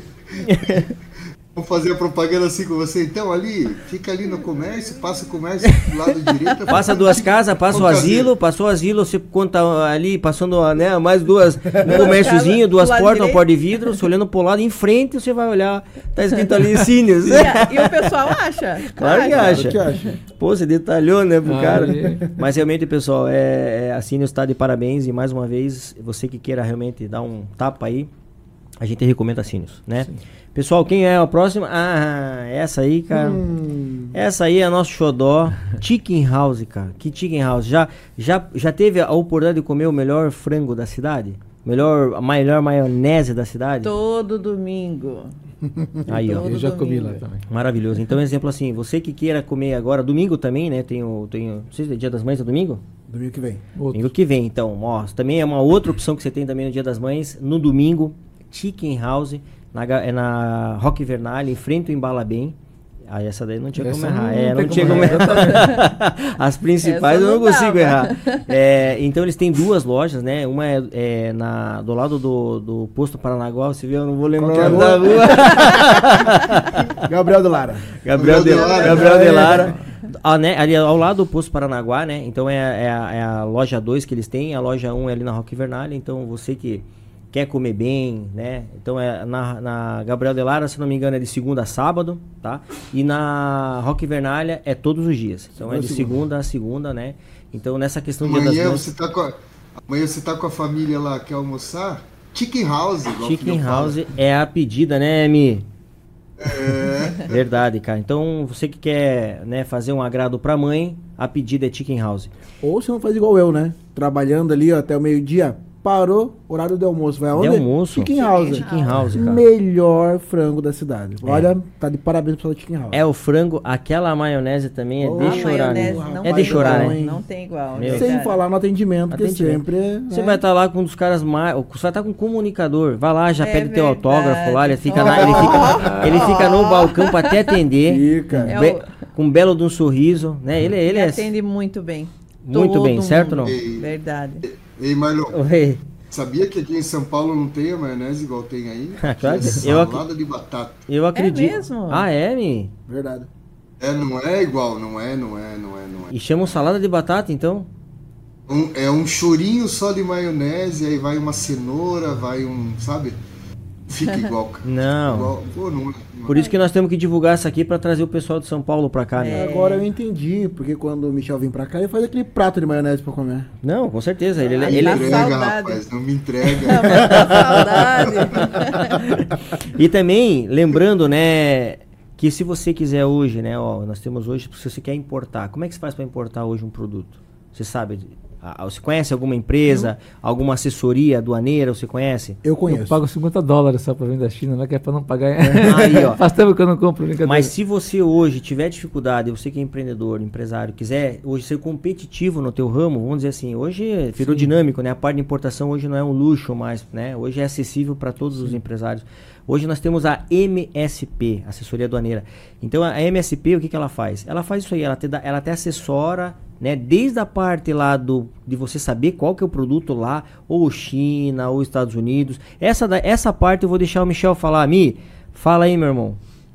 Vamos fazer a propaganda assim com você. Então, ali, fica ali no comércio, passa o comércio do lado direito. Passa duas casas, passa o asilo, passou o asilo, você conta ali, passando, né, mais duas, um comérciozinho, duas portas, uma porta de vidro, você olhando pro lado, em frente você vai olhar, tá escrito ali Sinius. E o pessoal acha? Claro que acha. Pô, você detalhou, né, pro cara. Mas realmente, pessoal, a Sinius tá de parabéns e mais uma vez, você que queira realmente dar um tapa aí, a gente recomenda a Sinius, né? Sim. Pessoal, quem é a próxima? Essa aí, cara. Essa aí é a nosso xodó. Chicken House, cara. Que Chicken House? Já teve a oportunidade de comer o melhor frango da cidade? A melhor maionese da cidade? Todo domingo. Aí, ó. Eu já comi lá também. Maravilhoso. Então, exemplo assim, você que queira comer agora, domingo também, né? Não sei se é Dia das Mães, é domingo? Domingo que vem. Domingo que vem, então. Ó, também é uma outra opção que você tem também no Dia das Mães. No domingo, Chicken House. Na Roque Vernal, em frente ao Embala Bem. Essa daí não tinha como errar. Não tinha como errar. As principais eu não consigo errar. Então eles têm duas lojas, né? Uma é do lado do posto Paranaguá. Você viu? Eu não vou lembrar o nome da rua. Gabriel de Lara. Gabriel de Lara. Ali ao lado do posto Paranaguá, né? Então é a loja 2 que eles têm. A loja 1 é ali na Roque Vernal. Então você que quer comer bem, né? Então na Gabriel de Lara, se não me engano, é de segunda a sábado, tá? E na Roque Vernalha é todos os dias. Então é de segunda a segunda, né? Então nessa questão de amanhã você tá com a família lá, quer almoçar? Chicken House. Chicken House é a pedida, né, Mi? Verdade, cara. Então você que quer, né, fazer um agrado pra mãe, a pedida é Chicken House. Ou você não faz igual eu, né? Trabalhando ali até o meio-dia. Parou, horário de almoço. Vai aonde? De almoço. Chicken House. Chicken House, cara. Melhor frango da cidade. Olha, tá de parabéns pela Chicken House. É o frango, aquela maionese também de chorar, né? É de chorar, né? Não tem igual. Sem falar no atendimento, que sempre... Você vai estar lá com um dos caras mais... Você vai estar com um comunicador. Vai lá, já pede teu autógrafo lá. Ele fica no balcão pra te atender. Fica. com um belo de um sorriso, né? Ele Ele é atende muito bem. muito Todo bem, certo ou não? mundo. Ei, Verdade. ei, Marlon, Oi. sabia que aqui em São Paulo não tem a maionese igual tem aí? Claro Aqui é que- eu ac- salada de batata. Eu acredito. mesmo? Ah, é, Mi? Verdade. Não é igual, não é. E chamam salada de batata, então? É um chorinho só de maionese, aí vai uma cenoura, vai sabe? Fica igual, cara. Não. Igual, pô, não, Por isso que nós temos que divulgar isso aqui pra trazer o pessoal de São Paulo pra cá, né? Agora eu entendi, porque quando o Michel vem pra cá, ele faz aquele prato de maionese pra comer. Não, com certeza. Ele, Não ele, me Dá entrega, saudade. rapaz, não me entrega. Saudade. E também, lembrando, né, que se você quiser hoje, né, ó, nós temos hoje, se você quer importar, como é que você faz para importar hoje um produto? Você sabe, você conhece alguma empresa, alguma assessoria aduaneira, você conhece? Eu Eu conheço. pago $50 só pra vir da China, né? Que é pra não pagar. Aí, ó. Faz tempo que eu não compro, brincadeira. Mas se você hoje tiver dificuldade, você que é empreendedor, empresário, quiser hoje ser competitivo no teu ramo, vamos dizer assim, hoje virou dinâmico, né? A parte de importação hoje não é um luxo mais, né? Hoje é acessível para todos os empresários. Hoje nós temos a MSP, Assessoria Aduaneira. Então a MSP, o que ela faz? Ela faz isso aí, ela te assessora, né? Desde a parte lá de você saber qual que é o produto lá, ou China, ou Estados Unidos. Essa parte eu vou deixar o Michel falar. Mi, fala aí, meu irmão.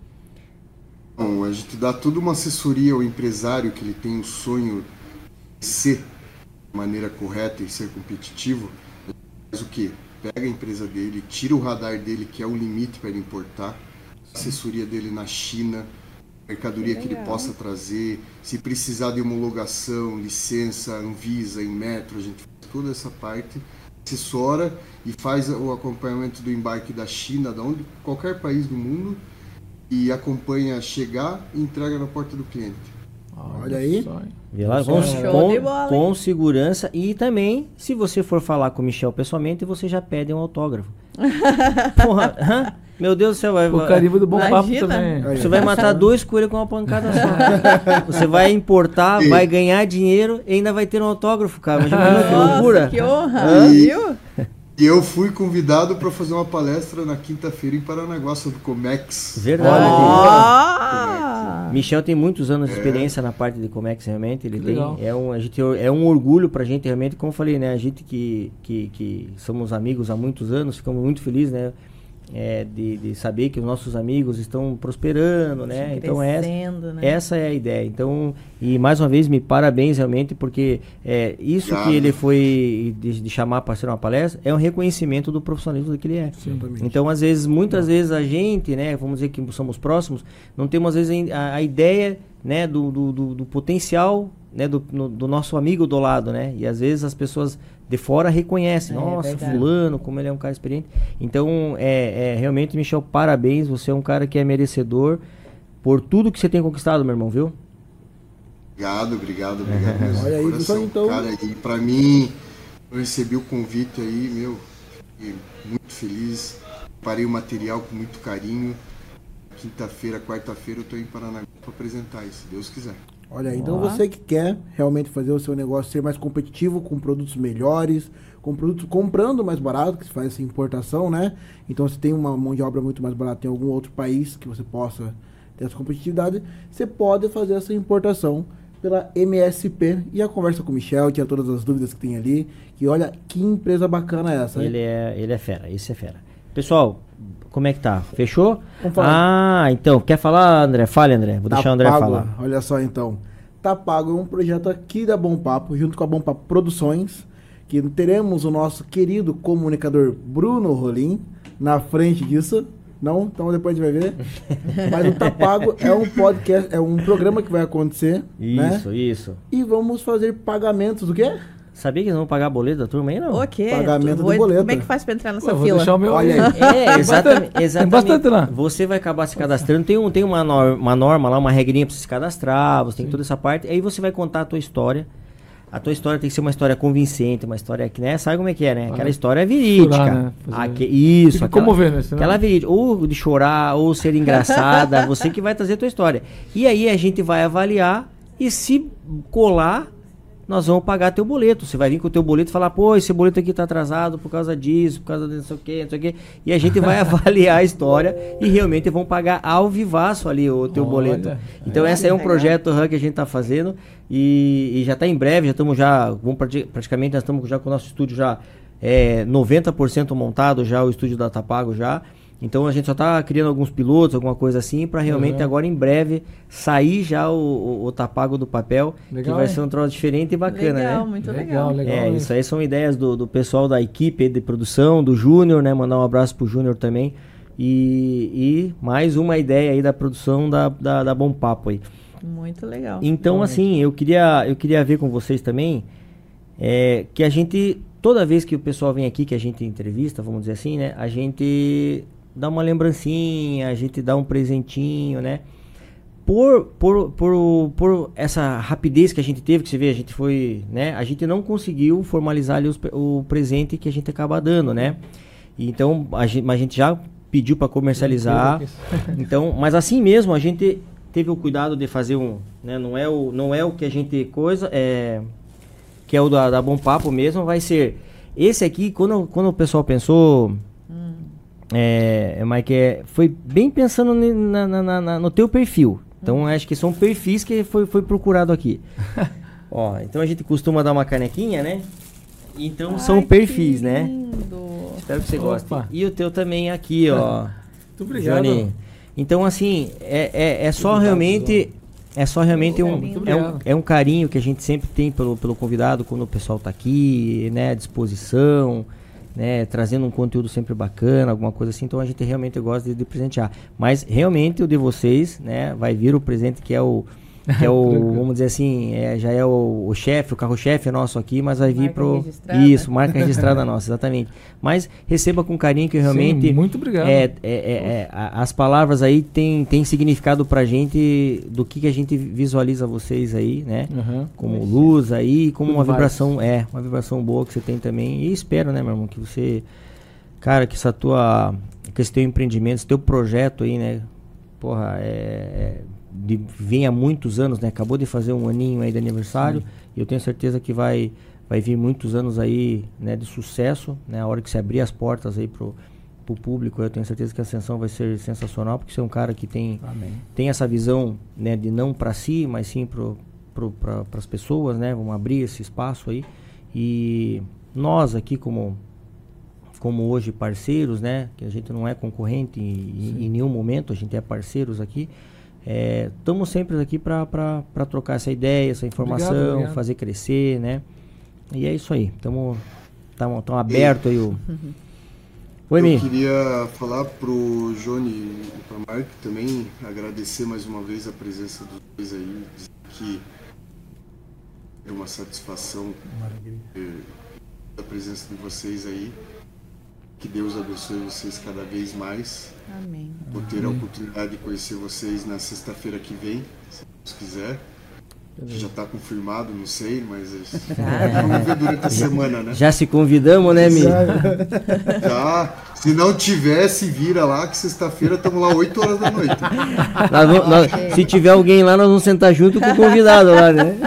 Bom, a gente dá toda uma assessoria ao empresário que ele tem o sonho de ser de maneira correta e ser competitivo. Faz o quê? Pega a empresa dele, tira o radar dele, que é o limite para ele importar, a assessoria dele na China, mercadoria que ele possa trazer, se precisar de homologação, licença, Anvisa, Inmetro, a gente faz toda essa parte, assessora e faz o acompanhamento do embarque da China, qualquer país do mundo, e acompanha chegar e entrega na porta do cliente. Olha aí. só, hein? Vê lá, Show de bola, com segurança. E também, se você for falar com o Michel pessoalmente, você já pede um autógrafo. Porra, meu Deus do céu, O carimbo do bom papo Imagina. também. Aí, você vai matar 2 coelhos com uma pancada só. Você vai importar, vai ganhar dinheiro e ainda vai ter um autógrafo, cara. Imagina que loucura. Nossa, que honra, Hã? viu? E eu fui convidado para fazer uma palestra na quinta-feira em Paranaguá sobre Comex. Verdade. Ó! Michel tem muitos anos de experiência na parte de Comex, realmente. Ele Que tem. legal. É um orgulho pra gente, realmente, como eu falei, né? A gente que somos amigos há muitos anos, ficamos muito felizes, né? De saber que os nossos amigos estão prosperando, né? Então Crescendo, né? essa é a ideia. Então, e mais uma vez, me parabéns realmente, porque isso Obrigado. que ele foi de chamar para ser uma palestra é um reconhecimento do profissionalismo que ele é. Exatamente. Então, às vezes, muitas vezes a gente, né, vamos dizer que somos próximos, não temos às vezes a ideia, né, do potencial, né, do nosso amigo do lado, né? E às vezes as pessoas de fora reconhecem, nossa, verdade. fulano, como ele é um cara experiente. Então, realmente, Michel, parabéns, você é um cara que é merecedor por tudo que você tem conquistado, meu irmão, viu? Obrigado mesmo. Olha aí, de coração. então- Cara, e pra mim, eu recebi o convite aí, fiquei muito feliz. Preparei o material com muito carinho. Quinta-feira, quarta-feira eu tô em Paranaguá para apresentar isso, se Deus quiser. Olha aí, então Ó. você que quer realmente fazer o seu negócio ser mais competitivo, com produtos melhores, com produtos comprando mais barato, que se faz essa importação, né? Então você tem uma mão de obra muito mais barata em algum outro país que você possa ter essa competitividade, você pode fazer essa importação pela MSP. E a conversa com o Michel, tinha todas as dúvidas que tem ali, que olha que empresa bacana é essa, né? Ele é fera, esse é fera. Pessoal, como é que tá? Fechou? Vamos falar. Ah, então, quer falar, André? Fale, André. Vou deixar o André Pago, falar. olha só então. Tá Pago é um projeto aqui da Bom Papo, junto com a Bom Papo Produções, que teremos o nosso querido comunicador Bruno Rolim na frente disso. Não? Então depois a gente vai ver. Mas o Tá Pago é um podcast, é um programa que vai acontecer, né? Isso. E vamos fazer pagamentos do quê? Sabia que eles vão pagar boleto da turma aí, não? O quê? Pagamento Vou- de boleto. Como é que faz pra entrar nessa Ué, vou fila? deixar o meu. Olha aí. Exatamente. Tem bastante lá. Você vai acabar se cadastrando. Tem uma norma lá, uma regrinha pra você se cadastrar, você tem toda essa parte. Aí você vai contar a tua história. A tua história tem que ser uma história convincente, uma história que, né? Sabe como é que é, né? Aquela história verídica. Chorar, né? Fazer- Isso, Fica aquela, comovendo, né? Senão- aquela verídica. Ou de chorar, ou ser engraçada. Você que vai trazer a tua história. E aí a gente vai avaliar e se colar, nós vamos pagar teu boleto. Você vai vir com o teu boleto e falar, pô, esse boleto aqui tá atrasado por causa disso, por causa de não sei o quê. E a gente vai avaliar a história e realmente vão pagar ao vivaço ali o teu boleto. Então esse é um projeto que a gente tá fazendo e já tá em breve, praticamente nós estamos já com o nosso estúdio já 90% montado já, o estúdio da Tapago já. Então a gente só tá criando alguns pilotos, alguma coisa assim, para realmente agora em breve sair já o Tapago do papel, legal, que vai ser um troço diferente e bacana, legal, né? Muito legal. Isso aí são ideias do pessoal da equipe de produção, do Júnior, né? Mandar um abraço pro Júnior também. E mais uma ideia aí da produção da Bom Papo aí. Muito legal. Então, assim, eu queria ver com vocês também que a gente, toda vez que o pessoal vem aqui, que a gente entrevista, vamos dizer assim, né? A gente dá uma lembrancinha, a gente dá um presentinho, né? Por essa rapidez que a gente teve, que você vê, a gente foi, né? A gente não conseguiu formalizar ali o presente que a gente acaba dando, né? Então, a gente já pediu para comercializar. Então, mas assim mesmo, a gente teve o cuidado de fazer né? Não é o que a gente que é o da Bom Papo mesmo, vai ser esse aqui, quando o pessoal pensou... Mike, foi bem pensando no teu perfil. Então acho que são perfis que foi procurado aqui. Ó, então a gente costuma dar uma canequinha, né? Então são perfis, né? Espero que você goste. E o teu também aqui, ó. Muito obrigado, Johnny. Então assim, é só realmente um carinho que a gente sempre tem pelo convidado quando o pessoal tá aqui, né? À disposição, né, trazendo um conteúdo sempre bacana, alguma coisa assim. Então a gente realmente gosta de presentear. Mas realmente o de vocês, né, vai vir o presente que é o vamos dizer assim, já é o chefe, o carro-chefe nosso aqui, mas vai vir pro... Isso, marca registrada nossa, exatamente. Mas receba com carinho, que realmente... Sim, muito obrigado. As palavras aí tem significado pra gente do que a gente visualiza vocês aí, né? Como luz aí, como uma vibração, uma vibração boa que você tem também. E espero, né, meu irmão, que você... Cara, que que esse teu empreendimento, esse teu projeto aí, né? Porra, vem há muitos anos, né? Acabou de fazer um aninho aí de aniversário. E eu tenho certeza que vai vir muitos anos aí, né, de sucesso, né? A hora que se abrir as portas aí pro público, eu tenho certeza que a ascensão vai ser sensacional, porque você é um cara que tem essa visão, né, de não para si, mas sim para as pessoas, né? Vamos abrir esse espaço aí. E nós aqui como hoje parceiros, né? Que a gente não é concorrente em nenhum momento, a gente é parceiros aqui. Estamos sempre aqui para trocar essa ideia, essa informação, obrigado. Fazer crescer, né? E é isso aí. Estamos abertos aí. Oi, Eu queria falar pro Johnny e pro Mark também, agradecer mais uma vez a presença dos dois aí, dizer que é uma satisfação a presença de vocês aí. Que Deus abençoe vocês cada vez mais. Amém. Vou ter a oportunidade de conhecer vocês na sexta-feira que vem, se Deus quiser. Já está confirmado, não sei, mas vamos ver durante a semana, né? Já se convidamos, né, Mi? Já. Se não tivesse, vira lá, que sexta-feira estamos lá 8 horas da noite. Se tiver alguém lá, nós vamos sentar junto com o convidado lá, né?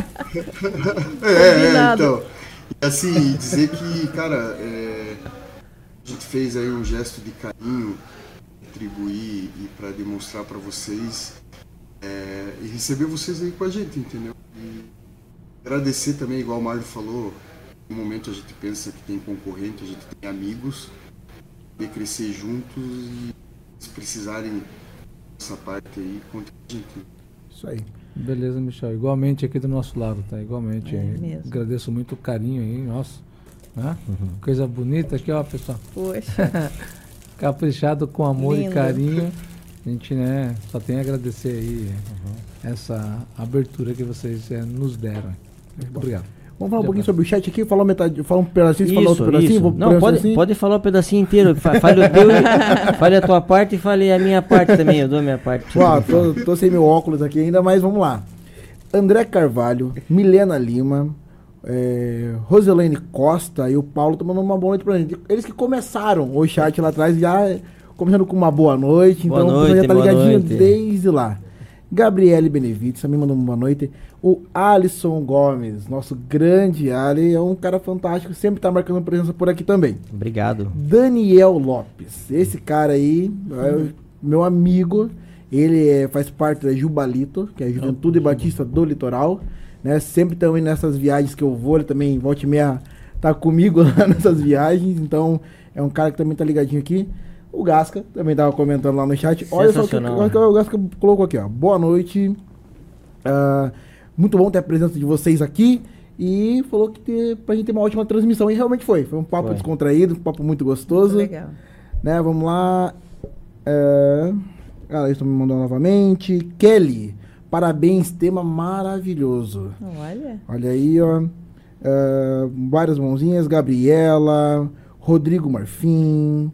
Então. E assim, dizer que, cara, a gente fez aí um gesto de carinho, retribuir e para demonstrar para vocês e receber vocês aí com a gente, entendeu? E agradecer também, igual o Mário falou, no momento a gente pensa que tem concorrente, a gente tem amigos, de crescer juntos e se precisarem dessa parte aí, conte com a gente. Isso aí. Beleza, Michel. Igualmente aqui do nosso lado, tá? Igualmente. Mesmo. Agradeço muito o carinho aí, nossa. Né? Coisa bonita aqui, ó, pessoal. Poxa. Caprichado com amor Lindo. e carinho. A gente, né, só tem a agradecer aí essa abertura que vocês nos deram. Muito obrigado. Vamos falar um pouquinho sobre o chat aqui, falar um pedacinho, falar outro pedacinho? Não, pode falar o pedacinho inteiro. Fale o teu, fale a tua parte e fale a minha parte também. Eu dou a minha parte. Tô sem meu óculos aqui ainda, mas vamos lá. André Carvalho, Milena Lima, Roselaine Costa e o Paulo estão mandando uma boa noite pra gente. Eles que começaram o chat lá atrás, já começando com uma boa noite. Então boa noite, já tá ligadinho noite. desde lá. Gabriele Benevides também mandou uma boa noite. O Alisson Gomes, nosso grande Ali, é um cara fantástico, sempre tá marcando presença por aqui também. Obrigado. Daniel Lopes, esse cara aí, é meu amigo, ele faz parte da Jubalito, que é a Juventude Batista do Litoral, né? Sempre também nessas viagens que eu vou, ele também volta e meia tá comigo lá nessas viagens, então é um cara que também tá ligadinho aqui. O Gasca também tava comentando lá no chat. Olha só o que o Gasca colocou aqui, ó. Boa noite. Muito bom ter a presença de vocês aqui. E falou que pra gente ter uma ótima transmissão. E realmente foi. Foi um papo descontraído, um papo muito gostoso. Muito legal. Né, vamos lá. Eles estão me mandando novamente. Kelly, parabéns, tema maravilhoso. Olha aí, ó. Várias mãozinhas. Gabriela, Rodrigo Marfim.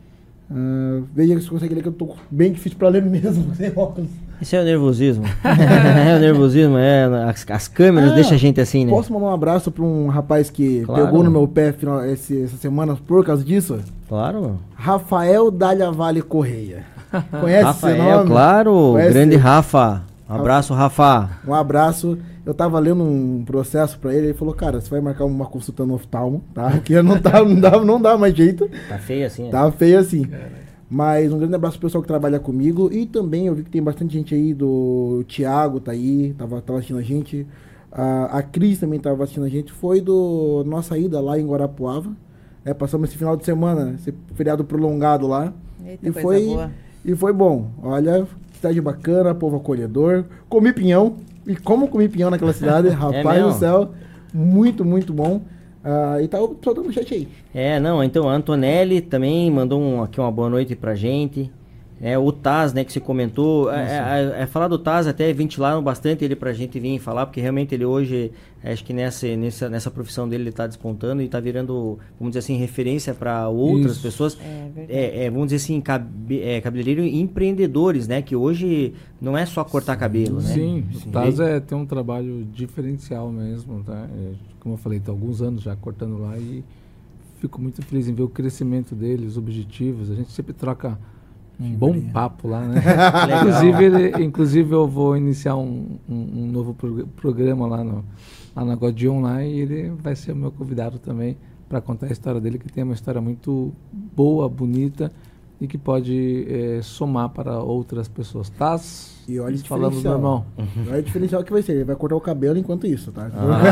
Veja se você consegue ler, que eu tô bem difícil pra ler mesmo. Esse é o nervosismo. É o nervosismo, as câmeras deixam a gente assim, né? Posso mandar um abraço pra um rapaz que pegou no meu pé essa semana por causa disso? Claro. Rafael Dália Vale Correia. Conhece Rafael, esse nome? Claro. Conhece? Grande Rafa. Um abraço, Rafa. Um abraço. Eu tava lendo um processo pra ele falou, cara, você vai marcar uma consulta no oftalmo, tá? Porque não dá mais jeito. Tá feio assim, né? Tá feio assim. Caramba. Mas um grande abraço pro pessoal que trabalha comigo. E também eu vi que tem bastante gente aí, do Thiago tá aí, tava assistindo a gente. A Cris também tava assistindo a gente. Foi do nossa ida lá em Guarapuava. Passamos esse final de semana, esse feriado prolongado lá. Eita, coisa boa. E foi bom. Olha, cidade bacana, povo acolhedor. Comi pinhão. E como comi pinhão naquela cidade, rapaz do céu, muito, muito bom. E tá o pessoal no chat aí. Então a Antonelli também mandou aqui uma boa noite pra gente. O Taz, né, que você comentou. Falar do Taz, até ventilaram bastante ele pra gente vir falar, porque realmente ele hoje, acho que nessa profissão dele, ele tá despontando e tá virando, vamos dizer assim, referência para outras pessoas. Vamos dizer assim, cabeleireiro empreendedores, né, que hoje não é só cortar cabelo, né? Sim, o Taz tem um trabalho diferencial mesmo, tá? Como eu falei, tá alguns anos já cortando lá e fico muito feliz em ver o crescimento dele, os objetivos. A gente sempre troca um bom papo lá, né? Inclusive eu vou iniciar um novo programa lá na Godion lá, e ele vai ser o meu convidado também para contar a história dele, que tem uma história muito boa, bonita e que pode somar para outras pessoas. Taz, e olha falando do irmão. Olha o diferencial que vai ser, ele vai cortar o cabelo enquanto isso, tá?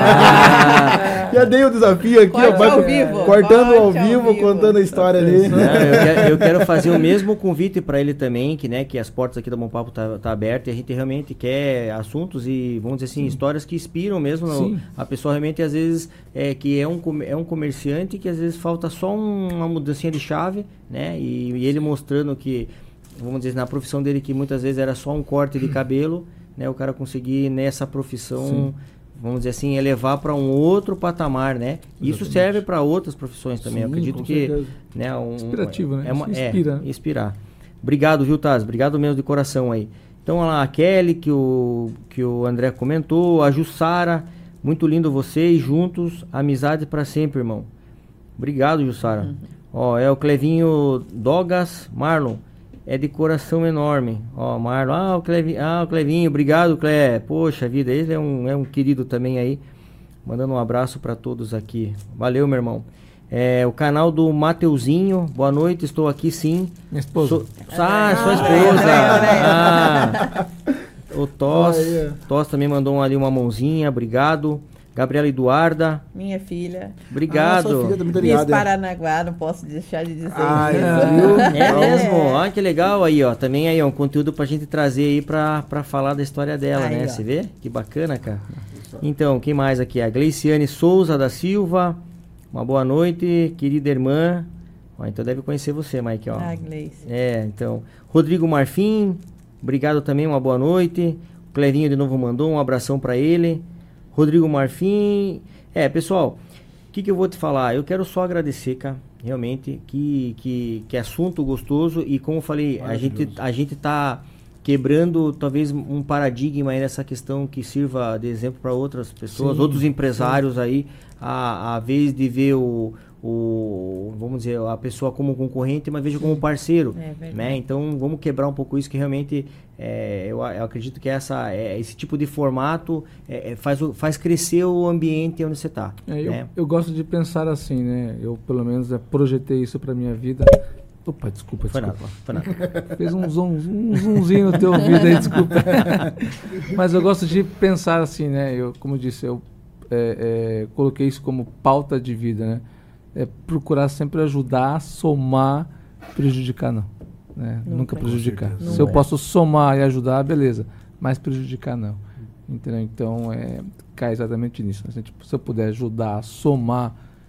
Já dei o desafio aqui, cortando ao vivo, contando a história ali. Eu quero fazer o mesmo convite para ele também, que as portas aqui da Bom Papo tá abertas, e a gente realmente quer assuntos e, vamos dizer assim, histórias que inspiram mesmo a pessoa realmente, às vezes, que é um comerciante que às vezes falta só uma mudancinha de chave, né? E ele mostrando que, vamos dizer, na profissão dele, que muitas vezes era só um corte de cabelo, né? O cara conseguir nessa profissão, vamos dizer assim, elevar para um outro patamar, né? Exatamente. Isso serve para outras profissões também. Eu acredito que, né, inspirativo, né? Inspirar. Obrigado, viu, Taz? Obrigado mesmo de coração aí. Então, olha lá, a Kelly, que o André comentou, a Jussara, muito lindo vocês juntos, amizade para sempre, irmão. Obrigado, Jussara. O Clevinho Dogas, Marlon, é de coração enorme. Marlon, o Clevinho, obrigado, Cle. Poxa vida, ele é um querido também aí. Mandando um abraço para todos aqui. Valeu, meu irmão. O canal do Mateuzinho, boa noite, estou aqui sim. Minha esposa. Sua esposa. O Tos também mandou ali uma mãozinha, obrigado. Gabriela Eduarda. Minha filha. Obrigado. Sua filha também tá Miss Paranaguá, não posso deixar de dizer isso. Viu? É mesmo? Olha que legal aí, ó. Também aí, um conteúdo pra gente trazer aí pra falar da história dela, né? Você vê? Que bacana, cara. Então, quem mais aqui? A Gleiciane Souza da Silva. Uma boa noite, querida irmã. Então deve conhecer você, Mike, ó. Gleice. Então. Rodrigo Marfim. Obrigado também, uma boa noite. O Clevinho de novo mandou um abração pra ele. Rodrigo Marfim. Pessoal, o que eu vou te falar? Eu quero só agradecer, cara, realmente, que assunto gostoso, e como eu falei, a gente tá quebrando talvez um paradigma aí nessa questão que sirva de exemplo para outras pessoas, outros empresários aí, a vez de ver o vamos dizer, a pessoa como concorrente, mas veja como parceiro, né? Então vamos quebrar um pouco isso, que realmente eu acredito que esse tipo de formato faz crescer o ambiente onde você está. Né? Eu gosto de pensar assim, né? Eu pelo menos projetei isso para minha vida. Opa, desculpa. Foi nada. Fez um zoomzinho no teu ouvido aí, desculpa. Mas eu gosto de pensar assim, né? Como eu disse, eu coloquei isso como pauta de vida, né? Procurar sempre ajudar, somar, prejudicar não. Né? Nunca prejudicar. Se eu posso somar e ajudar, beleza. Mas prejudicar não. Entendeu? Então, cai exatamente nisso. Assim, tipo, se eu puder ajudar, somar,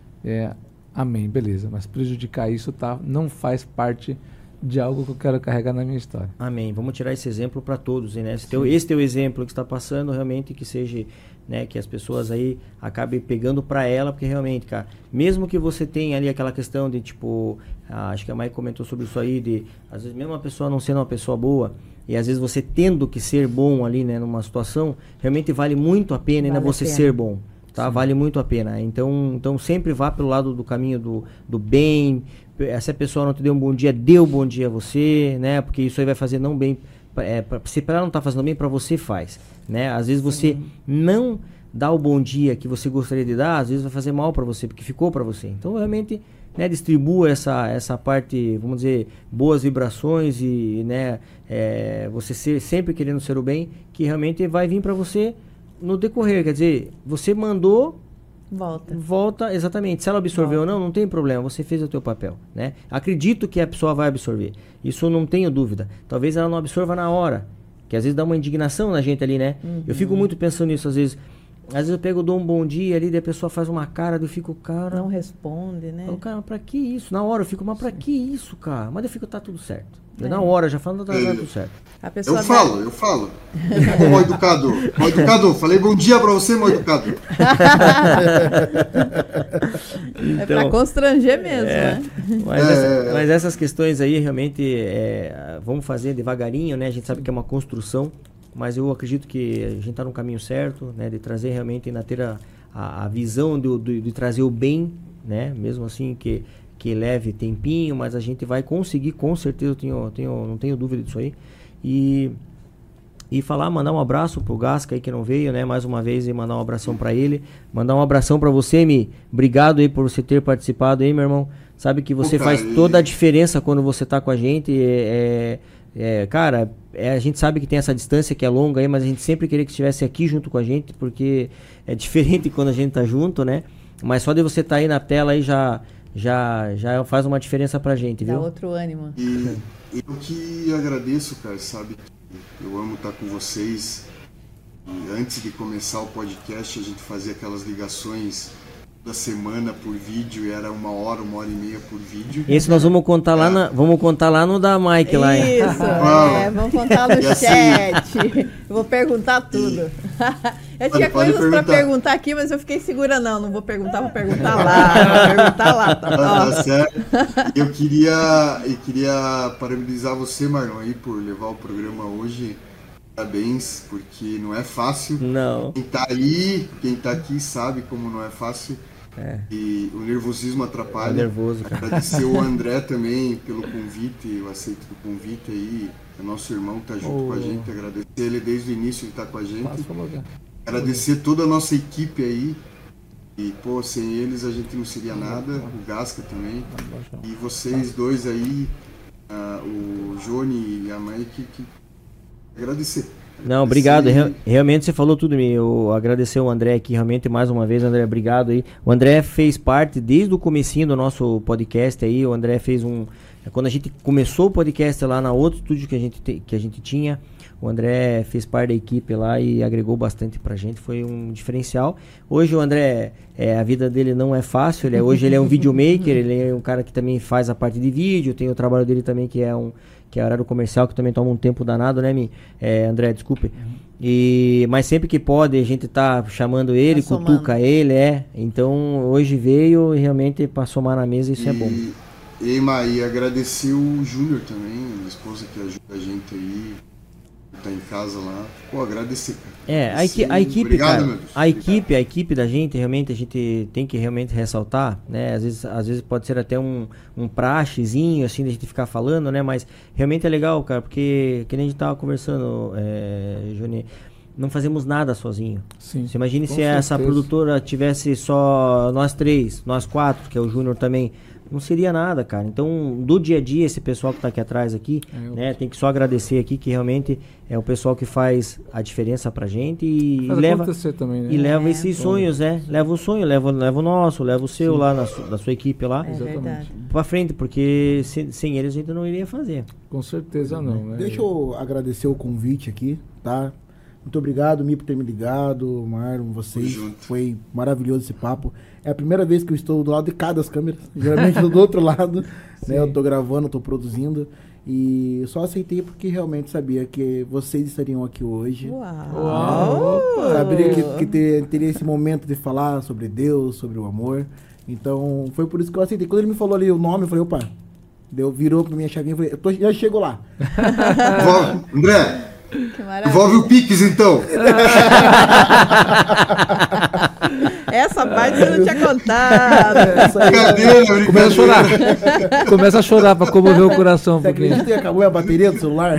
amém, beleza. Mas prejudicar isso não faz parte de algo que eu quero carregar na minha história. Amém. Vamos tirar esse exemplo para todos, né? Esse teu exemplo que está passando, realmente que seja, né, que as pessoas aí acabem pegando para ela, porque realmente, cara, mesmo que você tenha ali aquela questão de tipo, acho que a Mai comentou sobre isso aí, de às vezes mesmo uma pessoa não sendo uma pessoa boa, e às vezes você tendo que ser bom ali, né, numa situação, realmente vale muito a pena ainda você ser bom. Tá? Vale muito a pena. Então sempre vá pelo lado do caminho do bem. Se a pessoa não te deu um bom dia, dê um bom dia a você, né? Porque isso aí vai fazer não bem. Se para ela não tá fazendo bem, para você faz, né? Às vezes você não dá o bom dia que você gostaria de dar, às vezes vai fazer mal para você, porque ficou para você. Então realmente, né, distribua essa parte, vamos dizer, boas vibrações e, né, você sempre querendo ser o bem, que realmente vai vir para você no decorrer. Quer dizer, você mandou, volta, exatamente. Se ela absorveu ou não tem problema, você fez o teu papel, né? Acredito que a pessoa vai absorver, isso não tenho dúvida. Talvez ela não absorva na hora, que às vezes dá uma indignação na gente ali, né? Eu fico muito pensando nisso, às vezes eu dou um bom dia ali, daí a pessoa faz uma cara, eu fico, cara... Não responde, né? Falo, cara, pra que isso? Na hora eu fico, mas pra que isso, cara? Mas eu fico, tá tudo certo. Na hora, já falando, tá tudo certo. A pessoa eu falo. Ô, mal educador, falei bom dia pra você, mal educador. Então, é pra constranger mesmo, né? Mas essas questões aí, realmente, vamos fazer devagarinho, né? A gente sabe que é uma construção, mas eu acredito que a gente está no caminho certo, né? De trazer realmente, ainda ter a visão de trazer o bem, né? Mesmo assim que leve tempinho, mas a gente vai conseguir, com certeza, não tenho dúvida disso aí. E mandar um abraço pro Gasca aí que não veio, né? Mais uma vez, e mandar um abração para ele. Mandar um abração para você, Mi. Obrigado aí por você ter participado aí, meu irmão. Sabe que você faz toda a diferença quando você tá com a gente. Cara, a gente sabe que tem essa distância que é longa aí, mas a gente sempre queria que estivesse aqui junto com a gente, porque é diferente quando a gente tá junto, né? Mas só de você estar aí na tela aí já faz uma diferença pra gente, viu? Dá outro ânimo. E eu que agradeço, cara, sabe? Eu amo estar com vocês. E antes de começar o podcast, a gente fazia aquelas ligações da semana por vídeo, e era 1 hora, 1h30 por vídeo. Esse nós vamos contar lá no da Mike lá. Isso, vamos contar no chat. Eu vou perguntar tudo. Eu tinha coisas para perguntar aqui, mas eu fiquei segura, não vou perguntar, vou perguntar lá. Tá certo. Eu queria parabenizar você, Marlon, aí, por levar o programa hoje. Parabéns, porque não é fácil. Não. Quem tá aqui sabe como não é fácil. E o nervosismo atrapalha. Nervoso, cara. Agradecer o André também pelo convite, o aceito do convite aí. É nosso irmão que tá junto com a gente. Agradecer ele desde o início, ele tá com a gente. Agradecer toda a nossa equipe aí. E, sem eles a gente não seria nada. O Gasca também. E vocês dois aí, o Johnny e a mãe, que agradecer. Não, obrigado. Realmente você falou tudo. Eu agradecer o André aqui, realmente, mais uma vez, André, obrigado aí. O André fez parte desde o comecinho do nosso podcast aí. O André fez quando a gente começou o podcast lá na outro estúdio que a gente tinha, o André fez parte da equipe lá e agregou bastante pra gente. Foi um diferencial. Hoje o André, a vida dele não é fácil. Hoje ele é um videomaker, ele é um cara que também faz a parte de vídeo. Tem o trabalho dele também que é horário comercial, que também toma um tempo danado, né, André, desculpe. Mas sempre que pode, a gente tá chamando ele, cutuca ele, Então, hoje veio realmente para somar na mesa, isso é bom. E agradecer o Júnior também, a minha esposa que ajuda a gente aí. tá em casa lá. Pô, agradecer, cara. Obrigado, meu Deus. a equipe da gente, realmente, a gente tem que realmente ressaltar, né? Às vezes pode ser até um praxezinho, assim, da gente ficar falando, né? Mas realmente é legal, cara, porque, que nem a gente tava conversando, Johnny, não fazemos nada sozinho. Sim, Você imagine com se essa certeza. produtora tivesse só nós 3, nós 4, que é o Júnior também, não seria nada, cara. Então, do dia a dia, esse pessoal que tá aqui atrás aqui, né, tem que só agradecer aqui, que realmente é o pessoal que faz a diferença pra gente e Faz leva acontecer também, né? e leva esses sonhos, né? Leva o sonho, leva o nosso, leva o seu lá da sua equipe lá, É verdade. pra frente, porque sem eles a gente não iria fazer. Com certeza não, né? Deixa eu agradecer o convite aqui, tá? Muito obrigado, Mi, por ter me ligado, Marlon, vocês. Tamo junto. Foi maravilhoso esse papo. É a primeira vez que eu estou do lado de cada das câmeras. Geralmente eu tô do outro lado, né? Eu tô gravando, tô produzindo. E só aceitei porque realmente sabia que vocês estariam aqui hoje. Uau! Saberia que teria esse momento de falar sobre Deus, sobre o amor. Então, foi por isso que eu aceitei. Quando ele me falou ali o nome, eu falei, opa. Virou pra minha chavinha e falei, já chego lá. André, Que maravilha. envolve o Pix, então. Essa parte você não tinha contado. Essa aí, Brincadeira, Começa a chorar. brincadeira. Começa a chorar pra comover o coração. Você Porque... acredita que acabou a bateria do celular?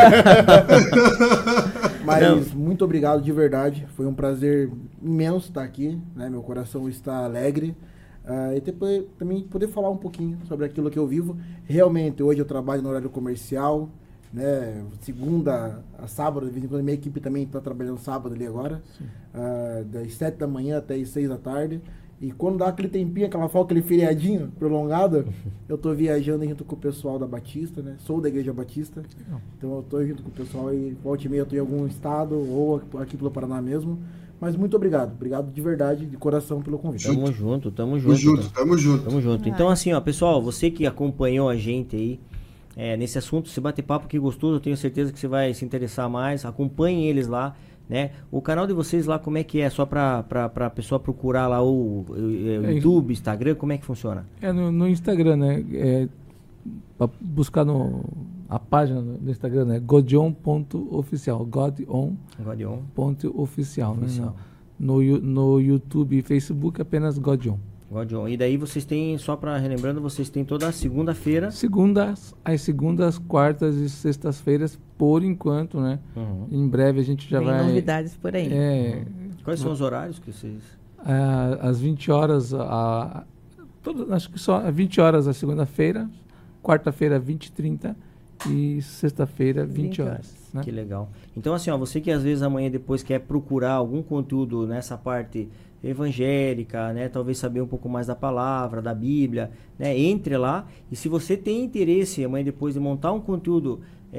Mas muito obrigado de verdade. Foi um prazer imenso estar aqui, né? Meu coração está alegre. E depois também poder falar um pouquinho sobre aquilo que eu vivo. Realmente, hoje eu trabalho no horário comercial, né? Segunda a sábado, de vez em quando minha equipe também está trabalhando sábado ali agora. Das 7 da manhã até as 6 da tarde. E quando dá aquele tempinho, aquela folga, aquele feriadinho prolongado, eu tô viajando junto com o pessoal da Batista, né? Sou da Igreja Batista. Então eu tô junto com o pessoal e volta e meia eu tô em algum estado ou aqui pelo Paraná mesmo. Mas muito obrigado. Obrigado de verdade, de coração pelo convite. Tamo junto. Tamo junto. Tamo junto. Então, assim, ó, pessoal, você que acompanhou a gente aí nesse assunto, se bater papo que gostoso, eu tenho certeza que você vai se interessar mais. Acompanhem eles lá, né? O canal de vocês lá, como é que é? Só pra pessoa procurar lá o YouTube, Instagram, como é que funciona? No Instagram, né? Pra buscar a página do Instagram, né? Godion.oficial. Godion.oficial, né? No YouTube e Facebook, apenas Godion. E daí vocês têm, só para relembrando, vocês têm toda a segunda-feira. As segundas, quartas e sextas-feiras, por enquanto, né? Uhum. Em breve a gente já Tem vai... novidades por aí. Quais são os horários que vocês... Às 20 horas, acho que só 20 horas a segunda-feira, quarta-feira 20h30 e sexta-feira 20 horas. Né? Que legal. Então assim, ó, você que às vezes amanhã depois quer procurar algum conteúdo nessa parte evangélica, né, talvez saber um pouco mais da palavra, da Bíblia, né, entre lá, e se você tem interesse amanhã depois de montar um conteúdo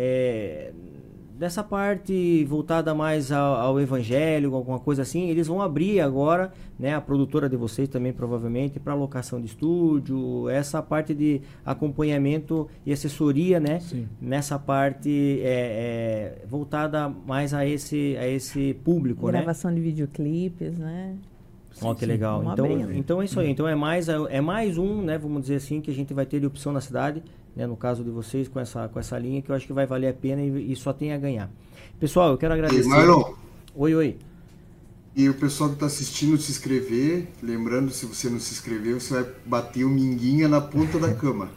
dessa parte voltada mais ao evangelho, alguma coisa assim, eles vão abrir agora, né, a produtora de vocês também provavelmente para locação de estúdio, essa parte de acompanhamento e assessoria, né? Sim. Nessa parte voltada mais a esse público, Gravação de videoclipes, né? Ó, que legal. Então é isso aí. Então é mais um, né, vamos dizer assim, que a gente vai ter de opção na cidade, né, no caso de vocês com essa linha, que eu acho que vai valer a pena e só tem a ganhar. Pessoal, eu quero agradecer. E Marlon. Oi. E o pessoal que está assistindo se inscrever, lembrando, se você não se inscreveu, você vai bater o minguinha na ponta da cama.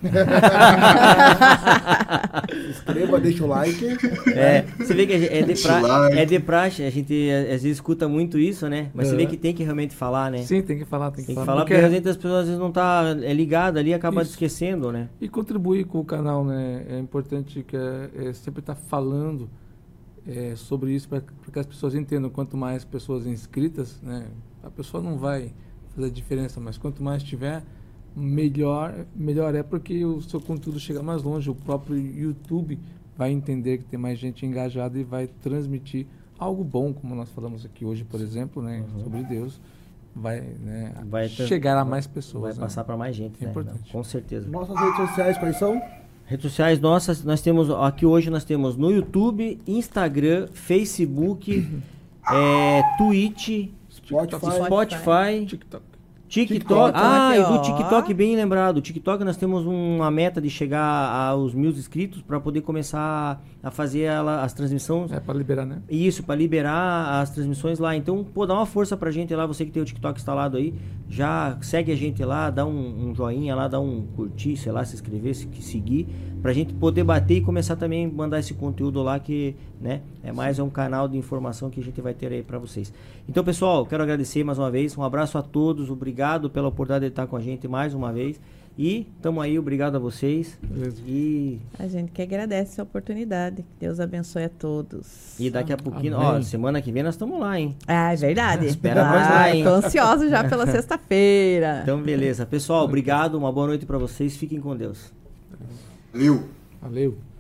Se inscreva, deixa o like. Você vê que é de praxe, a gente às vezes escuta muito isso, né? Mas você vê que tem que realmente falar, né? Sim, tem que falar. Tem que falar porque às vezes as pessoas às vezes não tá ligado ali e acaba esquecendo, né? E contribuir com o canal, né? É importante que sempre estar falando sobre isso para que as pessoas entendam. Quanto mais pessoas inscritas, né, a pessoa não vai fazer diferença, mas quanto mais tiver, melhor é, porque o seu conteúdo chega mais longe. O próprio YouTube vai entender que tem mais gente engajada e vai transmitir algo bom, como nós falamos aqui hoje, por exemplo, né, sobre Deus. Vai chegar a mais pessoas. Vai passar para mais gente, né? Importante. Não, com certeza. Nossas redes sociais quais são? Redes sociais nossas, nós temos aqui hoje, nós temos no YouTube, Instagram, Facebook, Twitch, Spotify. TikTok TikTok. Ah, e do ó. TikTok, bem lembrado. O TikTok nós temos uma meta de chegar aos 1000 inscritos para poder começar a fazer as transmissões. É para liberar, né? Isso, para liberar as transmissões lá. Então, pô, dá uma força pra gente lá, você que tem o TikTok instalado aí, já segue a gente lá, dá um joinha lá, dá um curtir, sei lá, se inscrever, seguir, pra gente poder bater e começar também a mandar esse conteúdo lá que, né, é um canal de informação que a gente vai ter aí pra vocês. Então, pessoal, quero agradecer mais uma vez, um abraço a todos, obrigado pela oportunidade de estar com a gente mais uma vez. E tamo aí, obrigado a vocês. Beleza. E A gente que agradece a oportunidade. Deus abençoe a todos. daqui a pouquinho, Amém. ó, semana que vem nós estamos lá, hein? Ah, é verdade. Espera nós lá, hein? Tô ansioso já pela sexta-feira. Então, beleza. Pessoal, obrigado. Uma boa noite pra vocês. Fiquem com Deus. Valeu! Valeu.